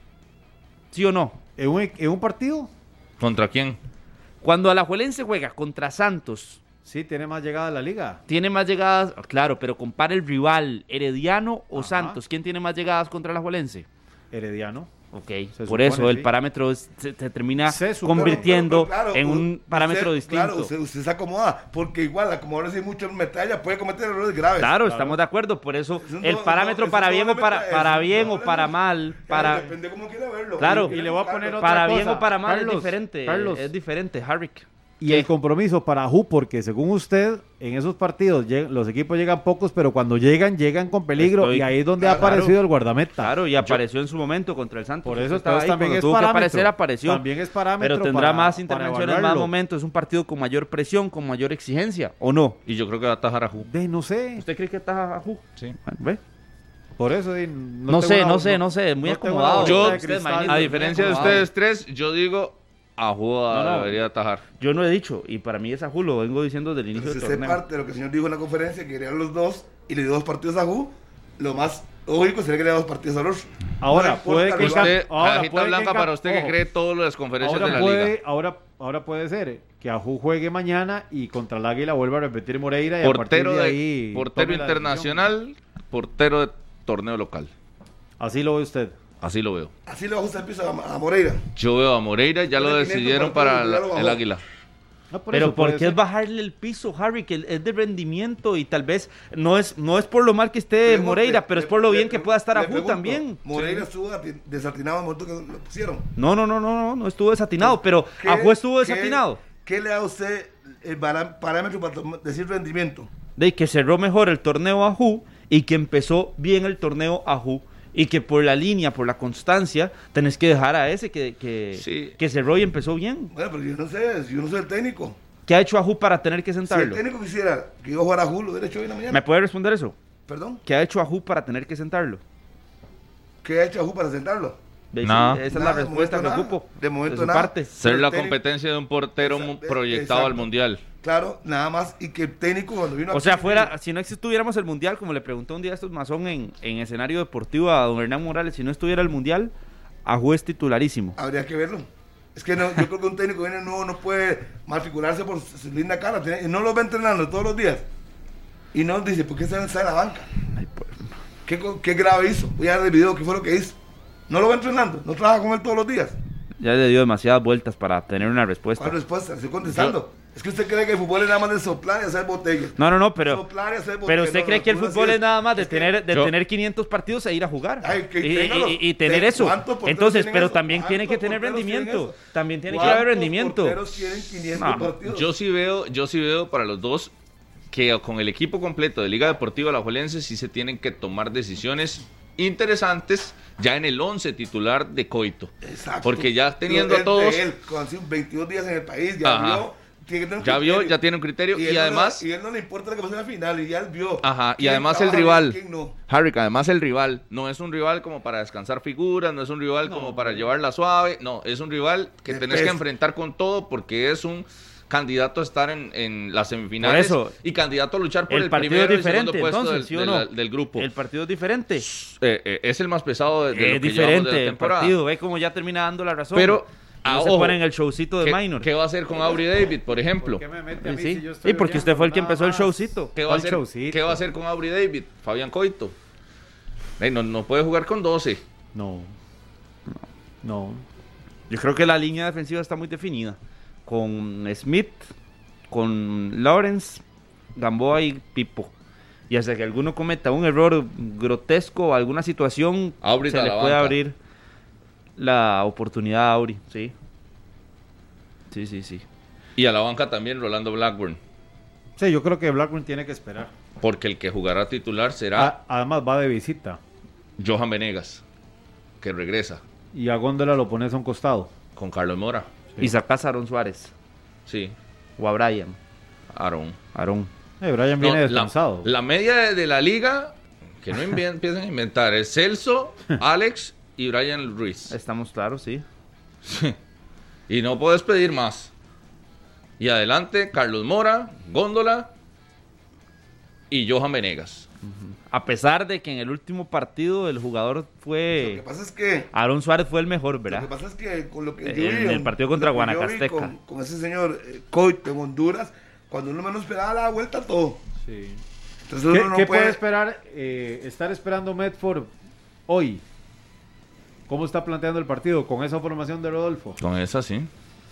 ¿Sí o no? ¿En un, en un partido? ¿Contra quién? Cuando Alajuelense juega contra Santos, Sí, tiene más llegada a la liga. tiene más llegadas, claro, pero compara el rival, Herediano o Ajá. Santos. ¿Quién tiene más llegadas contra Alajuelense? Herediano. Ok, Se por supone, eso el sí. parámetro es- se, se termina Se supone. convirtiendo Pero, pero, claro, en un usted- parámetro distinto. Claro, usted, usted se acomoda, porque igual, como ahora sí mucho metalla, puede cometer errores graves. Claro, estamos de acuerdo, por eso Es un el doble- parámetro es un para doble bien o para, meta- para es un bien o doble para meta. mal, Claro, para depende cómo quiera verlo. Claro. Y le voy a poner otra para bien cosa. o para mal Carlos, es diferente, Carlos. es diferente, Harrick. Y el compromiso para Ju, porque según usted, en esos partidos lleg- los equipos llegan pocos, pero cuando llegan, llegan con peligro. Estoy- y ahí es donde Claro. ha aparecido el guardameta. Claro, y apareció en su momento contra el Santos. Por Usted eso estaba entonces ahí, también cuando es tuvo que parámetro. aparecer, apareció. También es parámetro Pero tendrá para- más para intervenciones, más evaluarlo. momentos. Es un partido con mayor presión, con mayor exigencia, ¿o no? Y yo creo que va a atajar a Ju. De, no sé. ¿Usted cree que está a Ju? Sí. Bueno, ¿ve? Por eso de, No, tengo sé, una- no sé, no sé, muy no tengo acomodado. una Yo, bolita de usted, cristal. Maynito, A muy diferencia de acomodado. ustedes tres, yo digo a Ju No, no. debería atajar. Yo no he dicho, y para mí es a Ju, lo vengo diciendo desde el inicio Entonces, del usted torneo. parte de lo que el señor dijo en la conferencia, que querían los dos, y le dio dos partidos a Ju, lo más lógico sería que le diera dos partidos a los. Ahora, No importa puede el que rival. Usted, ahora, cajita puede que blanca ca- para usted que ojo. cree todas las conferencias Ahora de la puede, liga. ahora, ahora puede ser que Ajú juegue mañana y contra el Águila vuelva a repetir Moreira y a partir Portero, de de, ahí portero tome la internacional, portero de torneo local. decisión. Así lo ve usted. Así lo veo. Así le va a ajustar el piso a, a Moreira. Yo veo a Moreira, ya lo Tiene decidieron quinientos para partidos, ya lo la- bajó. el Águila. No, por Pero eso puede ¿por qué ser. es bajarle el piso, Harry? Que es de rendimiento y tal vez no es no es por lo mal que esté Pregunte, Moreira, pero es por lo le- bien que le- pueda estar le a Ju pregunto, también. Moreira estuvo ati- desatinado en el momento que lo pusieron. No, no, no, no, no, no estuvo desatinado, pero ¿Qué- Ajú estuvo qué- desatinado. ¿Qué le da a usted el bara- parámetro para tom- decir rendimiento? De que cerró mejor el torneo Ajú y que empezó bien el torneo Ajú y que por la línea, por la constancia, tenés que dejar a ese que, que, Sí. que cerró y empezó bien. Bueno, pero yo no sé, yo no soy el técnico. ¿Qué ha hecho Ajú para tener que Si el sentarlo? técnico quisiera que yo jugara a Ju, lo hubiera hecho hoy en la mañana. ¿Me puede responder eso? Perdón, ¿Qué ha hecho Ajú para tener que sentarlo? ¿qué ha hecho a Ju para sentarlo? De- Nada. Esa es Nada, la de respuesta que momento nada. ocupo. De momento su nada. parte. Ser el la técnico- competencia de un portero Exa- mu- eh, proyectado exacto. al Mundial. Claro, nada más. Y que el técnico cuando vino O sea, aquí- fuera, si no estuviéramos el Mundial, como le preguntó un día a estos masón en, en escenario deportivo a don Hernán Morales, si no estuviera el Mundial, Ajú es titularísimo. Habría que verlo. Es que no, yo creo que un técnico viene nuevo no puede malfigurarse por su, su linda cara. Tiene- y no lo va entrenando todos los días. Y no dice, ¿por qué está en la banca? ¿Qué, co- qué grave hizo? Voy a ver el video, ¿qué fue lo que hizo? No lo va entrenando, no trabaja con él todos los días. Ya le dio demasiadas vueltas para tener una respuesta. ¿Cuál respuesta? Estoy contestando. Yo... Es que usted cree que el fútbol es nada más de soplar y hacer botellas. No, no, no, pero, soplar y hacer botellas. pero usted no, cree no, que el no, fútbol es, es nada más de es tener de yo, tener quinientos partidos e ir a jugar. Ay, que y, téngalo, y, y tener de, eso. Entonces, pero eso? también tiene que tener rendimiento. También tiene que haber rendimiento. Tienen quinientos no, partidos? Yo sí veo, yo sí veo para los dos que con el equipo completo de Liga Deportiva Alajuelense sí se tienen que tomar decisiones interesantes ya en el once titular de Coito. Exacto. Porque ya teniendo él, a todos... Él, con veintidós días en el país, ya Ajá. vio... Tiene que tener un ya criterio. vio, ya tiene un criterio y, y además... No, y él no le importa lo que pase en la final y ya él vio. Ajá, y quién además el trabaja rival, bien, quién no. Harry, además el rival no es un rival como para descansar figuras, no es un rival No. como para llevarla suave, no, es un rival que De tenés peso. que enfrentar con todo porque es un candidato a estar en, en las semifinales Por eso, y candidato a luchar por el el, partido primero es y segundo diferente, puesto entonces, del, ¿sí o de no? la- del grupo. El partido es diferente. Eh, eh, es el más pesado de, de Es lo que llevamos de diferente la el temporada. partido. Ve cómo ya termina dando la razón. Pero, no ah, se ojo, pone en el showcito de ¿Qué, Minor. qué va a hacer con Aubrey David, por ejemplo? ¿Por qué me mete a mí Sí, si yo estoy y porque usted odiando fue el que nada empezó el más? showcito. ¿Qué va, a ¿Cuál hacer, showcito? ¿Qué va a hacer con Aubrey David? Fabián Coito. Ey, no, no puede jugar con doce. No. No. Yo creo que la línea defensiva está muy definida. Con Smith, con Lawrence, Gamboa y Pipo. Y hasta que alguno cometa un error grotesco o alguna situación, Aubrey se a le la puede banca. abrir la oportunidad a Auri. Sí. Sí, sí, sí. Y a la banca también Rolando Blackburn. Sí, yo creo que Blackburn tiene que esperar. Porque el que jugará titular será A- además va de visita. Johan Venegas, que regresa Y a Góndola lo pones a un costado. con Carlos Mora. Y sacas a Aaron Suárez. Sí, O a Brian. Aaron. Aarón. Eh, Brian No, viene la, descansado. la media de, de la liga, que no invien- empiecen a inventar, es Celso, Alex y Brian Ruiz. Estamos claros, sí. Y no puedes pedir más. Y adelante, Carlos Mora, Góndola y Johan Venegas. A pesar de que en el último partido el jugador Lo que fue... pasa es que... Aaron Suárez fue el mejor, Lo que ¿verdad? pasa es que con lo que En yo vi, el partido contra lo que yo vi Guanacasteca. Con, con ese señor eh, Coito en Honduras, cuando uno menos esperaba la vuelta a todo. Sí. Entonces ¿Qué, uno no qué puede... puede esperar? eh, estar esperando Medford hoy. ¿Cómo está planteando el partido con esa formación de Rodolfo? Con esa sí.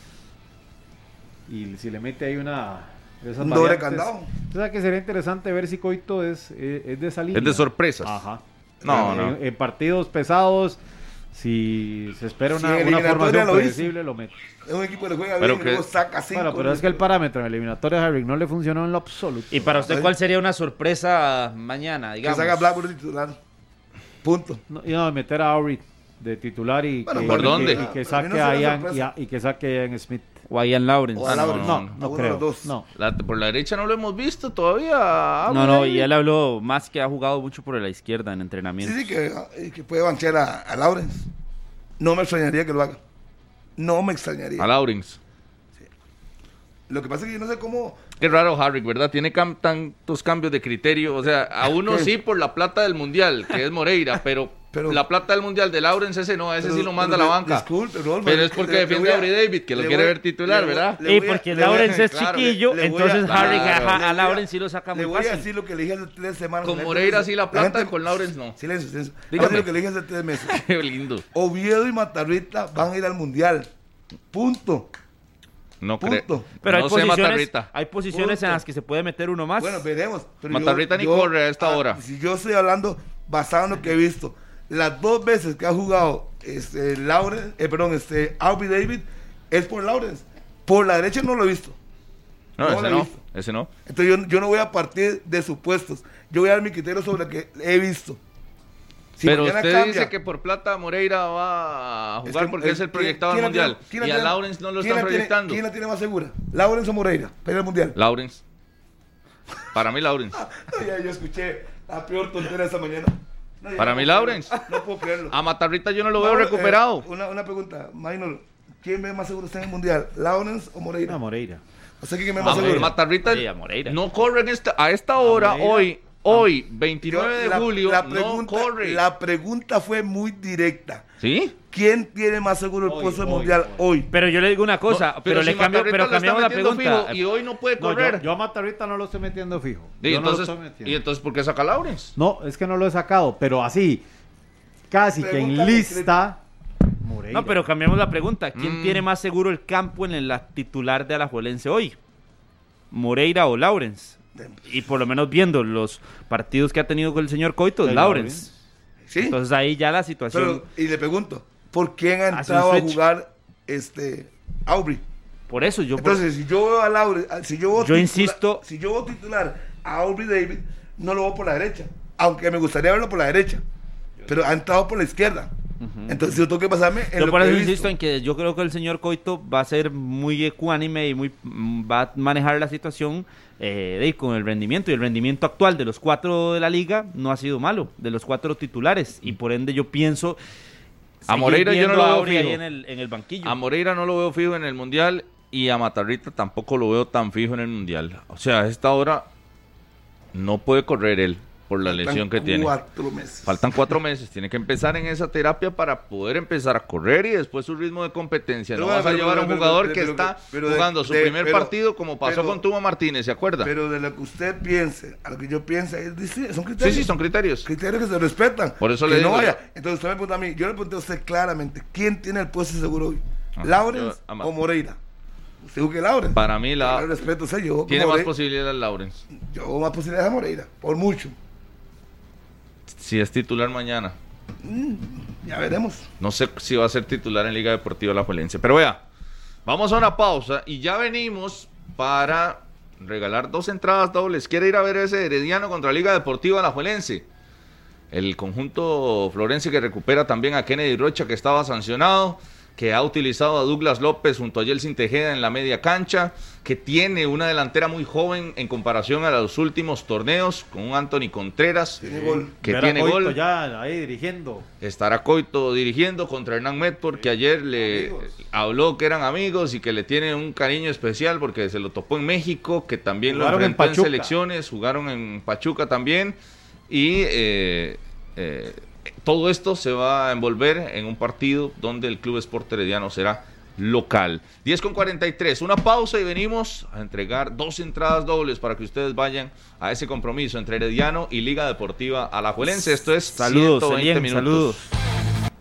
Y si le mete ahí una... de esas Un doble variantes, candado. O sea que sería interesante ver si Coito es, eh, es de esa línea. Es de sorpresas. Ajá. No, en, no. En, en partidos pesados, si se espera Si una, en una eliminatoria formación lo hizo. predecible, lo mete. Es un equipo que juega Pero bien que- y luego saca cinco. Bueno, pero es que el parámetro en eliminatoria, Harry, no le funcionó en lo absoluto. ¿Y para usted cuál sería una sorpresa mañana, Que digamos? saca Blackburn titular. Punto. No, y no, meter a Aubrey de titular y, Bueno, que, ¿por y dónde? que- y que Para mí no saque a sería Ian, sorpresa. y, a- y que saque a Ian Smith. O a Ian Lawrence. O a Ah, no, Lawrence. No, no, no, no. Uno de creo. los dos. No. La- por la derecha no lo hemos visto todavía. No, Aubrey no, David. y él habló más que ha jugado mucho por la izquierda en Sí, entrenamiento. sí, que, eh, que puede banchear a, a Lawrence. No me extrañaría que lo haga. No me extrañaría. A Lawrence. Lo que pasa es que yo no sé cómo... Qué raro, Harry, ¿verdad? Tiene cam- tantos cambios de criterio. O sea, a uno ¿Qué? sí por la plata del mundial, que es Moreira, pero, Pero- la plata del mundial de Lawrence, ese no, ese pero- sí lo manda a pero la de- banca. Disculpe, Rodolfo, Pero es le- porque le- le defiende voy a Aubrey David, que lo le quiere voy- ver titular, le voy- ¿verdad? le Y voy a- porque le voy a- Lawrence es claro, chiquillo, le voy a- entonces Harry claro. a, a le voy Lawrence sí lo saca Le muy voy a fácil. decir lo que le dije hace tres semanas. Con La Moreira gente- sí la plata, gente- con Lawrence no. Silencio, silencio. Dígame. Hace lo que le dije hace tres meses. Qué lindo. Oviedo y Matarrita van a ir al Mundial. Punto. No creo. Punto. Pero hay no sé posiciones, Matarrita. hay posiciones en Punto. las que se puede meter uno más. Bueno, veremos. Pero Matarrita ni corre a esta hora. Si yo estoy hablando basado en lo que he visto, las dos veces que ha jugado este, Lawrence, eh, perdón, este, Aubrey David, es por Lawrence. Por la derecha no lo he visto. No, no ese lo he no. visto. Ese no. Entonces yo, yo no voy a partir de supuestos. Yo voy a dar mi criterio sobre lo que he visto. Si Pero mañana usted cambia- dice que por plata Moreira va a Es jugar que- porque eh, es el ¿quién- proyectado quién al la tiene- mundial. quién la Y a tiene- Lawrence no lo quién están la tiene- proyectando. ¿Quién la tiene más segura? ¿Lawrence o Moreira? Para ir al mundial. Lawrence. Para mí, Lawrence. No, ya, yo escuché la peor tontera esta mañana. No, ya Para no mí, puedo Lawrence. creerlo. No puedo creerlo. A Matarrita yo no lo veo Mauro, recuperado. eh, una, una pregunta, Minor. ¿Quién ve más seguro está en el mundial? ¿Lawrence o Moreira? No, Moreira. O sea, ¿quién ve A más ver, seguro? Matarrita Sí, a Moreira. no corre en esta, a esta hora, Moreira. hoy, hoy, Yo- veintinueve de la- julio, la no pregunta, corre. La pregunta fue muy directa. ¿Sí? ¿Quién tiene más seguro el Hoy, puesto del hoy, mundial hoy? Pero yo le digo una cosa, No, pero, le si cambio, Matarrita pero la cambiamos está la metiendo pregunta. fijo y hoy no puede No, correr. yo, yo a Matarrita no lo estoy metiendo fijo. y, Yo no lo entonces, estoy metiendo. y entonces, ¿por qué saca Lawrence? No, es que no lo he sacado, pero así, casi que en Pregunta lista, Moreira. No, pero cambiamos la pregunta. ¿Quién Mm. tiene más seguro el campo en la titular de Alajuelense hoy? ¿Moreira o Lawrence? Y por lo menos viendo los partidos que ha tenido con el señor Coito, El Lawrence. ¿Sí? Entonces ahí ya la situación... Pero, y le pregunto, ¿por quién ha Hace un entrado a switch. jugar este Aubrey? Por eso yo... Entonces, si yo veo a Laure, si yo veo Yo titular- insisto- si yo veo titular a Aubrey David, no lo veo por la derecha, aunque me gustaría verlo por la derecha, pero ha entrado por la izquierda. Entonces, yo tengo que pasarme en Yo lo por que eso he visto. insisto en que yo creo que el señor Coito va a ser muy ecuánime y muy va a manejar la situación eh, de, con el rendimiento. Y el rendimiento actual de los cuatro de la liga no ha sido malo, de los cuatro titulares. Y por ende yo pienso... A seguir Moreira yo no viendo lo a veo Auri ahí fijo. en el, en el banquillo. A Moreira no lo veo fijo en el Mundial y a Matarrita tampoco lo veo tan fijo en el Mundial. O sea, a esta hora no puede correr él por la Faltan lesión que tiene. cuatro meses. Faltan cuatro meses. Tiene que empezar en esa terapia para poder empezar a correr y después su ritmo de competencia. Pero No vas bueno, a pero- llevar a un pero- jugador pero- que pero- está pero de- jugando su de- primer pero- partido como pasó pero- con Tuma Martínez, ¿se acuerda? Pero de lo que usted piense a lo que yo piense, es distinto, son Sí, criterios. sí, son criterios. criterios que se respetan. Por eso que le no digo- vaya. Entonces usted me pregunta a mí, yo le pregunté a usted claramente, ¿quién tiene el puesto seguro hoy? Ajá, ¿Lawrence yo- ama- o Moreira? Usted dijo que Lawrence. Para mí la- Yo le respeto, o sea, yo Tiene como más More- posibilidades Lawrence. Yo veo más posibilidades a Moreira, por mucho. Si es titular mañana. Ya veremos. No sé si va a ser titular en Liga Deportiva Alajuelense. Pero vea, vamos a una pausa y ya venimos para regalar dos entradas dobles. ¿Quiere ir a ver ese Herediano contra Liga Deportiva Alajuelense? El conjunto florense que recupera también a Kennedy Rocha, que estaba sancionado, que ha utilizado a Douglas López junto a Yeltsin Tejeda en la media cancha, que tiene una delantera muy joven en comparación a los últimos torneos, con un Anthony Contreras, Tiene gol. que Ver a tiene Coito gol. ya ahí dirigiendo. Estará Coito dirigiendo contra Hernán Medford, que ayer le Amigos. habló que eran amigos y que le tiene un cariño especial porque se lo topó en México, que también Jugaron lo en enfrentó en, Pachuca. selecciones, jugaron en Pachuca también, y eh, eh, todo esto se va a envolver en un partido donde el Club Sport Herediano será local. diez con cuarenta y tres, una pausa y venimos a entregar dos entradas dobles para que ustedes vayan a ese compromiso entre Herediano y Liga Deportiva Alajuelense. Esto es Saludos, ciento veinte Elian, minutos. saludos.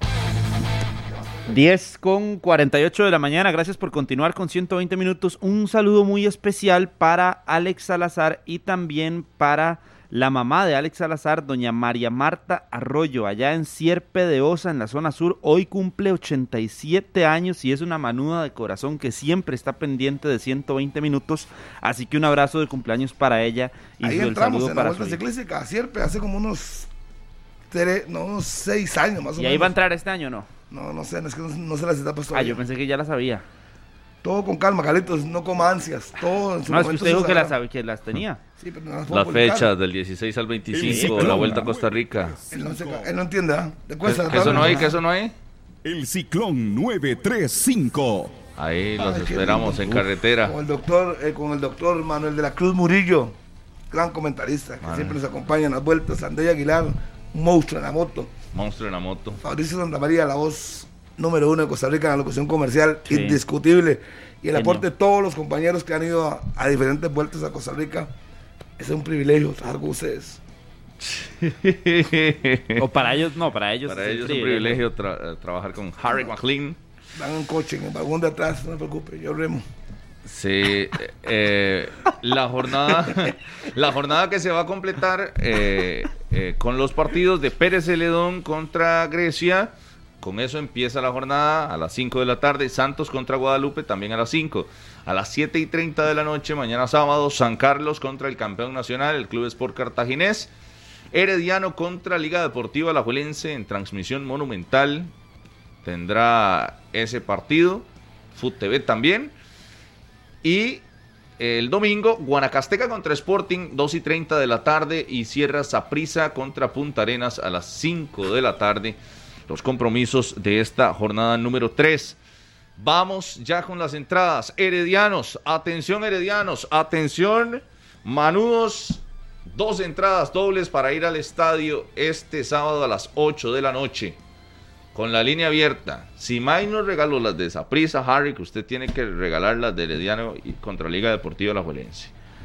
diez con cuarenta y ocho de la mañana, gracias por continuar con ciento veinte minutos. Un saludo muy especial para Alex Salazar y también para la mamá de Alex Salazar, doña María Marta Arroyo, allá en Sierpe de Osa, en la zona sur. Hoy cumple ochenta y siete años y es una manuda de corazón que siempre está pendiente de ciento veinte minutos. Así que un abrazo de cumpleaños para ella y Ahí el entramos saludo en la para su vuelta hija. ciclística, Sierpe, hace como unos tres, no, unos seis años más o ¿Y menos. ahí va a entrar este año o no? No, no sé, es que no, no sé las etapas Ah, todavía. yo pensé que ya la sabía. Todo con calma, Carlitos, no coma ansias. Todo en su No, es que momento usted dijo se que las, sabrá. sabe- que las tenía. Sí, pero no las puedo Las publicar. fechas del dieciséis al veinticinco, ciclón. la Vuelta a Costa Rica. Él no, se ca- él no entiende, ¿ah? ¿Te ¿Que, cuesta? que eso no hay? ¿Que eso no hay? El Ciclón novecientos treinta y cinco. Ahí los Ay, qué esperamos lindo. en Uf, carretera. Con el doctor, eh, con el doctor Manuel de la Cruz Murillo, gran comentarista, que Manuel. siempre nos acompaña en las vueltas. Andrés Aguilar, un monstruo en la moto. Monstruo en la moto. Fabricio Santamaría, la voz número uno de Costa Rica en la locución comercial, Sí. indiscutible. Y el Genio. aporte de todos los compañeros que han ido a, a diferentes vueltas a Costa Rica. Es un privilegio trabajar con ustedes. O para ellos, no, para ellos. Para es ellos es un privilegio tra- eh, trabajar con Harry McLean. Dan un coche en el vagón de atrás, no se preocupe, yo remo. Sí, eh, eh, la jornada la jornada que se va a completar eh, eh, con los partidos de Pérez Celedón contra Grecia. Con eso empieza la jornada a las cinco de la tarde. Santos contra Guadalupe también a las cinco. A las siete y treinta de la noche, mañana sábado, San Carlos contra el campeón nacional, el Club Sport Cartaginés. Herediano contra Liga Deportiva Alajuelense en transmisión monumental. Tendrá ese partido. Fut T V también. Y el domingo, Guanacasteca contra Sporting, dos y treinta de la tarde. Y cierra Saprissa contra Punta Arenas a las cinco de la tarde. Los compromisos de esta jornada número tres. Vamos ya con las entradas. Heredianos, atención Heredianos, atención Manudos. Dos entradas dobles para ir al estadio este sábado a las ocho de la noche. Con la línea abierta. Si May nos regaló las de Saprissa, Harry, que usted tiene que regalar las de Herediano y contra Liga Deportiva Alajuelense.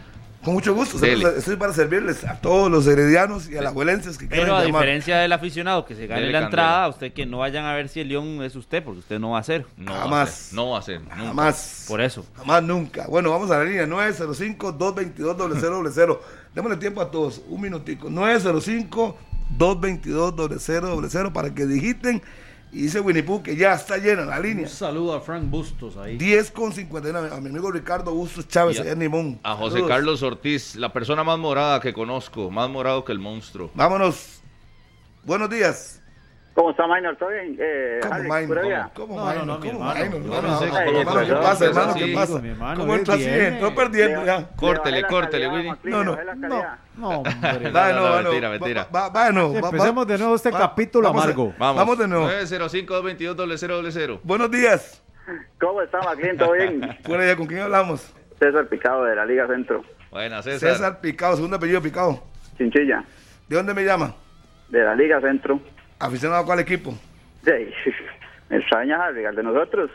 Con mucho gusto, Dele. estoy para servirles a todos los heredianos y a las huelenses que quieran Pero a llamar. diferencia del aficionado que se gane Dele la candela. entrada, usted que no vayan a ver si el León es usted, porque usted no va a ser. No va a Jamás. ser, no va a ser. nunca. Jamás. Por eso. Jamás nunca. Bueno, vamos a la línea nueve cero cinco, dos dos dos, cero cero cero cero. Démosle tiempo a todos, un minutico. nueve cero cinco, dos dos dos, cero cero cero para que digiten. Y dice Winnie Pooh que ya está llena la línea. Un saludo a Frank Bustos ahí. diez con cincuenta y nueve. A mi amigo Ricardo Bustos Chávez, Y a- allá en Limón. A José Saludos. Carlos Ortiz, la persona más morada que conozco, más morado que el monstruo. Vámonos. Buenos días. ¿Cómo está, Minor? ¿Todo bien? Eh, ¿Cómo Harry, Minor? ¿pura vida? ¿Cómo No, no, Minor? no, mi ¿Cómo hermano. Minor? Yo Hermano, no sé cómo- hermano, ¿qué perdón, pasa, hermano? sí, ¿Qué pasa? mi hermano, ¿Cómo es entra así? bien. Entró perdiendo ya. Córtele, Le bajé la córtele, calidad, Willy. Maclin, No, no, le bajé la No, calidad. no, hombre. Vaya, no, no, no, bueno, mentira, va- mentira. va- va- no, va- Empecemos va- de nuevo este va- capítulo vamos a- amargo. Vamos. Vamos de nuevo. nueve cero cinco, dos dos dos, cero cero cero. Buenos días. ¿Cómo está, Maclin? ¿Todo bien? Fuera ya, ¿con quién hablamos? César Picado de la Liga Centro, Buenas, César. César Picado, segundo apellido Picado. Chinchilla, ¿De dónde me llama? de la Liga Centro. ¿Aficionado a cuál equipo? Sí, me extraña, Harry, al de nosotros.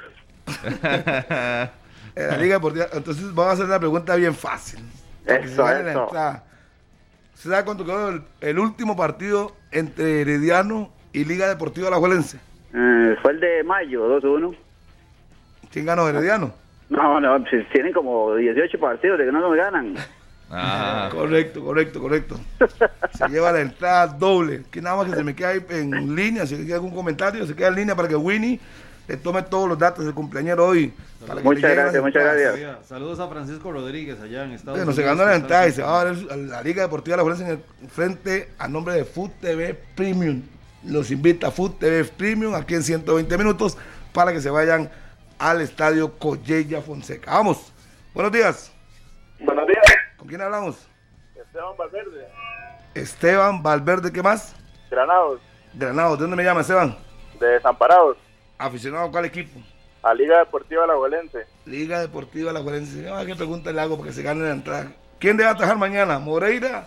En la Liga Deportiva. Entonces vamos a hacer una pregunta bien fácil. para que Eso, se gane la eso. entrada. ¿Se sabe cuánto quedó el, el último partido entre Herediano y Liga Deportiva Alajuelense? Eh, fue el de mayo, dos uno. ¿Quién ganó, Herediano? No, no, pues tienen como dieciocho partidos de que no nos ganan. Ah, Correcto, correcto, correcto. Se lleva la entrada doble. Que nada más que se me queda ahí en línea, si hay algún comentario, se queda en línea para que Winnie le tome todos los datos del cumpleañero hoy. Para que Muchas le lleguen gracias, las muchas entradas. gracias. Saludos a Francisco Rodríguez allá en Estados Bueno, Unidos. se ganó la que entrada y está se va a ver a la Liga Deportiva Alajuelense en el frente a nombre de Food T V Premium. Los invita a Food T V Premium aquí en ciento veinte minutos para que se vayan al estadio Collella Fonseca. Vamos. Buenos días. Buenos días, ¿Con quién hablamos? Esteban Valverde, Esteban Valverde, ¿qué más? Granados, Granados. ¿De dónde me llama Esteban? de Desamparados, ¿Aficionado a cuál equipo? a Liga Deportiva Alajuelense. Liga Deportiva Alajuelense. Ah, ¿qué pregunta le hago para que se gane la entrada? ¿Quién debe atajar mañana? ¿Moreira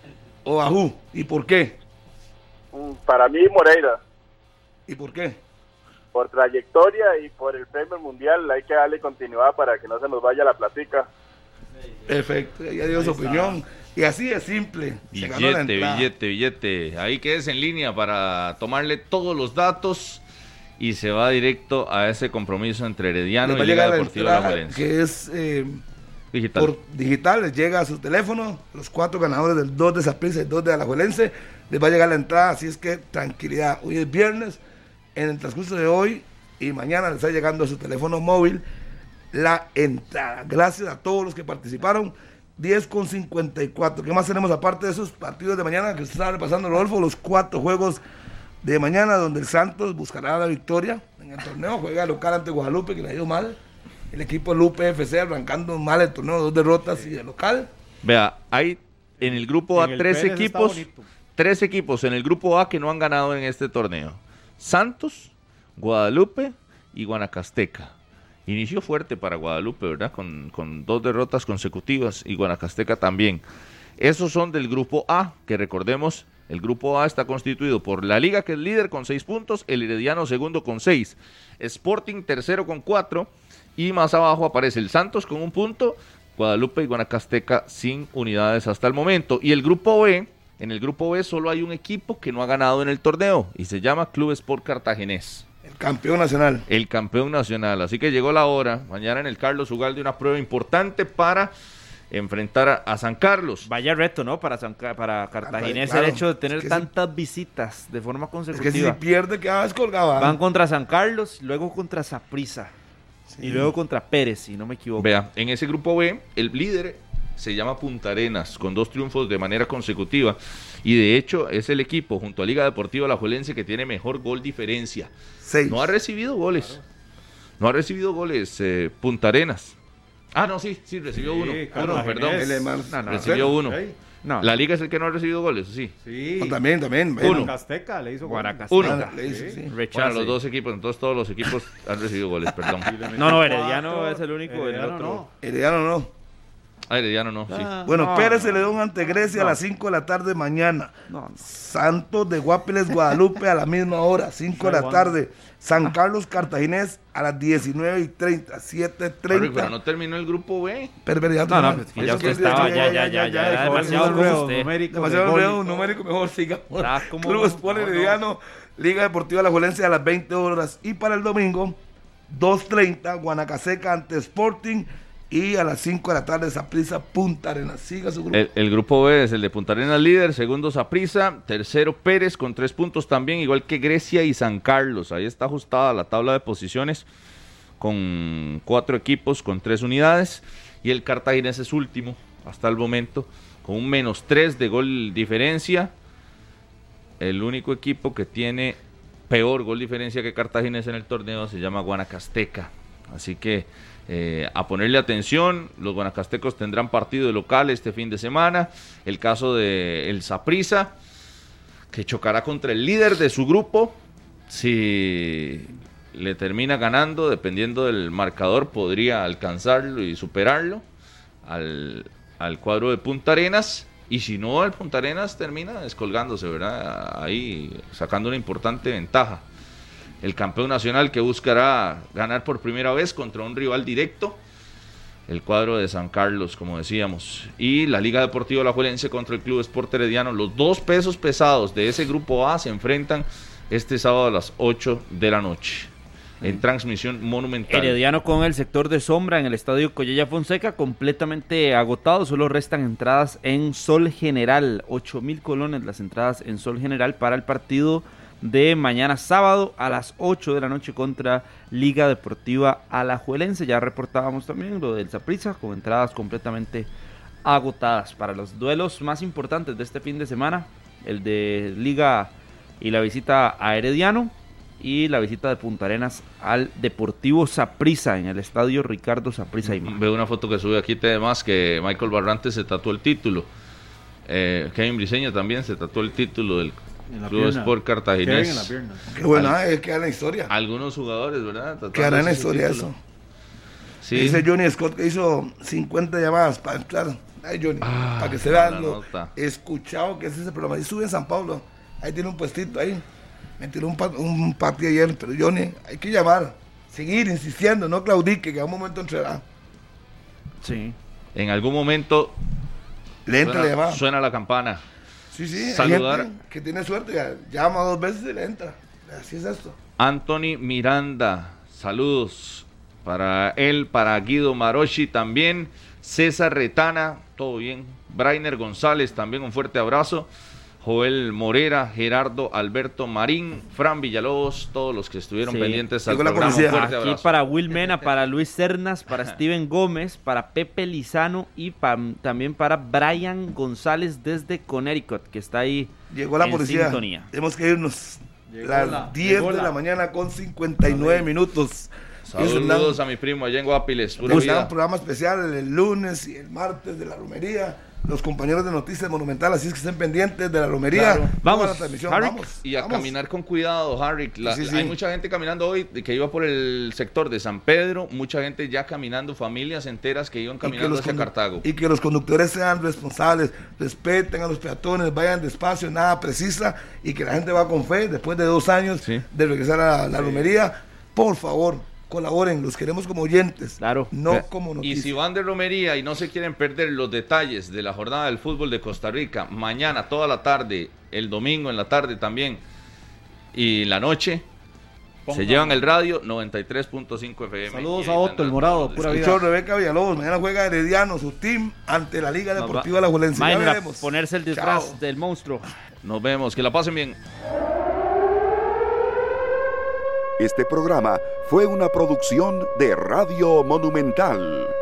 o Ajú? ¿Y por qué? Para mí, Moreira, ¿Y por qué? por trayectoria y por el premio mundial, hay que darle continuidad para que no se nos vaya la platica. Perfecto, ya dio su opinión. Y así de simple. Se ganó la billete, entrada. billete, billete. Ahí quédese en línea para tomarle todos los datos y se va directo a ese compromiso entre Herediano Les va y a Liga llegar la Deportiva entrada, Alajuelense. que es eh, Digital. por digital, les llega a su teléfono, los cuatro ganadores del dos de Saprissa y dos de Alajuelense, les va a llegar la entrada, así es que tranquilidad. Hoy es viernes, en el transcurso de hoy y mañana les está llegando a su teléfono móvil la entrada. Gracias a todos los que participaron. diez con cincuenta y cuatro. ¿Qué más tenemos aparte de esos partidos de mañana que usted está repasando, Rodolfo? Los cuatro juegos de mañana donde el Santos buscará la victoria en el torneo. Juega local ante Guadalupe, que le ha ido mal. El equipo Lupe F C arrancando mal el torneo, dos derrotas y de local. Vea, hay en el grupo A En el tres Pérez está equipos, bonito. tres equipos en el grupo A que no han ganado en este torneo. Santos, Guadalupe y Guanacasteca. Inició fuerte para Guadalupe, ¿verdad? Con, con dos derrotas consecutivas y Guanacasteca también. Esos son del grupo A, que recordemos, el grupo A está constituido por la Liga, que es líder con seis puntos, el Herediano segundo con seis, Sporting tercero con cuatro, y más abajo aparece el Santos con un punto, Guadalupe y Guanacasteca sin unidades hasta el momento. Y el grupo B, en el grupo B solo hay un equipo que no ha ganado en el torneo, y se llama Club Sport Cartaginés. El campeón nacional. El campeón nacional. Así que llegó la hora. Mañana en el Carlos Ugalde una prueba importante para enfrentar a, a San Carlos. Vaya reto, ¿no? Para, San Ca- para Cartaginés Claro, el hecho de tener es que tantas visitas de forma Es que si consecutiva. pierde, queda descolgado. ¿ah? Van contra San Carlos, luego contra Saprissa y luego contra Pérez, si no me equivoco. Vea, en ese grupo B, el líder se llama Punta Arenas, con dos triunfos de manera consecutiva. Y de hecho, es el equipo, junto a Liga Deportiva Alajuelense, que tiene mejor gol diferencia. Seis. No ha recibido goles. No ha recibido goles eh, Punta Arenas. Ah, no, sí, sí, recibió uno. Uno, Cartaginés. perdón. Él es más- No, no, Recibió uno. Ey, No, La Liga es el que no ha recibido goles, sí. Sí. No, también, también. Uno. Guanacasteca le hizo gol. Guanacasteca. Uno. Ah, le hizo, sí. rechace. Bueno, los dos equipos, entonces todos los equipos han recibido goles, perdón. No, no, Herediano es el único, el Herediano otro. no. Herediano no. Ah, Herediano no, sí. Ah, Bueno, no, Pérez no, Celedón ante Grecia no. a las cinco de la tarde mañana. No, no. Santos de Guapiles, Guadalupe a la misma hora, cinco de la tarde. San Carlos Cartaginés a las diecinueve y treinta, siete Harry, treinta. pero no terminó el grupo B. Perversidad. No, no, pues que ya usted estaba, ya, ya, ya, ya, era demasiado con usted. Demasiado enredo, numérico mejor, sigamos. Ah, ¿cómo Club no? Sport No, no. Herediano, Liga Deportiva Alajuelense a las veinte horas. Y para el domingo, dos treinta, Guanacaseca ante Sporting. Y a las cinco de la tarde, Saprissa Punta Arenas. Siga su grupo. El, el grupo B es el de Punta Arenas líder, segundo Saprissa, tercero Pérez con tres puntos también, igual que Grecia y San Carlos. Ahí está ajustada la tabla de posiciones con cuatro equipos con tres unidades. Y el Cartaginés es último hasta el momento con un menos tres de gol diferencia. El único equipo que tiene peor gol diferencia que Cartaginés en el torneo se llama Guanacasteca. Así que eh, a ponerle atención, los guanacastecos tendrán partido de local este fin de semana. El caso de el Saprissa, que chocará contra el líder de su grupo. Si le termina ganando, dependiendo del marcador, podría alcanzarlo y superarlo al, al cuadro de Punta Arenas. Y si no, el Punta Arenas termina descolgándose, ¿verdad? Ahí sacando una importante ventaja. El campeón nacional que buscará ganar por primera vez contra un rival directo, el cuadro de San Carlos, como decíamos. Y la Liga Deportiva Alajuelense contra el Club Sport Herediano. Los dos pesos pesados de ese grupo A se enfrentan este sábado a las ocho de la noche. En transmisión monumental. Herediano con el sector de sombra en el estadio Collella Fonseca completamente agotado, solo restan entradas en Sol General, ocho mil colones las entradas en Sol General para el partido de mañana sábado a las ocho de la noche contra Liga Deportiva Alajuelense. Ya reportábamos también lo del Saprissa con entradas completamente agotadas para los duelos más importantes de este fin de semana, el de Liga y la visita a Herediano, y la visita de Punta Arenas al Deportivo Saprissa en el estadio Ricardo Saprissa. Veo una foto que sube aquí, además, que Michael Barrantes se tatuó el título. Eh, Kevin Briseño también se tatuó el título del Club Sport Cartaginés. Qué buena, es que en la historia. Algunos jugadores, ¿verdad? Quedará en la historia eso. Sí. Dice Johnny Scott que hizo cincuenta llamadas para entrar. Ay, Johnny, ah, para que se vea lo nota. escuchado que es ese programa. Ahí sube en San Pablo, ahí tiene un puestito ahí. Me tiró un, pa- un partido ayer, pero Johnny, hay que llamar, seguir insistiendo, no claudique, que a un momento entrará. Sí. En algún momento le entra suena, la llamada. Suena la campana. Sí, sí, Saludar. hay gente que tiene suerte, ya, llama dos veces y le entra. Así es esto. Anthony Miranda, saludos para él, para Guido Marochi también. César Retana, todo bien. Brainer González, también un fuerte abrazo. Joel Morera, Gerardo Alberto Marín, Fran Villalobos, todos los que estuvieron Sí. pendientes al Llegó la programa. policía. Un fuerte Aquí abrazo. para Will Mena, para Luis Cernas, para Steven Gómez, para Pepe Lizano y pa- también para Brian González desde Connecticut, que está ahí Llegó la en policía. sintonía. Tenemos que irnos. Llegó Las la- diez llegó de la la- mañana con cincuenta y nueve minutos. Saludos a mi primo allá en Guapiles. Pura Nos vida. dan un programa especial el lunes y el martes de la romería. Los compañeros de Noticias Monumental, así es que estén pendientes de la romería. Claro. Toda Vamos, la transmisión. Harry. Vamos. Y a vamos. caminar con cuidado, Harry. La- Sí, sí. Hay mucha gente caminando hoy que iba por el sector de San Pedro, mucha gente ya caminando, familias enteras que iban Y que caminando los hacia condu- Cartago. Y que los conductores sean responsables, respeten a los peatones, vayan despacio, nada precisa, y que la gente va con fe después de dos años Sí. de regresar a la romería. Por favor, colaboren, los queremos como oyentes, Claro. no Vea, como Y noticias. si van de romería y no se quieren perder los detalles de la jornada del fútbol de Costa Rica, mañana toda la tarde, el domingo en la tarde también, y la noche, se llevan el radio noventa y tres punto cinco F M. Saludos Y a ahí Otto, tendrán el morado, todos los pura detalles. vida. Escuchó Rebeca Villalobos, mañana juega Herediano, su team, ante la Liga Nos Deportiva va- Alajuelense. Ya Mañana veremos. ponerse el disfraz Chao. del monstruo. Nos vemos, que la pasen bien. Este programa fue una producción de Radio Monumental.